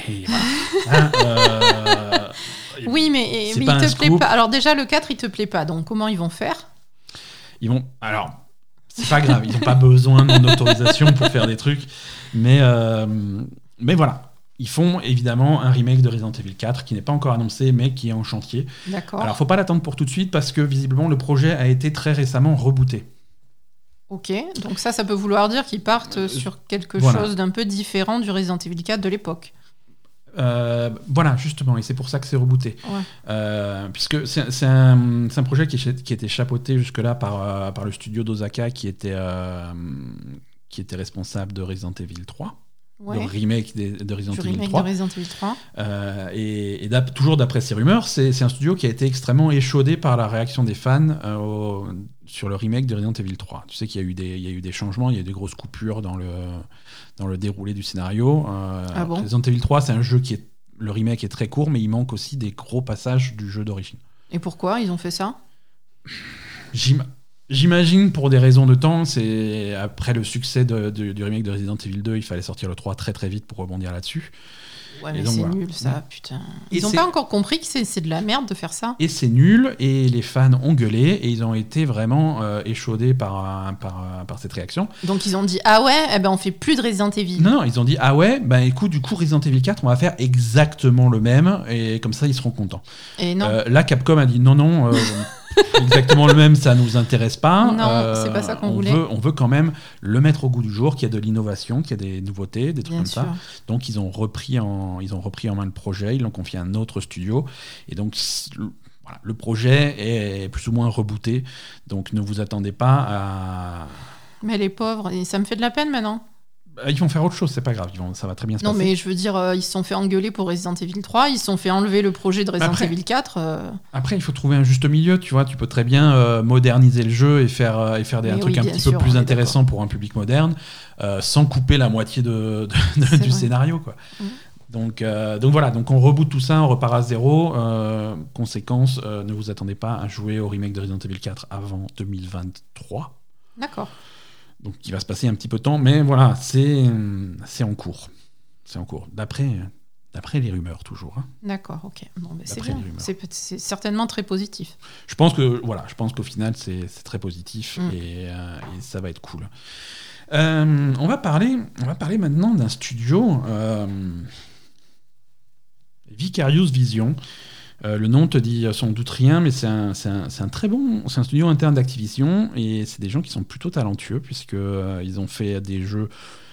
oui, mais il te plaît pas. Alors déjà, le 4, il te plaît pas. Donc comment ils vont faire ? Alors, c'est pas grave. Ils n'ont pas besoin de mon autorisation pour faire des trucs. Mais voilà. Ils font évidemment un remake de Resident Evil 4 qui n'est pas encore annoncé, mais qui est en chantier. D'accord. Alors, faut pas l'attendre pour tout de suite parce que visiblement, le projet a été très récemment rebooté. Ok, donc ça peut vouloir dire qu'ils partent sur quelque chose d'un peu différent du Resident Evil 4 de l'époque. Voilà, justement, et c'est pour ça que c'est rebooté. Ouais. Puisque c'est un projet qui était chapeauté jusque-là par le studio d'Osaka qui était responsable de Resident Evil 3. Ouais. Le remake de Resident Evil 3. De Resident Evil 3. Et toujours d'après ces rumeurs, c'est un studio qui a été extrêmement échaudé par la réaction des fans sur le remake de Resident Evil 3. Tu sais qu'il y a eu des changements, il y a eu des grosses coupures dans le déroulé du scénario. Ah bon ? Resident Evil 3, c'est un jeu le remake est très court, mais il manque aussi des gros passages du jeu d'origine. Et pourquoi ils ont fait ça ? J'imagine pour des raisons de temps, c'est après le succès du remake de Resident Evil 2, il fallait sortir le 3 très très vite pour rebondir là-dessus. Ouais, mais donc, c'est nul ça, putain. Ils n'ont pas encore compris que c'est de la merde de faire ça. Et c'est nul, et les fans ont gueulé, et ils ont été vraiment échaudés par cette réaction. Donc ils ont dit, ah ouais, eh ben on fait plus de Resident Evil. Non, ils ont dit, ah ouais, bah écoute, du coup Resident Evil 4, on va faire exactement le même, et comme ça ils seront contents. Et non. Là, Capcom a dit, non, exactement le même, ça nous intéresse pas. Non, c'est pas ça qu'on voulait. On veut quand même le mettre au goût du jour, qu'il y a de l'innovation, qu'il y a des nouveautés, des trucs comme ça. Donc ils ont repris en main le projet, ils l'ont confié à un autre studio, et donc voilà, le projet est plus ou moins rebooté. Donc ne vous attendez pas à... Mais les pauvres, ça me fait de la peine maintenant. Ils vont faire autre chose, c'est pas grave, ça va très bien se passer. Non, mais je veux dire, ils se sont fait engueuler pour Resident Evil 3, ils se sont fait enlever le projet de Resident Evil 4. Après, il faut trouver un juste milieu, tu vois. Tu peux très bien moderniser le jeu et faire un truc un petit peu plus intéressant pour un public moderne, sans couper la moitié du scénario, quoi. Donc voilà, donc on reboot tout ça, on repart à zéro. Conséquence, ne vous attendez pas à jouer au remake de Resident Evil 4 avant 2023. D'accord. Donc il va se passer un petit peu de temps, mais voilà, c'est en cours. C'est en cours. D'après les rumeurs, toujours. Hein. D'accord, ok. Bon, ben c'est bien. C'est certainement très positif. Je pense qu'au final, c'est très positif et ça va être cool. On va parler maintenant d'un studio, Vicarious Vision. Le nom te dit sans doute rien, mais c'est un studio interne d'Activision, et c'est des gens qui sont plutôt talentueux, puisque ils ont fait des jeux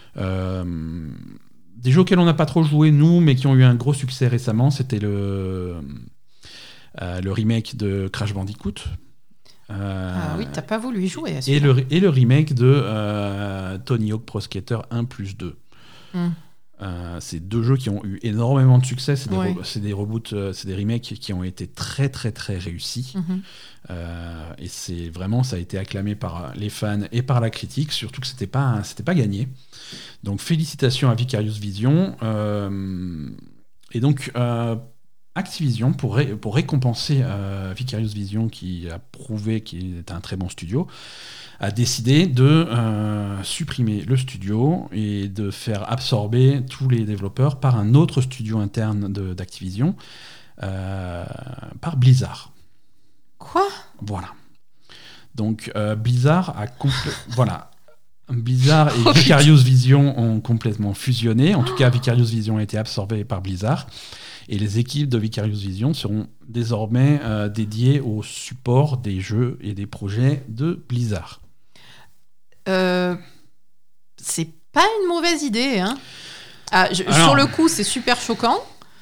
auxquels on n'a pas trop joué nous, mais qui ont eu un gros succès récemment. C'était le remake de Crash Bandicoot. Ah oui, t'as pas voulu y jouer. Et le remake de Tony Hawk Pro Skater 1+2. C'est deux jeux qui ont eu énormément de succès. C'est des reboots, c'est des remakes qui ont été très très très réussis. Et c'est vraiment, ça a été acclamé par les fans et par la critique, surtout que c'était pas gagné. Donc félicitations à Vicarious Vision. Et donc Activision, pour récompenser Vicarious Vision, qui a prouvé qu'il est un très bon studio, a décidé de supprimer le studio et de faire absorber tous les développeurs par un autre studio interne d'Activision, par Blizzard. Quoi ? Voilà. Donc Blizzard a voilà. Blizzard et Vicarious Vision ont complètement fusionné. En tout cas, Vicarious Vision a été absorbé par Blizzard. Et les équipes de Vicarious Vision seront désormais dédiées au support des jeux et des projets de Blizzard. C'est pas une mauvaise idée, hein. Sur le coup, c'est super choquant.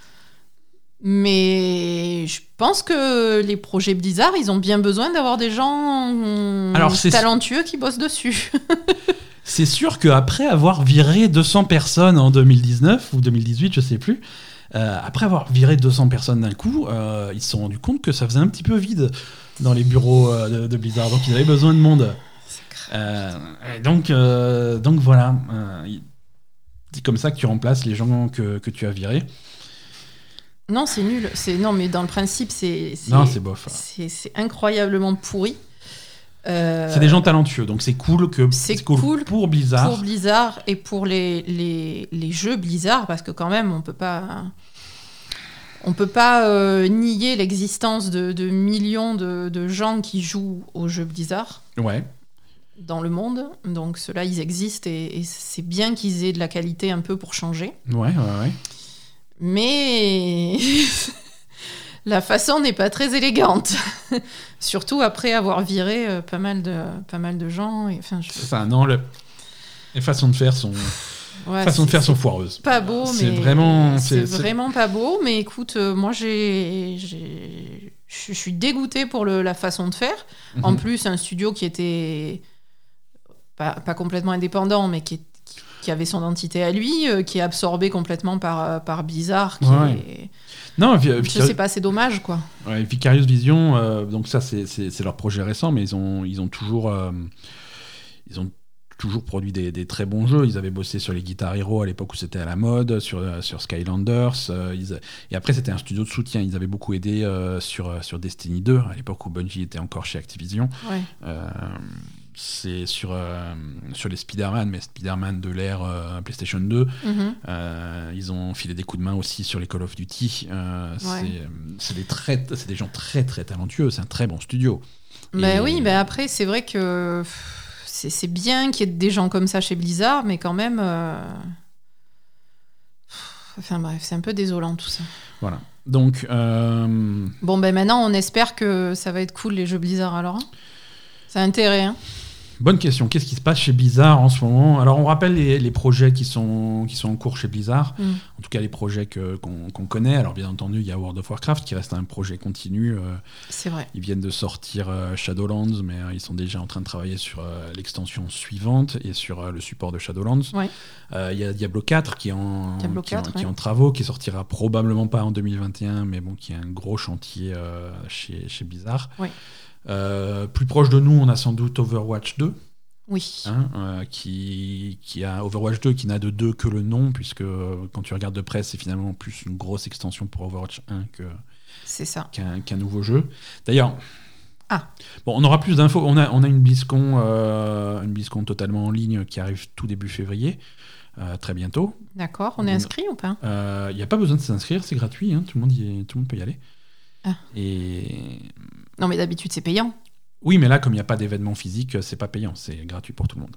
Mais je pense que les projets Blizzard, ils ont bien besoin d'avoir des gens talentueux qui bossent dessus. C'est sûr qu'après avoir viré 200 personnes en 2019 ou 2018, je sais plus, après avoir viré 200 personnes d'un coup, ils se sont rendus compte que ça faisait un petit peu vide dans les bureaux de Blizzard. Donc ils avaient besoin de monde. Donc voilà. C'est comme ça que tu remplaces les gens que tu as virés. Non, c'est nul. Non, mais dans le principe, c'est bof. C'est incroyablement pourri. C'est des gens talentueux, donc c'est cool pour Blizzard. Pour Blizzard et pour les jeux Blizzard, parce que quand même, on peut pas nier l'existence de millions de gens qui jouent aux jeux Blizzard. Ouais. Dans le monde, donc ceux-là, ils existent et c'est bien qu'ils aient de la qualité un peu pour changer. Ouais. Mais la façon n'est pas très élégante, surtout après avoir viré pas mal de gens. Et, enfin, les façons de faire sont sont foireuses. Pas beau, c'est mais vraiment pas beau. Mais écoute, moi je suis dégoûtée pour la façon de faire. En plus, un studio qui était pas complètement indépendant, mais qui avait son entité à lui, qui est absorbé complètement par Blizzard. Non, je sais pas, c'est dommage, quoi. Ouais, Vicarious Vision, donc ça c'est leur projet récent, mais ils ont toujours toujours produit des très bons jeux. Ils avaient bossé sur les Guitar Hero à l'époque où c'était à la mode, sur Skylanders. Et après, c'était un studio de soutien. Ils avaient beaucoup aidé sur Destiny 2, à l'époque où Bungie était encore chez Activision. Ouais. C'est sur les Spider-Man, mais Spider-Man de l'ère PlayStation 2. Ils ont filé des coups de main aussi sur les Call of Duty. C'est des gens très très talentueux. C'est un très bon studio. Oui, après, c'est vrai que c'est bien qu'il y ait des gens comme ça chez Blizzard, mais quand même... Enfin bref, c'est un peu désolant tout ça. Voilà. Donc... maintenant, on espère que ça va être cool, les jeux Blizzard, alors. Ça a intérêt, hein. Bonne question. Qu'est-ce qui se passe chez Blizzard en ce moment ? Alors, on rappelle les projets qui sont en cours chez Blizzard. En tout cas, les projets qu'on connaît. Alors, bien entendu, il y a World of Warcraft qui reste un projet continu. C'est vrai. Ils viennent de sortir Shadowlands, mais ils sont déjà en train de travailler sur l'extension suivante et sur le support de Shadowlands. Ouais. Il y a Diablo 4 qui est en travaux, qui sortira probablement pas en 2021, mais bon, qui est un gros chantier chez Blizzard. Ouais. Plus proche de nous, on a sans doute Overwatch 2. Oui. Qui a Overwatch 2 qui n'a de 2 que le nom, puisque quand tu regardes de près, c'est finalement plus une grosse extension pour Overwatch 1 qu'un nouveau jeu. D'ailleurs, on aura plus d'infos. On a une BlizzCon totalement en ligne qui arrive tout début février. Très bientôt. D'accord. On est inscrit ou pas ? Il n'y a pas besoin de s'inscrire, c'est gratuit. Tout le monde peut y aller. Et... Non, mais d'habitude, c'est payant. Oui, mais là, comme il n'y a pas d'événement physique, c'est pas payant, c'est gratuit pour tout le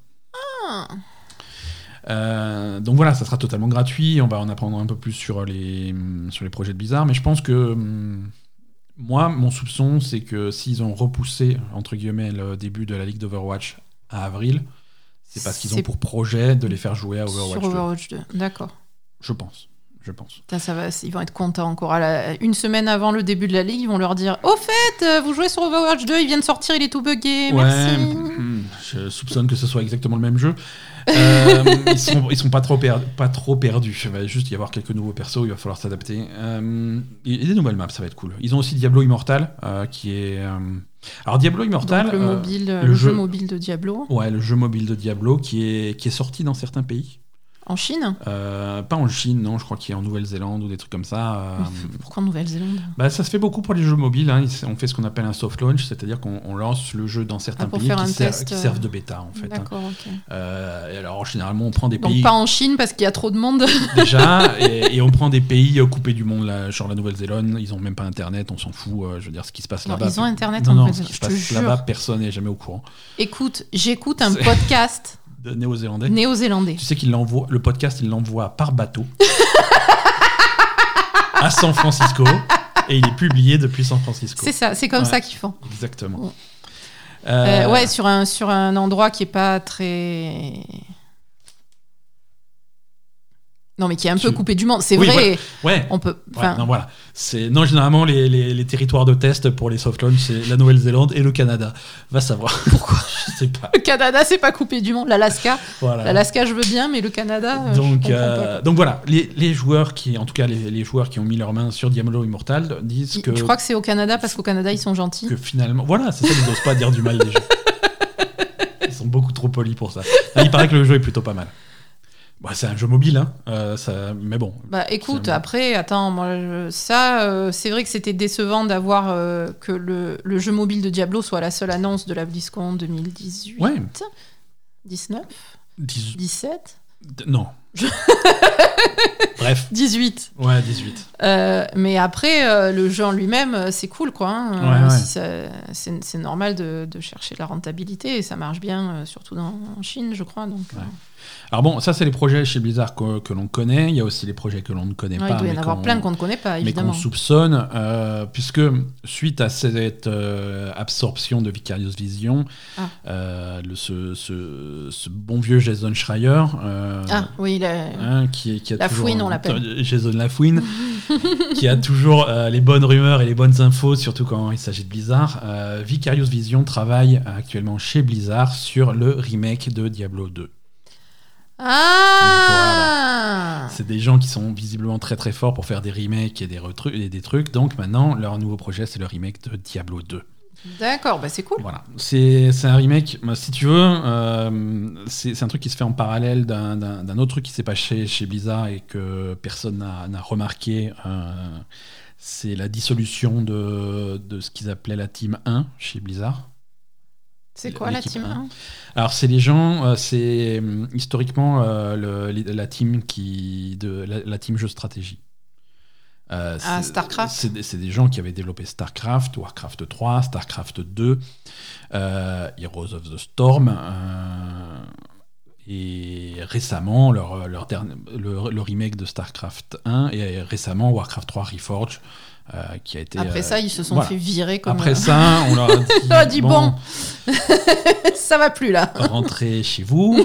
monde. Donc voilà, ça sera totalement gratuit. On va en apprendre un peu plus sur les projets de Blizzard, mais je pense que moi, mon soupçon, c'est que s'ils ont repoussé, entre guillemets, le début de la Ligue d'Overwatch à avril, c'est parce qu'ils ont pour projet de les faire jouer à Overwatch 2. Sur Overwatch 2, d'accord. Je pense. Ils vont être contents encore. Une semaine avant le début de la ligue, ils vont leur dire « Au fait, vous jouez sur Overwatch 2, il vient de sortir, il est tout buggé, merci !» Je soupçonne que ce soit exactement le même jeu. Ils sont pas trop perdus. Il va juste y avoir quelques nouveaux persos, il va falloir s'adapter. Et des nouvelles maps, ça va être cool. Ils ont aussi Diablo Immortal, qui est... Alors Diablo Immortal... Donc le jeu mobile de Diablo. Ouais, le jeu mobile de Diablo, qui est sorti dans certains pays. En Chine ? Pas en Chine, non, je crois qu'il est en Nouvelle-Zélande ou des trucs comme ça. Pourquoi en Nouvelle-Zélande ? Ça se fait beaucoup pour les jeux mobiles. On fait ce qu'on appelle un soft launch, c'est-à-dire qu'on lance le jeu dans certains pays qui servent de bêta, en fait. D'accord, ok. Et alors, généralement, on prend des pays... Donc pas en Chine, parce qu'il y a trop de monde. Déjà, et on prend des pays coupés du monde, là, genre la Nouvelle-Zélande, ils n'ont même pas Internet, on s'en fout. Je veux dire, ce qui se passe là-bas... Ils ont Internet en Nouvelle-Zélande, ce qui se passe là-bas, personne n'est jamais au courant. Écoute, j'écoute un podcast... De néo-zélandais. Tu sais le podcast, il l'envoie par bateau à San Francisco et il est publié depuis San Francisco. C'est ça, c'est comme ça qu'ils font. Exactement. Ouais, sur un endroit qui est pas très... Non, mais qui est un peu coupé du monde. C'est vrai. Ouais. On peut. Non, voilà. Généralement, les territoires de test pour les soft launch, c'est la Nouvelle-Zélande et le Canada. Va savoir. Pourquoi ? Je sais pas. Le Canada, c'est pas coupé du monde. L'Alaska. Voilà. L'Alaska, je veux bien, mais le Canada. Donc voilà, les joueurs qui ont mis leurs mains sur Diablo Immortal disent que. Je crois que c'est au Canada parce qu'au Canada, ils sont gentils. Que finalement, voilà, c'est ça, ils n'osent pas dire du mal des jeux. Ils sont beaucoup trop polis pour ça. Il paraît que le jeu est plutôt pas mal. C'est un jeu mobile, hein. Mais bon. Écoute, après, attends, moi, c'est vrai que c'était décevant d'avoir que le jeu mobile de Diablo soit la seule annonce de la BlizzCon 2018. Ouais. 19 17 Non. Bref. 18. Ouais, 18. Mais après, le jeu en lui-même, c'est cool, quoi. Hein. C'est normal de chercher la rentabilité et ça marche bien, surtout en Chine, je crois. Donc, Alors bon, ça c'est les projets chez Blizzard que l'on connaît. Il y a aussi les projets que l'on ne connaît pas. Il doit y en avoir plein qu'on ne connaît pas, évidemment. Mais qu'on soupçonne, puisque suite à cette absorption de Vicarious Vision, ce bon vieux Jason Schreier, qui a la toujours, fouine, on l'appelle. Jason Lafouine, qui a toujours les bonnes rumeurs et les bonnes infos, surtout quand il s'agit de Blizzard. Vicarious Vision travaille actuellement chez Blizzard sur le remake de Diablo 2. Voilà. C'est des gens qui sont visiblement très très forts pour faire des remakes et des trucs. Donc maintenant, leur nouveau projet, c'est le remake de Diablo 2. D'accord, c'est cool. Voilà, c'est un remake, si tu veux, c'est un truc qui se fait en parallèle d'un autre truc qui s'est passé chez Blizzard et que personne n'a remarqué. C'est la dissolution de ce qu'ils appelaient la Team 1 chez Blizzard. C'est quoi la Team 1 ? Alors, c'est les gens, c'est historiquement la team la team jeu stratégie. StarCraft. C'est des gens qui avaient développé StarCraft, Warcraft 3, StarCraft 2, Heroes of the Storm, et récemment le remake de StarCraft 1 et récemment Warcraft 3 Reforged. Qui a été, après ça, ils se sont fait virer comme... Après ça, on leur a dit... on a dit bon, ça va plus là. Rentrez chez vous.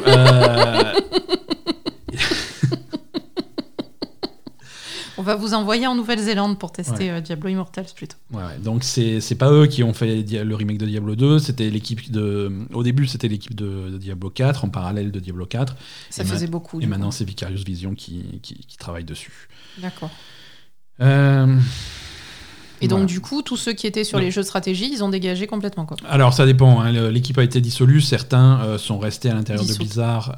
On va vous envoyer en Nouvelle-Zélande pour tester Diablo Immortals plutôt. Ouais, donc c'est pas eux qui ont fait le remake de Diablo 2, c'était au début c'était l'équipe de Diablo 4 en parallèle de Diablo 4. Ça faisait beaucoup. Et maintenant c'est Vicarious Vision qui travaille dessus. D'accord. Et donc, du coup, tous ceux qui étaient sur les jeux de stratégie, ils ont dégagé complètement, quoi. Alors, ça dépend. L'équipe a été dissolue. Certains sont restés à l'intérieur de Blizzard.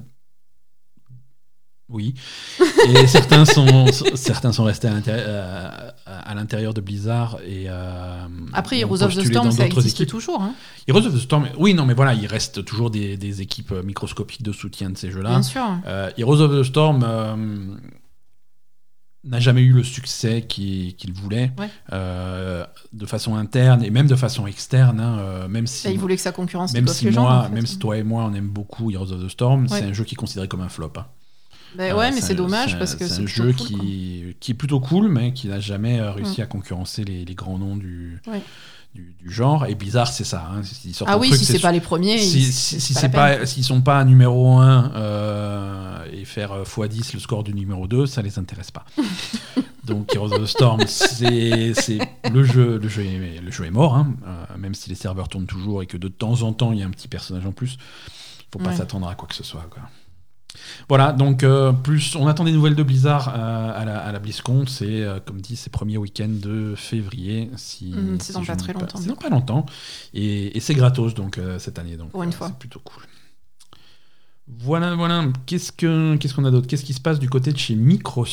Oui. Et certains sont restés à l'intérieur de Blizzard. Et, après, Heroes of the Storm, ça existe toujours. Hein. Heroes of the Storm, oui, non, mais voilà, il reste toujours des équipes microscopiques de soutien de ces jeux-là. Bien sûr. Heroes of the Storm... n'a jamais eu le succès qu'il voulait, de façon interne et même de façon externe. Même si, il voulait que sa concurrence même les gens. En fait. Même si toi et moi on aime beaucoup Heroes of the Storm, c'est un jeu qui est considéré comme un flop. Mais c'est dommage parce que c'est un jeu qui est plutôt cool, mais qui n'a jamais réussi à concurrencer les grands noms du genre. Et Blizzard, c'est ça. Si c'est pas les premiers, s'ils sont pas numéro 1 et faire x10 le score du numéro 2, ça les intéresse pas. Donc Heroes of the Storm, c'est le jeu est mort, même si les serveurs tournent toujours et que de temps en temps il y a un petit personnage en plus. Faut pas s'attendre à quoi que ce soit, quoi. Voilà, donc plus on attend des nouvelles de Blizzard à la BlizzCon, c'est comme dit, c'est premier week-end de février. C'est dans pas très longtemps. C'est dans pas longtemps, et c'est gratos donc cette année, donc pour une fois. C'est plutôt cool. Voilà. Qu'est-ce qu'on a d'autre ? Qu'est-ce qui se passe du côté de chez Microsoft ?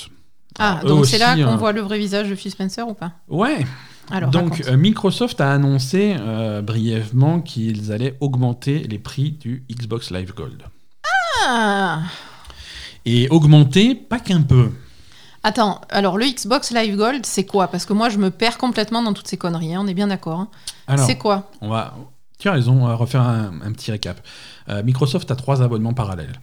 Donc c'est là qu'on voit le vrai visage de Phil Spencer ou pas ? Ouais. Alors, donc Microsoft a annoncé brièvement qu'ils allaient augmenter les prix du Xbox Live Gold. Et augmenter, pas qu'un peu. Attends, alors le Xbox Live Gold, c'est quoi ? Parce que moi, je me perds complètement dans toutes ces conneries, on est bien d'accord. Alors, c'est quoi ? Tu as raison, on va refaire un petit récap. Microsoft a 3 abonnements parallèles.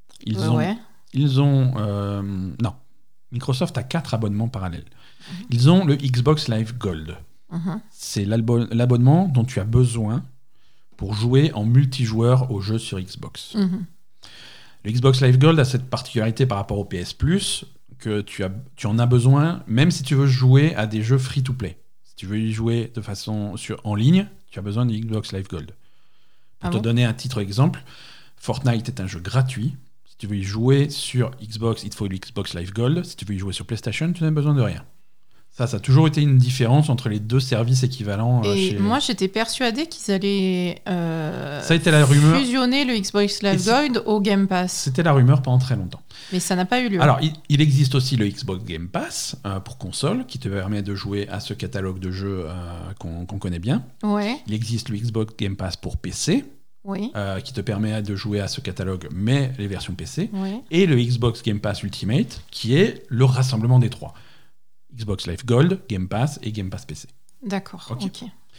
Microsoft a 4 abonnements parallèles. Ils ont le Xbox Live Gold. C'est l'abonnement dont tu as besoin pour jouer en multijoueur aux jeux sur Xbox. Le Xbox Live Gold a cette particularité par rapport au PS Plus que tu en as besoin même si tu veux jouer à des jeux free-to-play. Si tu veux y jouer de façon en ligne, tu as besoin du Xbox Live Gold. Pour te donner un titre exemple, Fortnite est un jeu gratuit. Si tu veux y jouer sur Xbox, il te faut le Xbox Live Gold. Si tu veux y jouer sur PlayStation, tu n'as besoin de rien. Ça a toujours été une différence entre les deux services équivalents. Moi, j'étais persuadée qu'ils allaient ça a été la rumeur. Fusionner le Xbox Live Gold au Game Pass. C'était la rumeur pendant très longtemps. Mais ça n'a pas eu lieu. Alors, il existe aussi le Xbox Game Pass pour console, qui te permet de jouer à ce catalogue de jeux qu'on connaît bien. Ouais. Il existe le Xbox Game Pass pour PC. Oui. Qui te permet de jouer à ce catalogue, mais les versions PC. Oui. Et le Xbox Game Pass Ultimate, qui est le rassemblement des 3. Xbox Live Gold, Game Pass et Game Pass PC. D'accord, ok.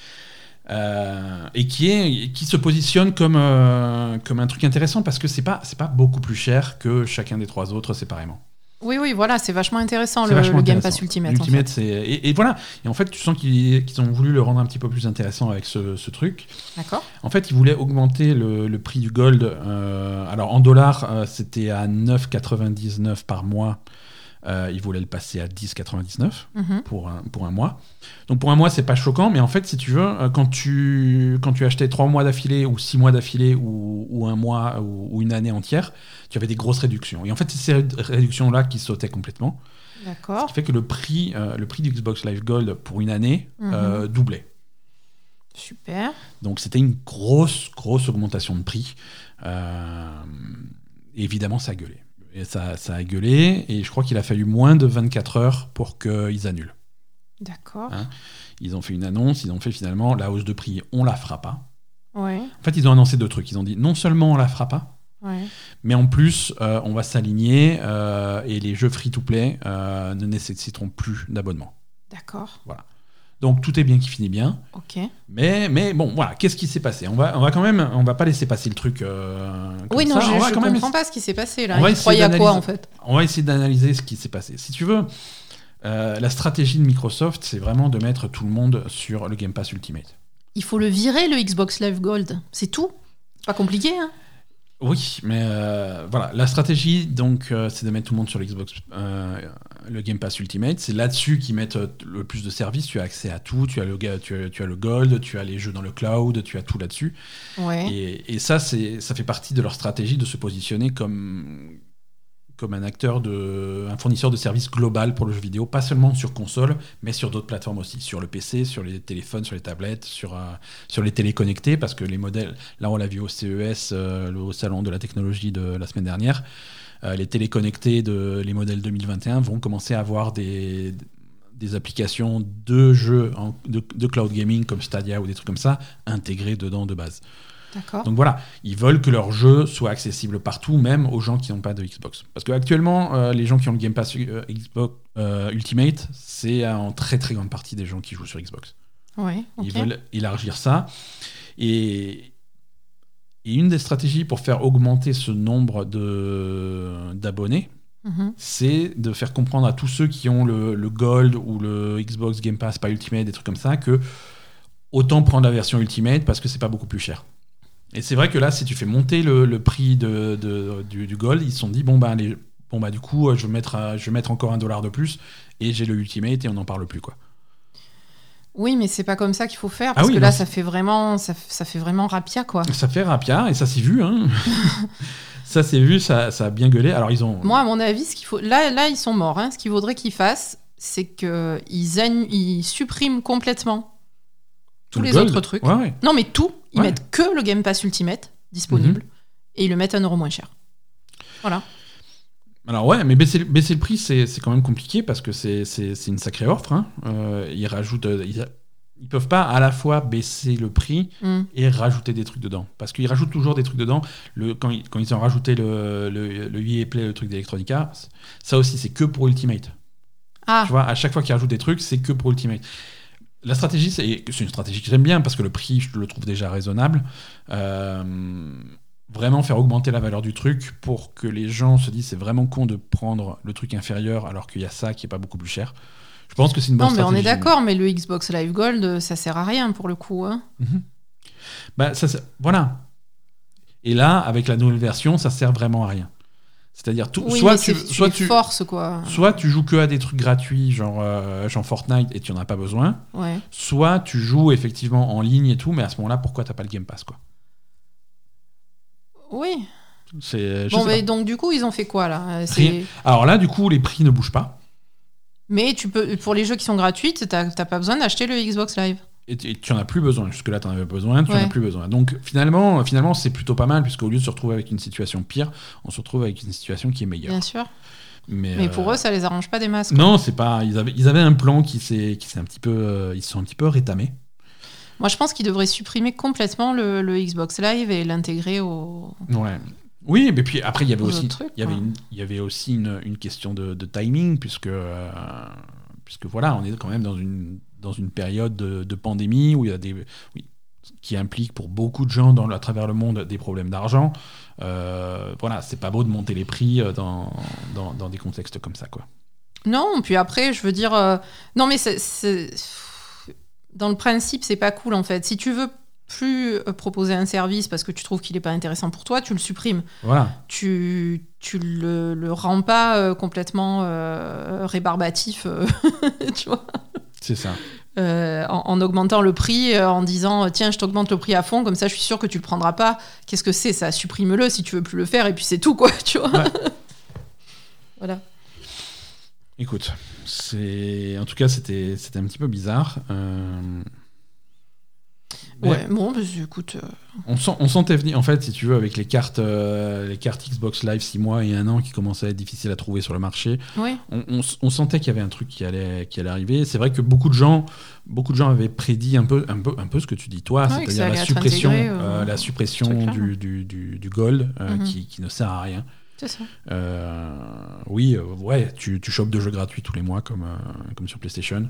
Et qui se positionne comme un truc intéressant parce que c'est pas beaucoup plus cher que chacun des 3 autres séparément. Oui, voilà, c'est vachement intéressant le Game Pass Ultimate. L'Ultimate, et voilà. Et en fait, tu sens qu'ils ont voulu le rendre un petit peu plus intéressant avec ce truc. D'accord. En fait, ils voulaient augmenter le prix du Gold. Alors, en dollars, c'était à 9,99 par mois. Ils voulaient le passer à 10,99 pour un mois. Donc pour un mois, c'est pas choquant, mais en fait, si tu veux, quand tu achetais 3 mois d'affilée ou 6 mois d'affilée ou un mois ou une année entière, tu avais des grosses réductions. Et en fait, c'est ces réductions-là qui sautaient complètement. D'accord. Ce qui fait que le prix du Xbox Live Gold pour une année doublait. Super. Donc c'était une grosse augmentation de prix. Évidemment, ça a gueulé. Et ça a gueulé, et je crois qu'il a fallu moins de 24 heures pour qu'ils annulent. D'accord. Ils ont fait une annonce, ils ont fait finalement la hausse de prix, on la fera pas. Ouais. En fait, ils ont annoncé 2 trucs. Ils ont dit non seulement on la fera pas, mais en plus on va s'aligner et les jeux free-to-play ne nécessiteront plus d'abonnement. D'accord. Voilà. Donc tout est bien qui finit bien. Ok. Mais bon, voilà, qu'est-ce qui s'est passé ? On va pas laisser passer le truc. Oui, non, ça. je comprends pas ce qui s'est passé là. Il croyait à quoi en fait ? On va essayer d'analyser ce qui s'est passé. Si tu veux, la stratégie de Microsoft, c'est vraiment de mettre tout le monde sur le Game Pass Ultimate. Il faut le virer, le Xbox Live Gold. C'est tout. C'est pas compliqué, hein ? Oui, mais voilà, la stratégie, donc, c'est de mettre tout le monde sur le Xbox, le Game Pass Ultimate. C'est là-dessus qu'ils mettent le plus de services. Tu as accès à tout. Tu as le Gold, tu as les jeux dans le cloud, tu as tout là-dessus. Ouais. Et ça fait partie de leur stratégie de se positionner comme un fournisseur de services global pour le jeu vidéo, pas seulement sur console, mais sur d'autres plateformes aussi, sur le PC, sur les téléphones, sur les tablettes, sur les télés connectées, parce que les modèles, là on l'a vu au CES, au salon de la technologie de la semaine dernière, les télés connectées les modèles 2021 vont commencer à avoir des applications de jeux de cloud gaming comme Stadia ou des trucs comme ça intégrées dedans de base. D'accord. Donc voilà, ils veulent que leur jeu soit accessible partout, même aux gens qui n'ont pas de Xbox. Parce qu'actuellement, les gens qui ont le Game Pass Xbox Ultimate, c'est en très très grande partie des gens qui jouent sur Xbox. Ouais, okay. Ils veulent élargir ça. Et une des stratégies pour faire augmenter ce nombre d'abonnés, c'est de faire comprendre à tous ceux qui ont le Gold ou le Xbox Game Pass, pas Ultimate, des trucs comme ça, que autant prendre la version Ultimate parce que c'est pas beaucoup plus cher. Et c'est vrai que là, si tu fais monter le prix du Gold, ils se sont dit du coup, je vais mettre encore $1 de plus et j'ai le Ultimate et on n'en parle plus, quoi. Oui, mais c'est pas comme ça qu'il faut faire parce que là, ça fait vraiment rapia, quoi. Ça fait rapia et ça s'est vu, hein. Ça s'est vu, ça a bien gueulé. Alors Moi, à mon avis, ce qu'il faut là, ils sont morts. Hein. Ce qu'il faudrait qu'ils fassent, c'est qu'ils suppriment complètement tous les autres trucs. Ouais. Non, mais tout. Ils mettent que le Game Pass Ultimate disponible et ils le mettent €1 moins cher. Voilà. Alors ouais, mais baisser le prix, c'est quand même compliqué parce que c'est une sacrée offre. Hein. Ils rajoutent, ils peuvent pas à la fois baisser le prix et rajouter des trucs dedans, parce qu'ils rajoutent toujours des trucs dedans. Quand ils ont rajouté le EA Play, le truc d'Electronic Arts, ça aussi c'est que pour Ultimate. Tu vois, à chaque fois qu'ils rajoutent des trucs, c'est que pour Ultimate. La stratégie, c'est une stratégie que j'aime bien parce que le prix, je le trouve déjà raisonnable. Vraiment faire augmenter la valeur du truc pour que les gens se disent c'est vraiment con de prendre le truc inférieur alors qu'il y a ça qui est pas beaucoup plus cher. Je pense que c'est une bonne stratégie. Non, mais on est d'accord, mais le Xbox Live Gold, ça sert à rien pour le coup. Hein. Voilà. Et là, avec la nouvelle version, ça sert vraiment à rien. C'est-à-dire, soit tu joues que à des trucs gratuits, genre Fortnite, et tu n'en as pas besoin. Ouais. Soit tu joues effectivement en ligne et tout, mais à ce moment-là, pourquoi t'as pas le Game Pass, quoi ? Oui. Mais donc du coup, ils ont fait quoi là ? Alors là, du coup, les prix ne bougent pas. Mais pour les jeux qui sont gratuits, t'as pas besoin d'acheter le Xbox Live. Et tu n'en as plus besoin. Jusque-là, tu en avais besoin, tu n'en as plus besoin. Donc finalement, c'est plutôt pas mal, puisqu'au lieu de se retrouver avec une situation pire, on se retrouve avec une situation qui est meilleure. Bien sûr. Mais pour eux, ça les arrange pas des masses. Non, c'est pas. Ils avaient un plan qui s'est un petit peu. Ils se sont un petit peu rétamés. Moi, je pense qu'ils devraient supprimer complètement le Xbox Live et l'intégrer au. Ouais. Oui, mais puis après, il y avait aussi une question de timing, puisque voilà, on est quand même dans une période de pandémie où il y a qui implique pour beaucoup de gens à travers le monde des problèmes d'argent. Voilà, c'est pas beau de monter les prix dans des contextes comme ça, quoi. Non, puis après, je veux dire, non, mais dans le principe, c'est pas cool en fait. Si tu veux plus proposer un service parce que tu trouves qu'il est pas intéressant pour toi, tu le supprimes. Voilà. Tu le rends pas complètement rébarbatif, tu vois. C'est ça. En augmentant le prix, en disant tiens, je t'augmente le prix à fond, comme ça je suis sûr que tu le prendras pas. Qu'est-ce que c'est ça ? Supprime-le si tu veux plus le faire et puis c'est tout, quoi, tu vois. Ouais. Voilà. Écoute, en tout cas c'était un petit peu bizarre. Ouais, bon, bah, écoute... On sentait venir, en fait, si tu veux, avec les cartes Xbox Live 6 mois et 1 an qui commençaient à être difficiles à trouver sur le marché, oui. on sentait qu'il y avait un truc qui allait arriver. C'est vrai que beaucoup de gens avaient prédit un peu ce que tu dis toi, oui, c'est-à-dire la suppression du Gold qui ne sert à rien. C'est ça. Tu chopes 2 jeux gratuits tous les mois comme sur PlayStation.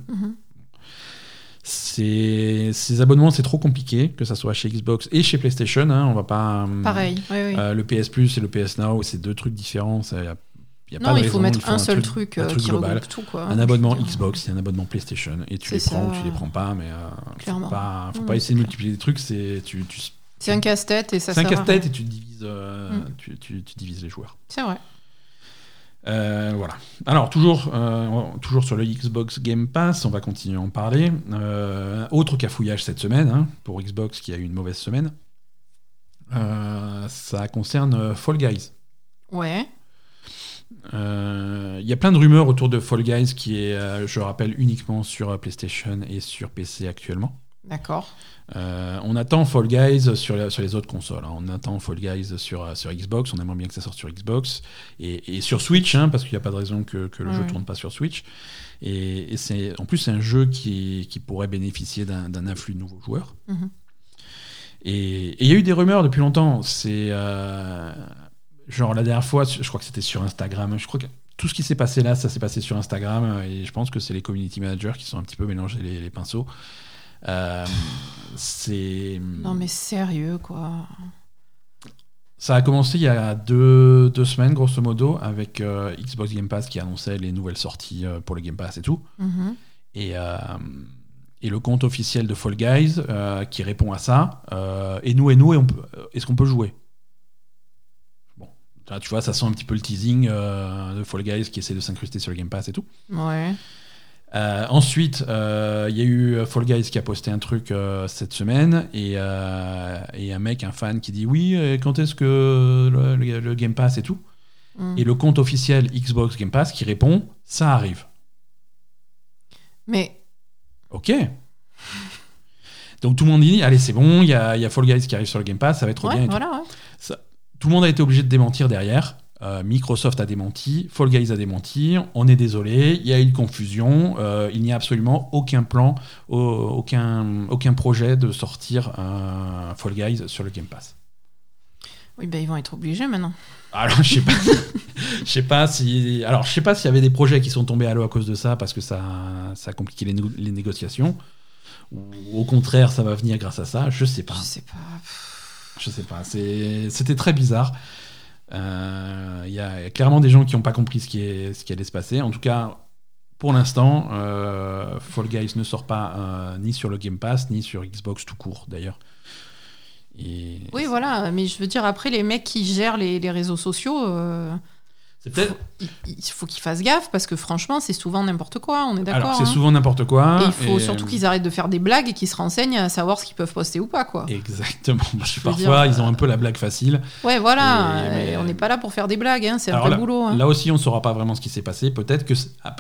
Ces abonnements, c'est trop compliqué, que ça soit chez Xbox et chez PlayStation. On va pas. Pareil. Oui. Le PS Plus et le PS Now, c'est 2 trucs différents. Y a pas de il faut raison, mettre un seul truc qui global. regroupe tout. Quoi. Un abonnement Xbox et un abonnement PlayStation. Et tu les prends ou tu les prends pas, mais clairement. Faut pas essayer de multiplier les trucs. C'est un casse-tête et ça c'est sert un casse-tête et tu divises, tu divises les joueurs. C'est vrai. Voilà. Alors, toujours sur le Xbox Game Pass, on va continuer à en parler. Autre cafouillage cette semaine, pour Xbox qui a eu une mauvaise semaine. Ça concerne Fall Guys. Ouais. Il y a plein de rumeurs autour de Fall Guys qui est, je rappelle, uniquement sur PlayStation et sur PC actuellement. D'accord. On attend Fall Guys sur les autres consoles. On attend Fall Guys sur Xbox. On aimerait bien que ça sorte sur Xbox et sur Switch, parce qu'il n'y a pas de raison que le jeu ne tourne pas sur Switch. Et en plus, c'est un jeu qui pourrait bénéficier d'un afflux de nouveaux joueurs. Et il y a eu des rumeurs depuis longtemps. C'est genre la dernière fois, je crois que c'était sur Instagram. Je crois que tout ce qui s'est passé là, ça s'est passé sur Instagram. Et je pense que c'est les community managers qui sont un petit peu mélangés les pinceaux. Non mais sérieux quoi. Ça a commencé il y a 2 semaines grosso modo avec Xbox Game Pass qui annonçait les nouvelles sorties pour le Game Pass et tout. Et le compte officiel de Fall Guys qui répond à ça. Est-ce qu'on peut jouer? Bon, là, tu vois, ça sent un petit peu le teasing de Fall Guys qui essaie de s'incruster sur le Game Pass et tout. Ouais. Ensuite, il y a eu Fall Guys qui a posté un truc cette semaine et un mec, un fan qui dit oui, quand est-ce que le Game Pass et tout. Et le compte officiel Xbox Game Pass qui répond ça arrive. Mais ok. Donc tout le monde dit allez c'est bon, il y a Fall Guys qui arrive sur le Game Pass, ça va être trop bien. Et voilà, tout. Tout le monde a été obligé de démentir derrière. Microsoft a démenti, Fall Guys a démenti, on est désolé, il y a une confusion, il n'y a absolument aucun plan, aucun projet de sortir Fall Guys sur le Game Pass. Oui, ils vont être obligés maintenant. Alors je sais pas s'il y avait des projets qui sont tombés à l'eau à cause de ça parce que ça a compliqué les négociations, ou au contraire ça va venir grâce à ça, je sais pas. C'était très bizarre. Il y a clairement des gens qui n'ont pas compris ce qui allait se passer. En tout cas, pour l'instant, Fall Guys ne sort pas ni sur le Game Pass, ni sur Xbox tout court, d'ailleurs. Oui, voilà. Mais je veux dire, après, les mecs qui gèrent les réseaux sociaux... C'est peut-être... Il faut qu'ils fassent gaffe parce que franchement, c'est souvent n'importe quoi, on est d'accord. Alors, c'est souvent n'importe quoi. Et il faut surtout qu'ils arrêtent de faire des blagues et qu'ils se renseignent à savoir ce qu'ils peuvent poster ou pas, quoi. Exactement. Parfois, ils ont un peu la blague facile. Ouais, voilà. Mais on n'est pas là pour faire des blagues, c'est un vrai boulot. Là aussi, on ne saura pas vraiment ce qui s'est passé. Peut-être que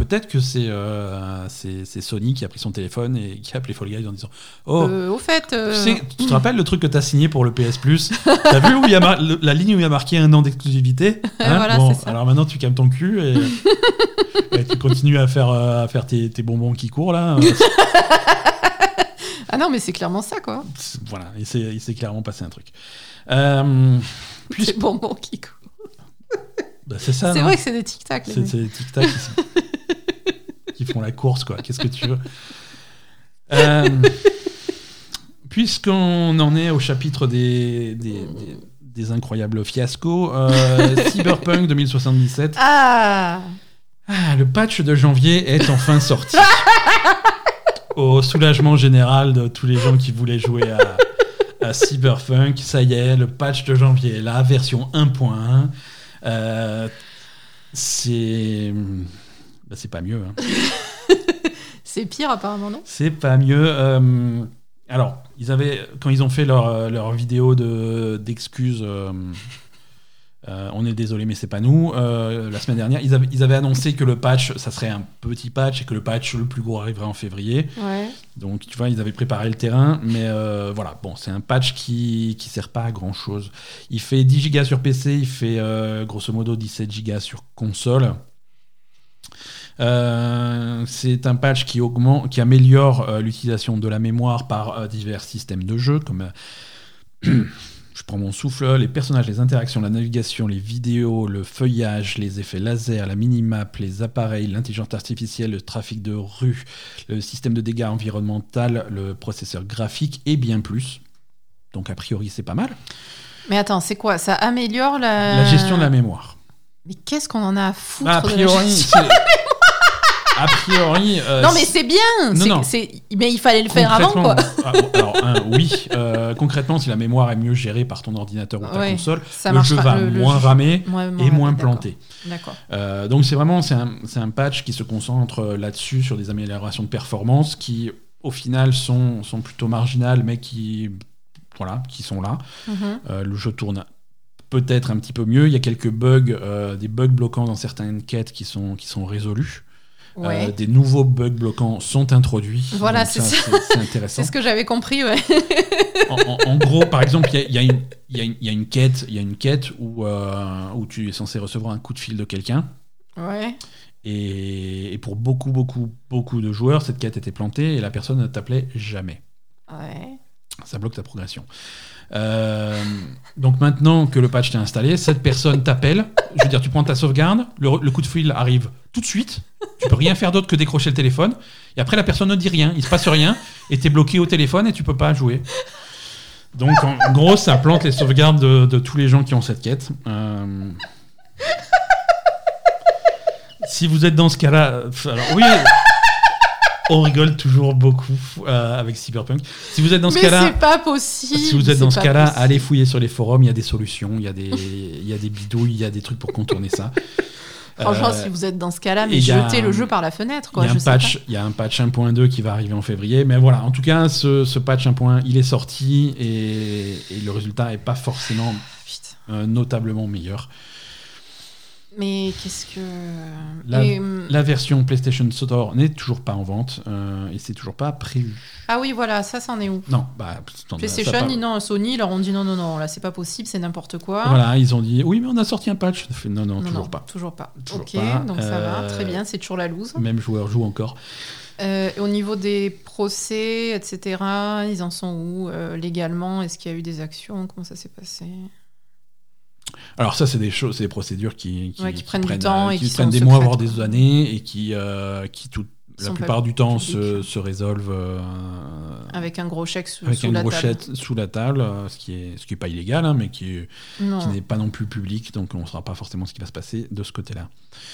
c'est Sony qui a pris son téléphone et qui a appelé Fall Guys en disant au fait... Tu te rappelles le truc que tu as signé pour le PS Plus? T'as vu où il y a la ligne où il y a marqué 1 an d'exclusivité, voilà, c'est ça. Alors maintenant, tu calmes ton cul et tu continues à faire tes bonbons qui courent là. Ah non, mais c'est clairement ça, quoi. Voilà, il s'est clairement passé un truc. Tes bonbons qui courent. C'est ça. C'est vrai que c'est des tic-tac. C'est des tic-tac qui font la course, quoi. Qu'est-ce que tu veux? Puisqu'on en est au chapitre des incroyables fiascos, Cyberpunk 2077. Le patch de janvier est enfin sorti. Au soulagement général de tous les gens qui voulaient jouer à Cyberpunk, ça y est, le patch de janvier est là, version 1.1. C'est pas mieux. C'est pire apparemment, non? C'est pas mieux. Alors, quand ils ont fait leur vidéo d'excuses On est désolé, mais c'est pas nous. La semaine dernière, ils avaient annoncé que le patch, ça serait un petit patch et que le patch le plus gros arriverait en février. Ouais. Donc, tu vois, ils avaient préparé le terrain, mais voilà, bon, c'est un patch qui sert pas à grand chose. Il fait 10 Go sur PC, il fait grosso modo 17 Go sur console. C'est un patch qui améliore l'utilisation de la mémoire par divers systèmes de jeu, comme je prends mon souffle, les personnages, les interactions, la navigation, les vidéos, le feuillage, les effets laser, la minimap, les appareils, l'intelligence artificielle, le trafic de rue, le système de dégâts environnemental, le processeur graphique et bien plus. Donc a priori c'est pas mal. Mais attends, c'est quoi? Ça améliore la gestion de la mémoire. Mais qu'est-ce qu'on en a à foutre a priori, de la gestion de la mémoire? A priori... non mais c'est bien, non. Mais il fallait le faire avant quoi. Oui, concrètement si la mémoire est mieux gérée par ton ordinateur ou ta console, ça le jeu va moins ramer et moins planter. D'accord. Donc c'est un patch qui se concentre là-dessus sur des améliorations de performance qui au final sont plutôt marginales mais qui sont là. Le jeu tourne peut-être un petit peu mieux, il y a quelques bugs, des bugs bloquants dans certaines quêtes qui sont résolus. Ouais. Des nouveaux bugs bloquants sont introduits. Voilà, c'est intéressant. C'est ce que j'avais compris, ouais. en gros, par exemple, il y a une quête où tu es censé recevoir un coup de fil de quelqu'un. Ouais. Et pour beaucoup de joueurs, cette quête était plantée et la personne ne t'appelait jamais. Ouais. Ça bloque ta progression. Donc maintenant que le patch t'est installé, cette personne t'appelle. Je veux dire, tu prends ta sauvegarde, le coup de fil arrive tout de suite. Tu peux rien faire d'autre que décrocher le téléphone. Et après, la personne ne dit rien, il se passe rien, et t'es bloqué au téléphone et tu peux pas jouer. Donc en gros, ça plante les sauvegardes de tous les gens qui ont cette quête. Si vous êtes dans ce cas-là, alors oui. On rigole toujours beaucoup avec Cyberpunk. Si vous êtes dans ce cas-là, c'est pas possible. Si vous êtes dans ce cas-là, allez fouiller sur les forums. Il y a des solutions, il y a des bidouilles, il y a des trucs pour contourner ça. Franchement, si vous êtes dans ce cas-là, mais jetez le jle par la fenêtre. Quoi, il y a un patch 1.2 qui va arriver en février. Mais voilà, en tout cas, ce patch 1.1, il est sorti et le résultat n'est pas forcément notablement meilleur. Mais qu'est-ce que... La version PlayStation Store n'est toujours pas en vente et c'est toujours pas prévu. Ah oui, voilà, ça en est où? Non, PlayStation, non, Sony, leur ont dit non, là c'est pas possible, c'est n'importe quoi. Voilà, ils ont dit oui, mais on a sorti un patch. Non, toujours pas. Toujours pas. Toujours ok, pas. Donc ça va, très bien, c'est toujours la loose. Même joueur joue encore. Au niveau des procès, etc., ils en sont où légalement? Est-ce qu'il y a eu des actions? Comment ça s'est passé? Alors ça, c'est des procédures qui prennent du temps et qui prennent des mois, voire des années, et qui la plupart du temps se résolvent avec un gros chèque sous la table, ce qui est pas illégal, hein, mais qui n'est pas non plus public, donc on ne saura pas forcément ce qui va se passer de ce côté-là.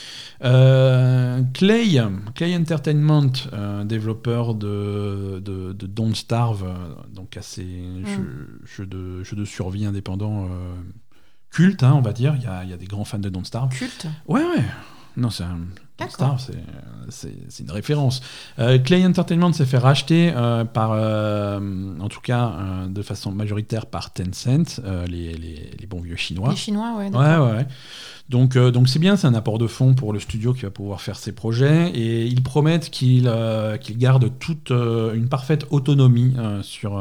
Clay Entertainment, développeur de Don't Starve, donc assez jeu de survie indépendant. Culte, hein, on va dire. Il y a des grands fans de Don't Starve. Culte. Ouais. Non, Don't Starve, c'est une référence. Clay Entertainment s'est fait racheter par, en tout cas, de façon majoritaire par Tencent, les bons vieux Chinois. Les Chinois, ouais. Ouais. Donc c'est bien, c'est un apport de fonds pour le studio qui va pouvoir faire ses projets et ils promettent qu'ils gardent toute une parfaite autonomie sur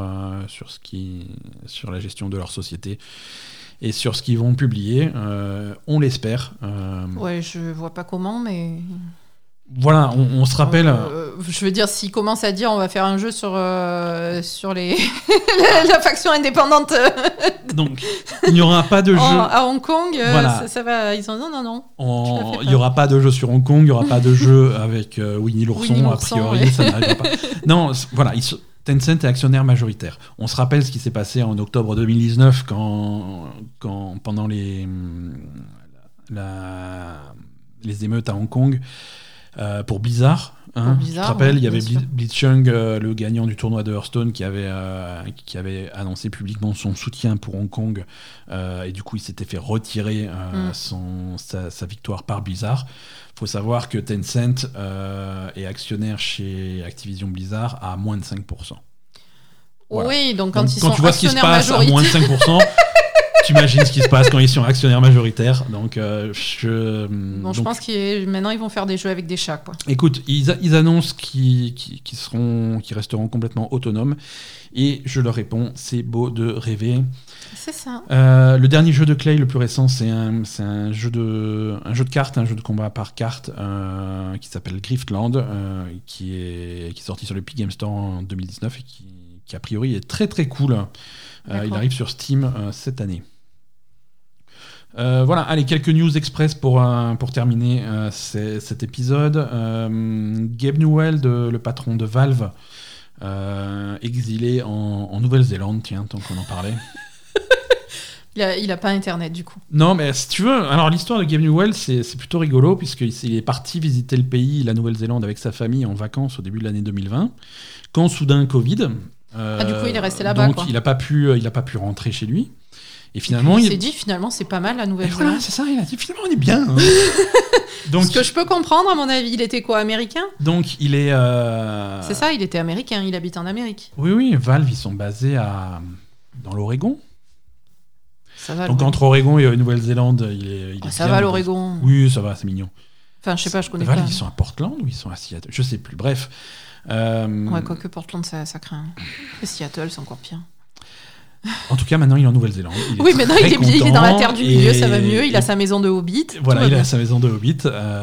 la gestion de leur société. Et sur ce qu'ils vont publier, on l'espère. Ouais, je vois pas comment, mais... Voilà, on se rappelle... je veux dire, s'ils commencent à dire on va faire un jeu sur les la faction indépendante... Donc, il n'y aura pas de jeu... À Hong Kong, voilà. ça va... Ils ont dit non. Il n'y aura pas de jeu sur Hong Kong, il n'y aura pas de jeu avec Winnie l'ourson, a priori, ouais. Ça n'arrivera pas. Non, voilà, Tencent est actionnaire majoritaire. On se rappelle ce qui s'est passé en octobre 2019 quand pendant les émeutes à Hong Kong pour Blizzard. Tu te rappelles, il y avait Blitzchung, le gagnant du tournoi de Hearthstone, qui avait annoncé publiquement son soutien pour Hong Kong et du coup il s'était fait retirer sa victoire par Blizzard. Il faut savoir que Tencent est actionnaire chez Activision Blizzard à moins de 5%. Voilà. Oui, donc quand ils sont tu vois ce qui se passe à majorité. moins de 5%, T'imagines ce qui se passe quand ils sont actionnaires majoritaires. Donc, je pense maintenant ils vont faire des jeux avec des chats, quoi. Écoute, ils annoncent qu'ils resteront complètement autonomes. Et je leur réponds, c'est beau de rêver. C'est ça. Le dernier jeu de Clay, le plus récent, c'est un jeu de cartes, un jeu de combat par carte qui s'appelle Griftland, qui est sorti sur l'Epic Game Store en 2019 et qui a priori est très très cool. Il arrive sur Steam cette année. Voilà, allez, quelques news express pour terminer cet épisode. Gabe Newell, le patron de Valve, exilé en Nouvelle-Zélande, tiens, tant qu'on en parlait. Il a pas internet du coup. Non, mais si tu veux, alors l'histoire de Gabe Newell, c'est plutôt rigolo, puisqu'il est parti visiter le pays, la Nouvelle-Zélande, avec sa famille en vacances au début de l'année 2020, quand soudain Covid. Du coup, il est resté là-bas. Donc, quoi. il a pas pu rentrer chez lui. Et finalement, il s'est dit, finalement, c'est pas mal la Nouvelle-Zélande. Voilà, c'est ça, il a dit, finalement, on est bien. Hein. Donc, ce que je peux comprendre, à mon avis, il était quoi, américain ? Donc, il est... C'est ça, il était américain, il habite en Amérique. Oui, Valve, ils sont basés dans l'Oregon. Ça va, donc, entre Oregon et Nouvelle-Zélande, il est ça va, l'Oregon. Oui, ça va, c'est mignon. Enfin, je sais pas, je connais Valve, pas. Ils sont à Portland ou ils sont à Seattle ? Je sais plus, bref. Ouais, quoique Portland, ça craint. Et Seattle, c'est encore pire. En tout cas, maintenant, il est en Nouvelle-Zélande. Oui, maintenant, il est dans la terre du milieu, ça va mieux. Il a sa maison de Hobbit. Voilà, il a sa maison de Hobbit.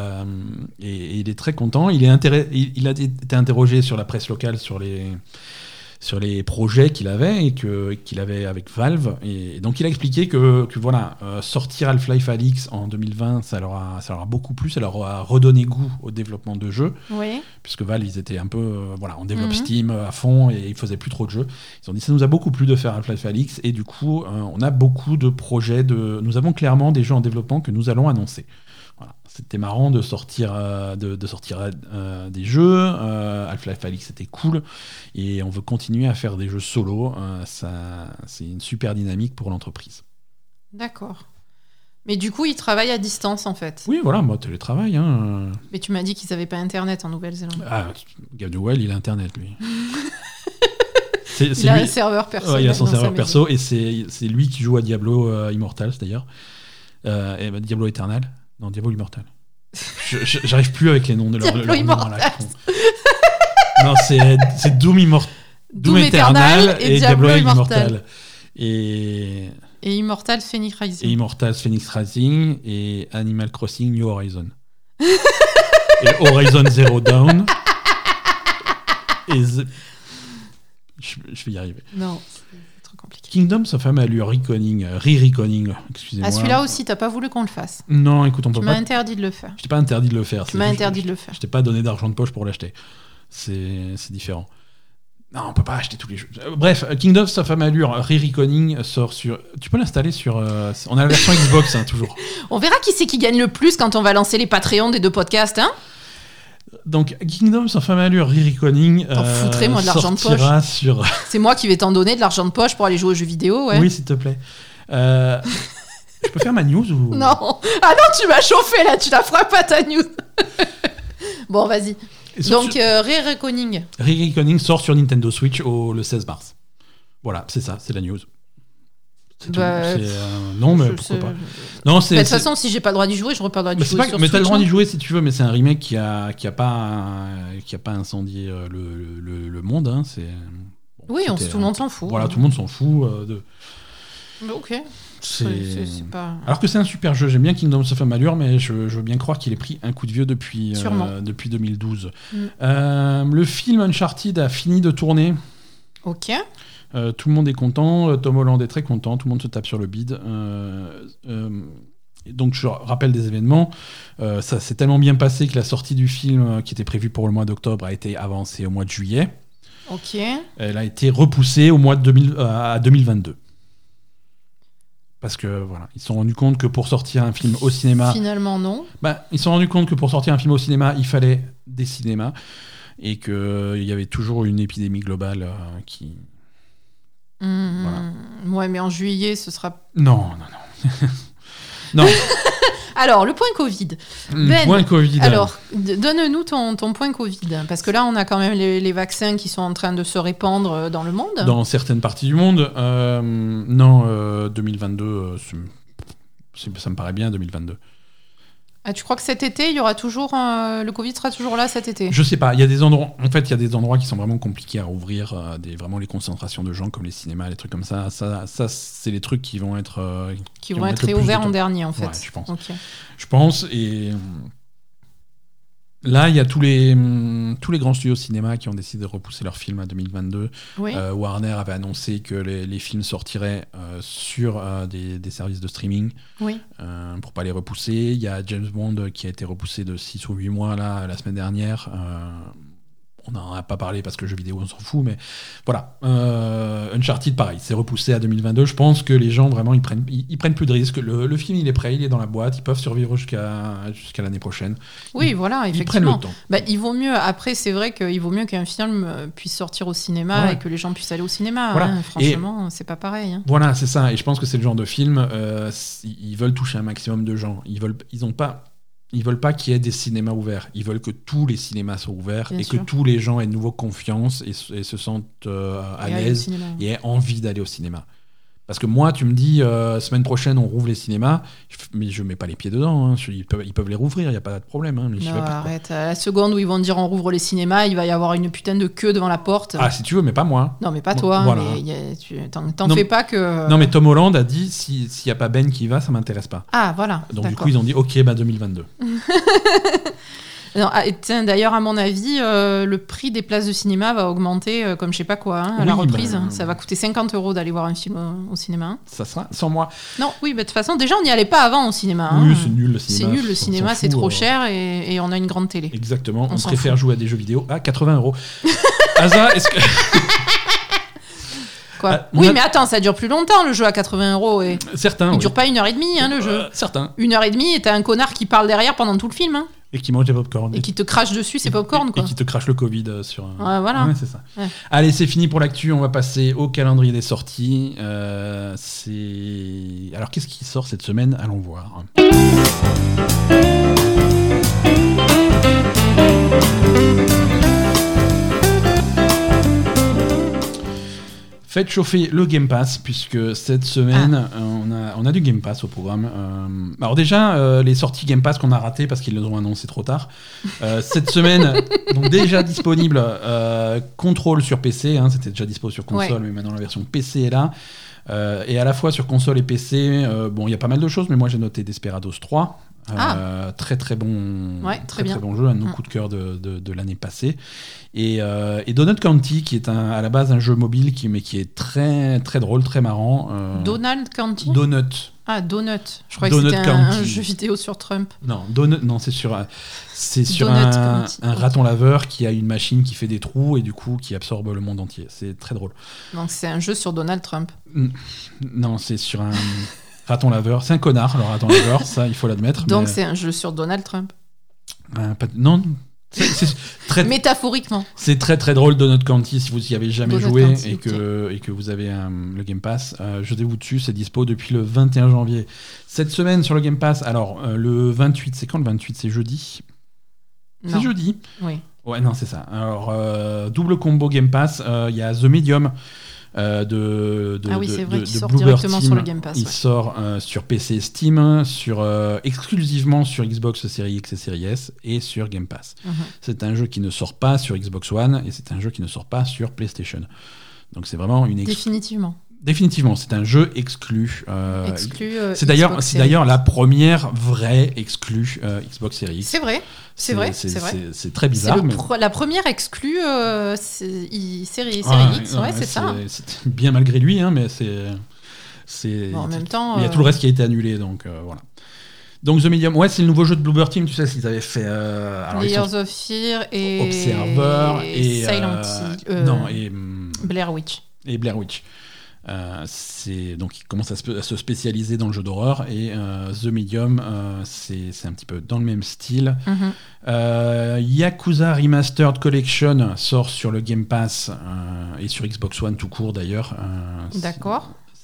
Et il est très content. Il a été interrogé sur la presse locale, sur les projets qu'il avait qu'il avait avec Valve. Et donc, il a expliqué que voilà, sortir Half-Life Alyx en 2020, ça leur a beaucoup plu, ça leur a redonné goût au développement de jeux. Oui. Puisque Valve, ils étaient un peu... on développe Steam à fond et ils faisaient plus trop de jeux. Ils ont dit, ça nous a beaucoup plu de faire Half-Life Alyx et du coup, on a beaucoup de projets. Nous avons clairement des jeux en développement que nous allons annoncer. Voilà. C'était marrant de sortir des jeux. Half-Life Alyx, c'était cool. Et on veut continuer à faire des jeux solo. C'est une super dynamique pour l'entreprise. D'accord. Mais du coup, ils travaillent à distance, en fait. Oui, voilà, moi, télétravail. Hein. Mais tu m'as dit qu'ils n'avaient pas Internet en Nouvelle-Zélande. Gabe Newell, il a Internet, lui. Il a un serveur perso. Ouais, il a son serveur perso, et c'est lui qui joue à Diablo Immortals, d'ailleurs. Diablo Eternal. Non, Diablo Immortal. J'arrive plus avec les noms de Diablo Immortal. Non, c'est Doom Eternal et Diablo Immortal. Et Immortals Phoenix Rising. Et Immortals Phoenix Rising et Animal Crossing New Horizon. Et Horizon Zero Dawn. Et je vais y arriver. Non, c'est trop compliqué. Kingdoms of Amalur Re-Reckoning, excusez-moi. Celui-là aussi, t'as pas voulu qu'on le fasse. Non, écoute, on peut pas. Tu m'as interdit de le faire. Je t'ai pas interdit de le faire. Tu m'as interdit de le faire. Je t'ai pas donné d'argent de poche pour l'acheter. C'est différent. Non, on peut pas acheter tous les jeux. Bref, Kingdoms of Amalur Re-Reckoning sort sur... Tu peux l'installer sur... On a la version Xbox, hein, toujours. On verra qui c'est qui gagne le plus quand on va lancer les Patreons des deux podcasts, hein. Donc, Kingdoms of Amalur Re-Reckoning t'en foutrais, moi, de l'argent de poche. Sur... C'est moi qui vais t'en donner de l'argent de poche pour aller jouer aux jeux vidéo, ouais. Oui, s'il te plaît. Je peux faire ma news ou... Non. Ah non, tu m'as chauffé, là. Tu la feras pas, ta news. Bon, vas-y. Donc, Re-Reckoning. Re-Reckoning sort sur Nintendo Switch le 16 mars. Voilà, c'est ça, c'est la news. Non, mais pourquoi pas. Non, de toute façon, si j'ai pas le droit d'y jouer, je n'aurai pas le droit d'y jouer. Mais t'as le droit d'y jouer si tu veux, mais c'est un remake qui a pas incendié le monde. Hein. Oui, tout le monde s'en fout. Voilà, tout le monde s'en fout. Ok. C'est pas... Alors que c'est un super jeu, j'aime bien Kingdoms of Amalur, mais je veux bien croire qu'il ait pris un coup de vieux depuis 2012. Le film Uncharted a fini de tourner. Ok. Tout le monde est content, Tom Holland est très content, tout le monde se tape sur le bide. Donc je rappelle des événements, ça s'est tellement bien passé que la sortie du film qui était prévue pour le mois d'octobre a été avancée au mois de juillet. Ok. Elle a été repoussée au mois de à 2022. Parce que voilà, ils se sont rendus compte que pour sortir un film au cinéma... Finalement, non. Ils se sont rendus compte que pour sortir un film au cinéma, il fallait des cinémas. Et qu'il y avait toujours une épidémie globale qui... Voilà. Ouais, mais en juillet, ce sera... Non. Non. Alors, le point Covid. Point Covid. Alors, donne-nous ton point Covid. Parce que là, on a quand même les vaccins qui sont en train de se répandre dans le monde. Dans certaines parties du monde. Non, 2022, ça me paraît bien, 2022. Ah, tu crois que cet été, il y aura toujours le Covid sera toujours là cet été? Je sais pas. Il y a des endroits. En fait, il y a des endroits qui sont vraiment compliqués à rouvrir. Vraiment les concentrations de gens, comme les cinémas, les trucs comme ça. Ça, c'est les trucs qui vont être qui vont être réouverts en dernier, en fait. Ouais, je pense. Okay. Je pense. Et là, il y a tous les grands studios de cinéma qui ont décidé de repousser leurs films à 2022. Oui. Warner avait annoncé que les films sortiraient sur des services de streaming pour pas les repousser. Il y a James Bond qui a été repoussé de 6 ou 8 mois là, la semaine dernière. On n'en a pas parlé parce que jeux vidéo, on s'en fout, mais voilà. Uncharted, pareil, c'est repoussé à 2022. Je pense que les gens, vraiment, ils prennent plus de risques. Le film, il est prêt, il est dans la boîte, ils peuvent survivre jusqu'à l'année prochaine. Oui, voilà, effectivement. Ils prennent le temps. Bah, il vaut mieux, après, c'est vrai qu'il vaut mieux qu'un film puisse sortir au cinéma et que les gens puissent aller au cinéma. Voilà. Hein. Franchement, c'est pas pareil. Hein. Voilà, c'est ça. Et je pense que c'est le genre de film, ils veulent toucher un maximum de gens. Ils veulent pas qu'il y ait des cinémas ouverts. Ils veulent que tous les cinémas soient ouverts que tous les gens aient de nouveau confiance et se sentent à l'aise et aient envie d'aller au cinéma. Parce que moi, tu me dis, semaine prochaine, on rouvre les cinémas, mais je mets pas les pieds dedans. Hein. Ils peuvent les rouvrir, il n'y a pas de problème. Hein, mais non, arrête. À la seconde où ils vont dire on rouvre les cinémas, il va y avoir une putain de queue devant la porte. Ah, si tu veux, mais pas moi. Non, mais pas toi. Voilà. Mais t'en fais pas que... Non, mais Tom Holland a dit, s'il n'y a pas Ben qui va, ça m'intéresse pas. Ah, voilà. Donc d'accord. Du coup, ils ont dit, ok, 2022. Non, tiens, d'ailleurs, à mon avis, le prix des places de cinéma va augmenter comme je sais pas quoi, à la reprise. Ça va coûter 50 € d'aller voir un film au cinéma. Hein. Ça sera sans moi. Non, oui, mais de toute façon, déjà, on n'y allait pas avant au cinéma. Oui, hein. c'est nul le cinéma. C'est nul le cinéma, c'est trop cher et on a une grande télé. Exactement, on préfère jouer à des jeux vidéo à 80 €. Asa, est-ce que... Quoi oui, mais attends, ça dure plus longtemps le jeu à 80 €. Et... Certains. Il dure pas 1h30 hein, le jeu. Certains. 1h30 et t'as un connard qui parle derrière pendant tout le film. Hein. Et qui mange des popcorn. Et qui te crache dessus ses popcorn. Et qui te crache le Covid sur. Ouais, voilà. Ouais, c'est ça. Ouais. Allez, c'est fini pour l'actu. On va passer au calendrier des sorties. Alors, qu'est-ce qui sort cette semaine ? Allons voir. Faites chauffer le Game Pass, puisque cette semaine, on a du Game Pass au programme. Alors déjà, les sorties Game Pass qu'on a ratées, parce qu'ils les ont annoncé trop tard. Cette semaine, donc déjà disponible Control sur PC, hein, c'était déjà dispo sur console, mais maintenant la version PC est là. Et à la fois sur console et PC, il y a pas mal de choses, mais moi j'ai noté Desperados 3. Très bon, très bon jeu, un de nos coups de cœur de l'année passée. Et Donut County, qui est à la base un jeu mobile, mais qui est très, très drôle, très marrant. Donald County ? Donut. Ah, Donut. Je croyais que c'était un jeu vidéo sur Trump. Non, Donut, non, c'est sur un raton laveur qui a une machine qui fait des trous et du coup qui absorbe le monde entier. C'est très drôle. Donc c'est un jeu sur Donald Trump. Non, c'est sur un... raton laveur, c'est un connard, le raton laveur, ça il faut l'admettre. Donc c'est un jeu sur Donald Trump. Non, c'est très métaphoriquement. C'est très très drôle Donut County si vous y avez jamais joué et que vous avez le Game Pass. Jetez-vous dessus, c'est dispo depuis le 21 janvier. Cette semaine sur le Game Pass, alors le 28, c'est quand le 28 ? C'est jeudi. C'est jeudi. Oui. Ouais, non, c'est ça. Alors double combo Game Pass, il y a The Medium. C'est vrai qu'il sort Bloober directement Team. sur le Game Pass. Il sort sur PC Steam, exclusivement sur Xbox Series X et Series S et sur Game Pass. C'est un jeu qui ne sort pas sur Xbox One et c'est un jeu qui ne sort pas sur PlayStation. Donc c'est vraiment une Définitivement, c'est un jeu exclu. C'est d'ailleurs la première vraie exclue Xbox Series X. C'est vrai. C'est très bizarre. La première exclue série X, c'est ça. C'est bien malgré lui, hein, mais en même temps, il y a tout le reste qui a été annulé, donc voilà. Donc The Medium, c'est le nouveau jeu de Bloober Team, tu sais, ils avaient fait Layers of Fear et Observer et Silent Hill. et Blair Witch. Et Blair Witch. Donc ils commencent à se spécialiser dans le jeu d'horreur et The Medium c'est un petit peu dans le même style. Yakuza Remastered Collection sort sur le Game Pass et sur Xbox One tout court d'ailleurs. D'accord.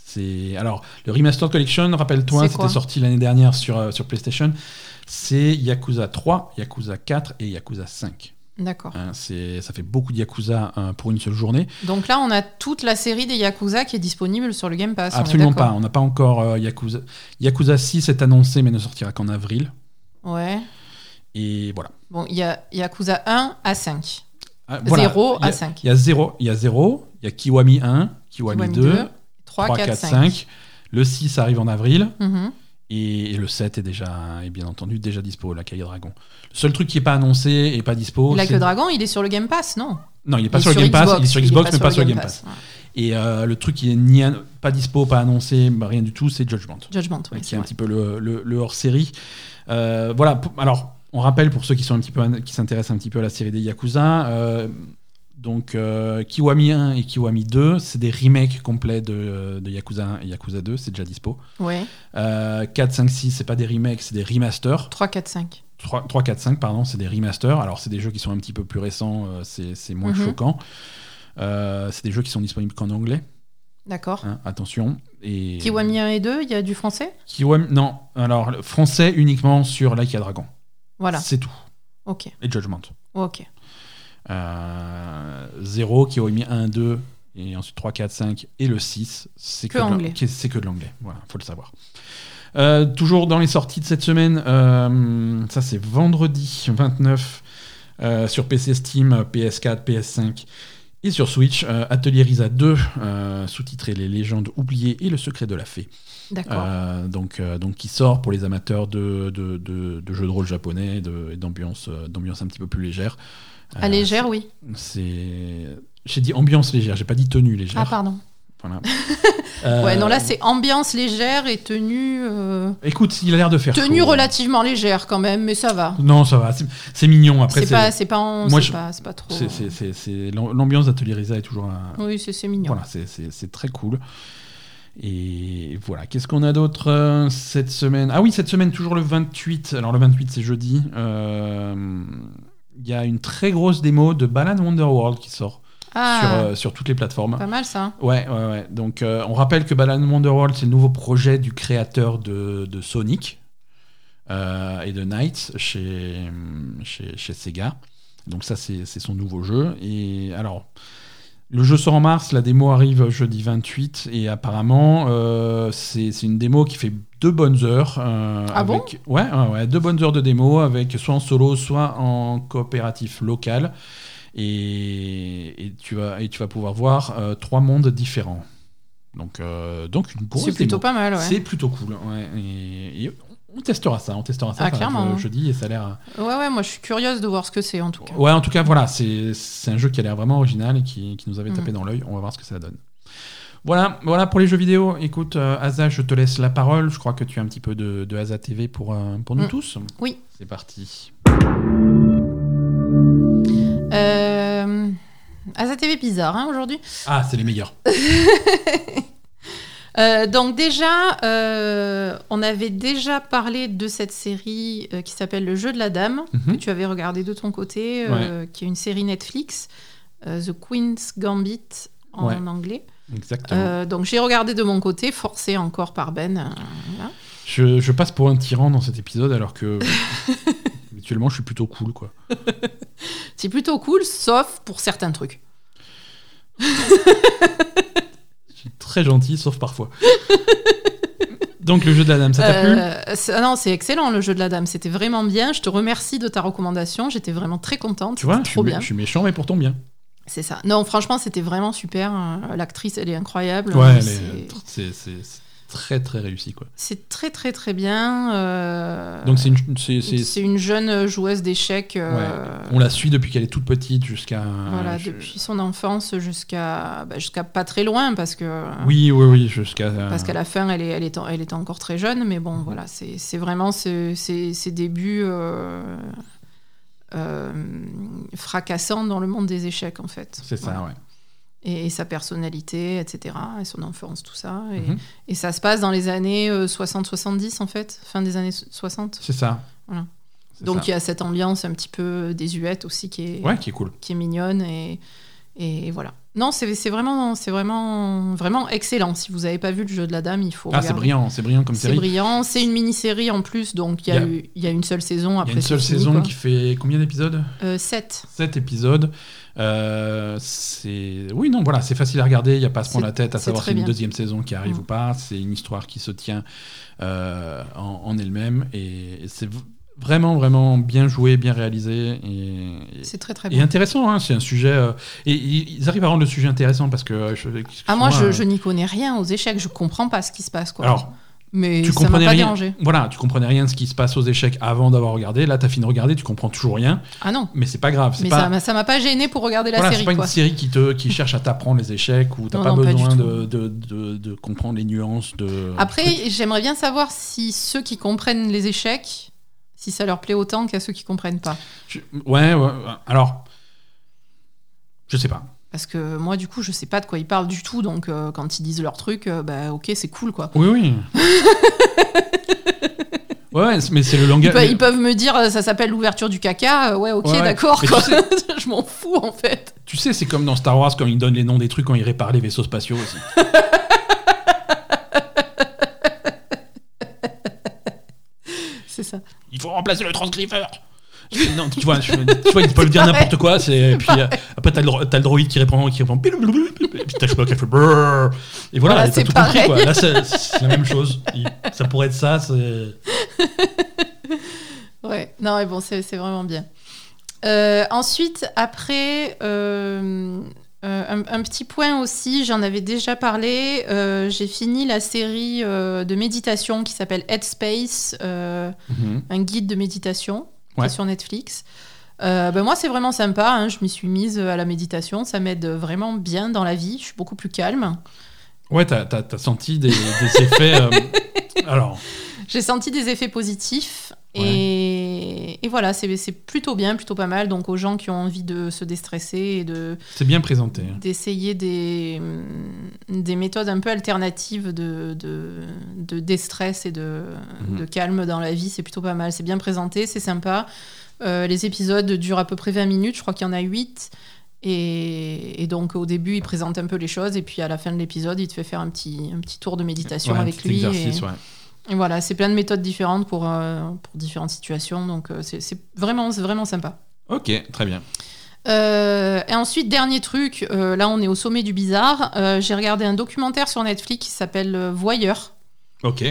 Alors, le Remastered Collection, rappelle-toi, c'était sorti l'année dernière sur PlayStation. C'est Yakuza 3, Yakuza 4 et Yakuza 5. D'accord. Ça fait beaucoup de Yakuza pour une seule journée. Donc là, on a toute la série des Yakuza qui est disponible sur le Game Pass. Absolument pas. On n'a pas encore Yakuza. Yakuza 6 est annoncé, mais ne sortira qu'en avril. Ouais. Et voilà. Bon, il y a Yakuza 1 à 5. Voilà. 0 à 5. Il y a 0, il y a Kiwami 1, Kiwami 2, 3, 4, 5. Le 6 arrive en avril. Mm-hmm. Et le 7 est bien entendu déjà dispo, Like a Dragon. Le seul truc qui n'est pas annoncé et pas dispo... Like a Dragon, il est sur le Game Pass, non? Non, il n'est pas sur le Game Pass, il est sur Xbox, mais pas sur le Game Pass. Ouais. Et le truc qui est pas dispo, pas annoncé, rien du tout, c'est Judgment. Oui, qui est un petit peu le hors-série. Voilà, alors, on rappelle pour ceux qui s'intéressent un petit peu à la série des Yakuza... Donc, Kiwami 1 et Kiwami 2, c'est des remakes complets de Yakuza 1 et Yakuza 2, c'est déjà dispo. Ouais. 4, 5, 6, c'est pas des remakes, c'est des remasters. 3, 4, 5. 3, 4, 5, pardon, c'est des remasters. Alors, c'est des jeux qui sont un petit peu plus récents, c'est moins choquant. C'est des jeux qui sont disponibles qu'en anglais. D'accord. Hein, attention. Et... Kiwami 1 et 2, il y a du français? Non, alors, le français uniquement sur Like a Dragon. Voilà. C'est tout. Ok. Et Judgment. Ok. 0, Kiwami 1, 2, et ensuite 3, 4, 5, et le 6, c'est que de l'anglais. Voilà, faut le savoir. Toujours dans les sorties de cette semaine, ça c'est vendredi 29 sur PC, Steam, PS4, PS5 et sur Switch, Atelier Risa 2, sous-titré Les légendes oubliées et le secret de la fée. D'accord. Donc qui sort pour les amateurs de jeux de rôle japonais et d'ambiance un petit peu plus légère. Légère, oui. J'ai dit ambiance légère, j'ai pas dit tenue légère. Ah, pardon. Voilà. Ouais, non, là, c'est ambiance légère et tenue... Écoute, il a l'air de faire tenue chaud, relativement légère, quand même, mais ça va. Non, ça va. C'est mignon. Après, c'est pas trop... L'ambiance d'Atelier Risa est toujours... Oui, c'est mignon. Voilà, c'est très cool. Et voilà, qu'est-ce qu'on a d'autre cette semaine? Ah oui, cette semaine, toujours le 28. Alors, le 28, c'est jeudi. Il y a une très grosse démo de Balan Wonderworld qui sort sur toutes les plateformes. Pas mal, ça. Ouais. Donc, on rappelle que Balan Wonderworld, c'est le nouveau projet du créateur de Sonic et de Knights chez Sega. Donc ça, c'est son nouveau jeu. Et alors, le jeu sort en mars, la démo arrive jeudi 28, et apparemment, c'est une démo qui fait 2 bonnes heures. Bon Ouais, 2 bonnes heures de démo, avec soit en solo, soit en coopératif local. Et tu vas pouvoir voir 3 mondes différents. Donc une grosse c'est plutôt démo. Pas mal, ouais. C'est plutôt cool. Ouais. Et on testera ça clairement. jeudi, et ça a l'air... Ouais, moi je suis curieuse de voir ce que c'est, en tout cas. Ouais, en tout cas, voilà, c'est un jeu qui a l'air vraiment original et qui nous avait tapé dans l'œil. On va voir ce que ça donne. Voilà pour les jeux vidéo. Écoute, Asa, je te laisse la parole. Je crois que tu as un petit peu de Asa TV pour nous tous. Oui. C'est parti. Asa TV bizarre, aujourd'hui. Ah, c'est les meilleurs. Donc déjà, on avait déjà parlé de cette série qui s'appelle Le Jeu de la Dame, que tu avais regardé de ton côté, qui est une série Netflix, The Queen's Gambit en anglais. Exactement. Donc j'ai regardé de mon côté, forcé encore par Ben. Voilà. Je passe pour un tyran dans cet épisode, alors que habituellement je suis plutôt cool, quoi. C'est plutôt cool, sauf pour certains trucs. Je suis très gentil, sauf parfois. Donc le Jeu de la Dame, ça t'a plu? Non, c'est excellent, Le Jeu de la Dame. C'était vraiment bien. Je te remercie de ta recommandation. J'étais vraiment très contente. Tu vois, bien. Je suis méchant, mais pour ton bien. C'est ça. Non, franchement, c'était vraiment super. L'actrice, elle est incroyable. Ouais, c'est très très réussi, quoi. C'est très très très bien. Donc c'est une jeune joueuse d'échecs. On la suit depuis qu'elle est toute petite jusqu'à... Voilà, depuis son enfance jusqu'à pas très loin, parce que... Oui, jusqu'à... Parce qu'à la fin, elle est encore très jeune, mais bon, voilà, c'est vraiment ses débuts fracassants dans le monde des échecs, en fait. C'est ça, ouais. Et sa personnalité, etc., et son enfance, tout ça. Et ça se passe dans les années 60-70, en fait, fin des années 60. C'est ça. Voilà. Donc il y a cette ambiance un petit peu désuète aussi qui est cool. Qui est mignonne, et voilà. Non, c'est vraiment excellent. Si vous n'avez pas vu le jeu de la dame, il faut regarder. C'est brillant comme série. C'est brillant, c'est une mini-série en plus, donc il y a une seule saison. Après, il y a une seule saison qui fait combien d'épisodes ? 7. 7 épisodes. C'est facile à regarder, il n'y a pas à se prendre la tête à savoir si c'est une deuxième saison qui arrive ou pas. C'est une histoire qui se tient en elle-même et c'est vraiment, vraiment bien joué, bien réalisé. C'est très, très bien. Et intéressant, hein, c'est un sujet... et ils arrivent à rendre le sujet intéressant parce que... moi, je n'y connais rien aux échecs, je comprends pas ce qui se passe, quoi. Alors, mais ça m'a pas dérangé. Voilà, tu comprenais rien de ce qui se passe aux échecs avant d'avoir regardé. Là, t'as fini de regarder, tu comprends toujours rien. Ah non. Mais c'est pas grave. Ça m'a pas gêné pour regarder la série. C'est pas une série qui cherche à t'apprendre les échecs ou t'as pas besoin de comprendre les nuances de. Après, j'aimerais bien savoir si ceux qui comprennent les échecs, si ça leur plaît autant qu'à ceux qui comprennent pas. Ouais. Alors, je sais pas. Parce que moi, du coup, je sais pas de quoi ils parlent du tout, donc quand ils disent leur truc, ok, c'est cool, quoi. Oui. Ouais, mais c'est le langage. Ils peuvent me dire, ça s'appelle l'ouverture du caca, d'accord, quoi. Je m'en fous, en fait. Tu sais, c'est comme dans Star Wars, quand ils donnent les noms des trucs, quand ils réparent les vaisseaux spatiaux aussi. C'est ça. Il faut remplacer le transcripteur. Non, tu vois, ils peuvent dire n'importe quoi. Et puis après, t'as le droïde qui répond. Et puis t'as Spock qui fait brrr. Et voilà, t'as tout compris, quoi. Là, c'est la même chose. Ça pourrait être ça. Ouais, non, mais bon, c'est vraiment bien. Ensuite, après, un petit point aussi, j'en avais déjà parlé. J'ai fini la série de méditation qui s'appelle Headspace, un guide de méditation. Qui est sur Netflix. Moi, c'est vraiment sympa. Hein. Je m'y suis mise à la méditation. Ça m'aide vraiment bien dans la vie. Je suis beaucoup plus calme. Ouais, t'as senti des effets... Alors... J'ai senti des effets positifs. Ouais. Et voilà, c'est plutôt bien, plutôt pas mal. Donc, aux gens qui ont envie de se déstresser et c'est bien présenté. D'essayer des méthodes un peu alternatives de déstress et de calme dans la vie, c'est plutôt pas mal. C'est bien présenté, c'est sympa. Les épisodes durent à peu près 20 minutes. Je crois qu'il y en a 8. Et donc, au début, il présente un peu les choses. Et puis, à la fin de l'épisode, il te fait faire un petit tour de méditation avec lui. Exercice, Et voilà, c'est plein de méthodes différentes pour différentes situations, donc c'est vraiment sympa. Ok, très bien. Et ensuite, dernier truc, là on est au sommet du bizarre, j'ai regardé un documentaire sur Netflix qui s'appelle Voyeur. Ok.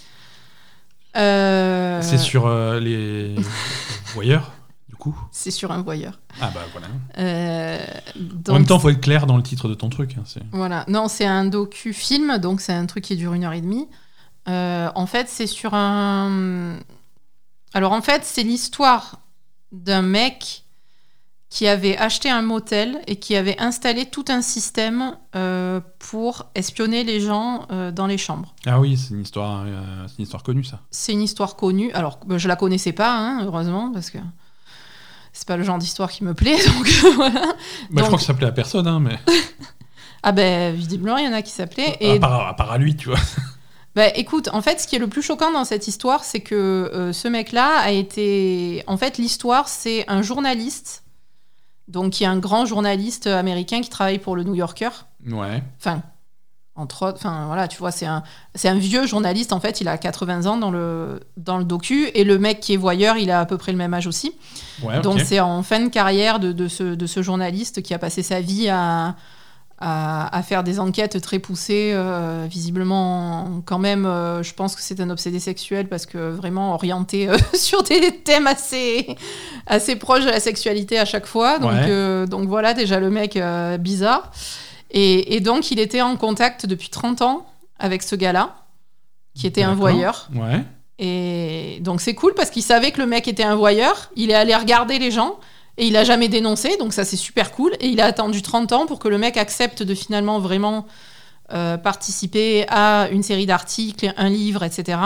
C'est sur les voyeurs, du coup ? C'est sur un voyeur. Ah bah voilà. Donc, en même temps, il faut être clair dans le titre de ton truc. Hein, voilà, non, c'est un docu-film, donc c'est un truc qui dure 1h30. En fait, c'est sur un... Alors, en fait, c'est l'histoire d'un mec qui avait acheté un motel et qui avait installé tout un système pour espionner les gens dans les chambres. Ah oui, c'est une histoire connue, ça. C'est une histoire connue. Alors, je la connaissais pas, hein, heureusement, parce que c'est pas le genre d'histoire qui me plaît, donc voilà. Je crois que ça plaît à personne, hein, mais... Ah visiblement, il y en a qui s'appelaient. Et... À part à lui, tu vois. Écoute, en fait, ce qui est le plus choquant dans cette histoire, c'est que ce mec-là a été... En fait, l'histoire, c'est un journaliste, donc qui est un grand journaliste américain qui travaille pour le New Yorker. Ouais. Enfin, entre autres... Enfin, voilà, tu vois, c'est un vieux journaliste, en fait, il a 80 ans dans le docu, et le mec qui est voyeur, il a à peu près le même âge aussi. Ouais, donc, c'est en fin de carrière de ce journaliste qui a passé sa vie à faire des enquêtes très poussées, visiblement quand même, je pense que c'est un obsédé sexuel parce que vraiment orienté sur des thèmes assez proches de la sexualité à chaque fois. Donc voilà, déjà le mec bizarre. Et donc il était en contact depuis 30 ans avec ce gars-là, qui était un voyeur. Ouais. Et donc c'est cool parce qu'il savait que le mec était un voyeur, il est allé regarder les gens. Et il n'a jamais dénoncé, donc ça c'est super cool. Et il a attendu 30 ans pour que le mec accepte de finalement vraiment participer à une série d'articles, un livre, etc.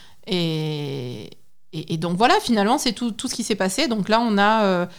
Et donc voilà, finalement c'est tout ce qui s'est passé. Donc là on a...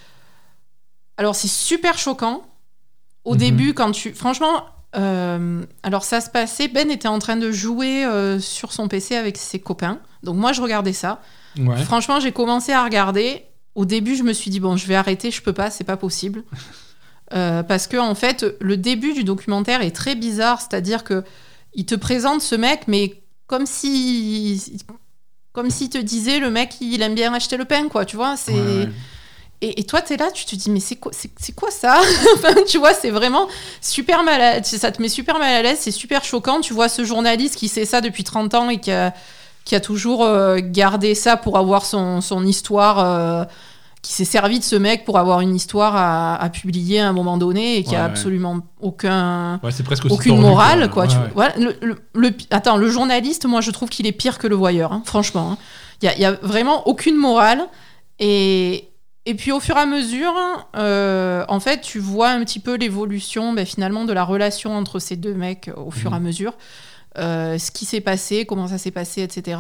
Alors c'est super choquant. Au début, quand tu... Franchement, alors ça se passait, Ben était en train de jouer sur son PC avec ses copains. Donc moi je regardais ça. Ouais. Franchement, j'ai commencé à regarder... Au début, je me suis dit, bon, je vais arrêter, je peux pas, c'est pas possible. Parce que en fait, le début du documentaire est très bizarre, c'est-à-dire que il te présente ce mec, mais comme si te disait le mec il aime bien acheter le pain, quoi, tu vois. Et toi, t'es là, tu te dis, mais c'est quoi ça? Enfin, tu vois, c'est vraiment super ça te met super mal à l'aise, c'est super choquant. Tu vois ce journaliste qui sait ça depuis 30 ans et qui a toujours gardé ça pour avoir son histoire, qui s'est servi de ce mec pour avoir une histoire à publier à un moment donné et qui a absolument aucune morale, quoi. Voilà, attends, le journaliste, moi, je trouve qu'il est pire que le voyeur, hein, franchement. Il y a vraiment aucune morale. Et puis au fur et à mesure, en fait, tu vois un petit peu l'évolution finalement de la relation entre ces deux mecs au fur et à mesure. Ce qui s'est passé, comment ça s'est passé, etc.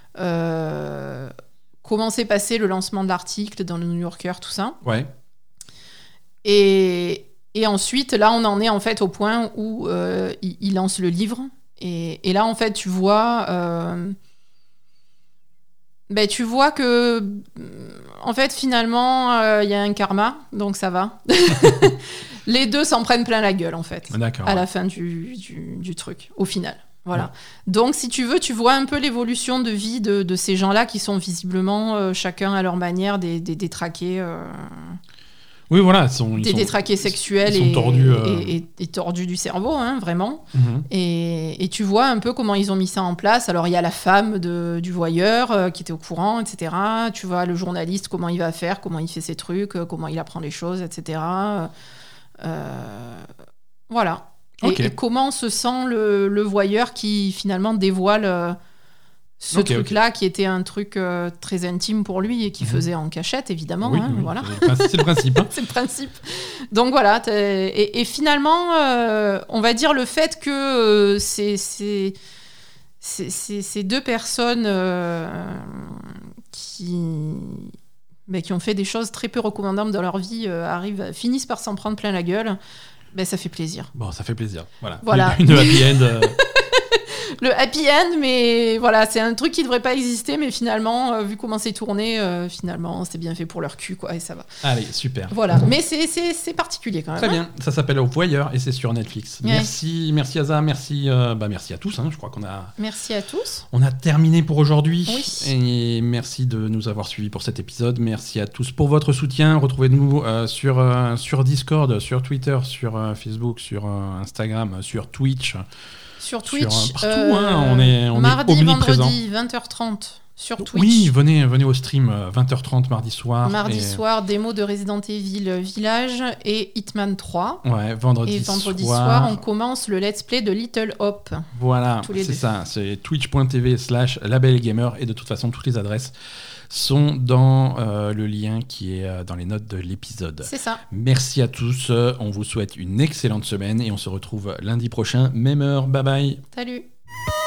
Comment s'est passé le lancement de l'article dans le New Yorker, tout ça. Ouais. Et ensuite, là, on en est en fait au point où il lance le livre. Et là, en fait, tu vois que, en fait, finalement, y a un karma, donc ça va. Les deux s'en prennent plein la gueule, en fait, à la fin du truc, au final. Voilà. Ouais. Donc, si tu veux, tu vois un peu l'évolution de vie de ces gens-là qui sont visiblement, chacun à leur manière, des détraqués. Oui, voilà. Des détraqués sexuels ils sont tordus, et tordus du cerveau, hein, vraiment. Mm-hmm. Et tu vois un peu comment ils ont mis ça en place. Alors, il y a la femme du voyeur qui était au courant, etc. Tu vois le journaliste, comment il va faire, comment il fait ses trucs, comment il apprend les choses, etc. Voilà. Okay. Et comment se sent le voyeur qui, finalement, dévoile ce truc-là, qui était un truc très intime pour lui et qui faisait en cachette, évidemment. Oui, hein, oui, voilà. C'est le principe. Hein. C'est le principe. Donc voilà. Et finalement, on va dire le fait que ces deux personnes qui ont fait des choses très peu recommandables dans leur vie finissent par s'en prendre plein la gueule, ça fait plaisir. Bon, ça fait plaisir. Voilà. Une happy end. Le happy end, mais voilà, c'est un truc qui devrait pas exister, mais finalement, vu comment c'est tourné, finalement, c'est bien fait pour leur cul, quoi, et ça va. Allez, super. Voilà, mais c'est particulier quand même. Très bien, ça s'appelle Au Voyeur et c'est sur Netflix. Ouais. Merci Aza, merci à tous, hein, je crois qu'on a... Merci à tous. On a terminé pour aujourd'hui. Oui. Et merci de nous avoir suivis pour cet épisode. Merci à tous pour votre soutien. Retrouvez-nous sur Discord, sur Twitter, sur Facebook, sur Instagram, sur Twitch. Sur Twitch, partout, on est mardi, omniprésent. Vendredi, 20h30 sur Twitch. Oui, venez au stream, 20h30 mardi soir. Mardi soir, démo de Resident Evil Village et Hitman 3. Ouais, vendredi soir, on commence le let's play de Little Hope. Voilà, c'est ça, c'est twitch.tv/labelgamer et de toute façon, toutes les adresses sont dans le lien qui est dans les notes de l'épisode. C'est ça. Merci à tous, on vous souhaite une excellente semaine et on se retrouve lundi prochain, même heure, bye bye. Salut.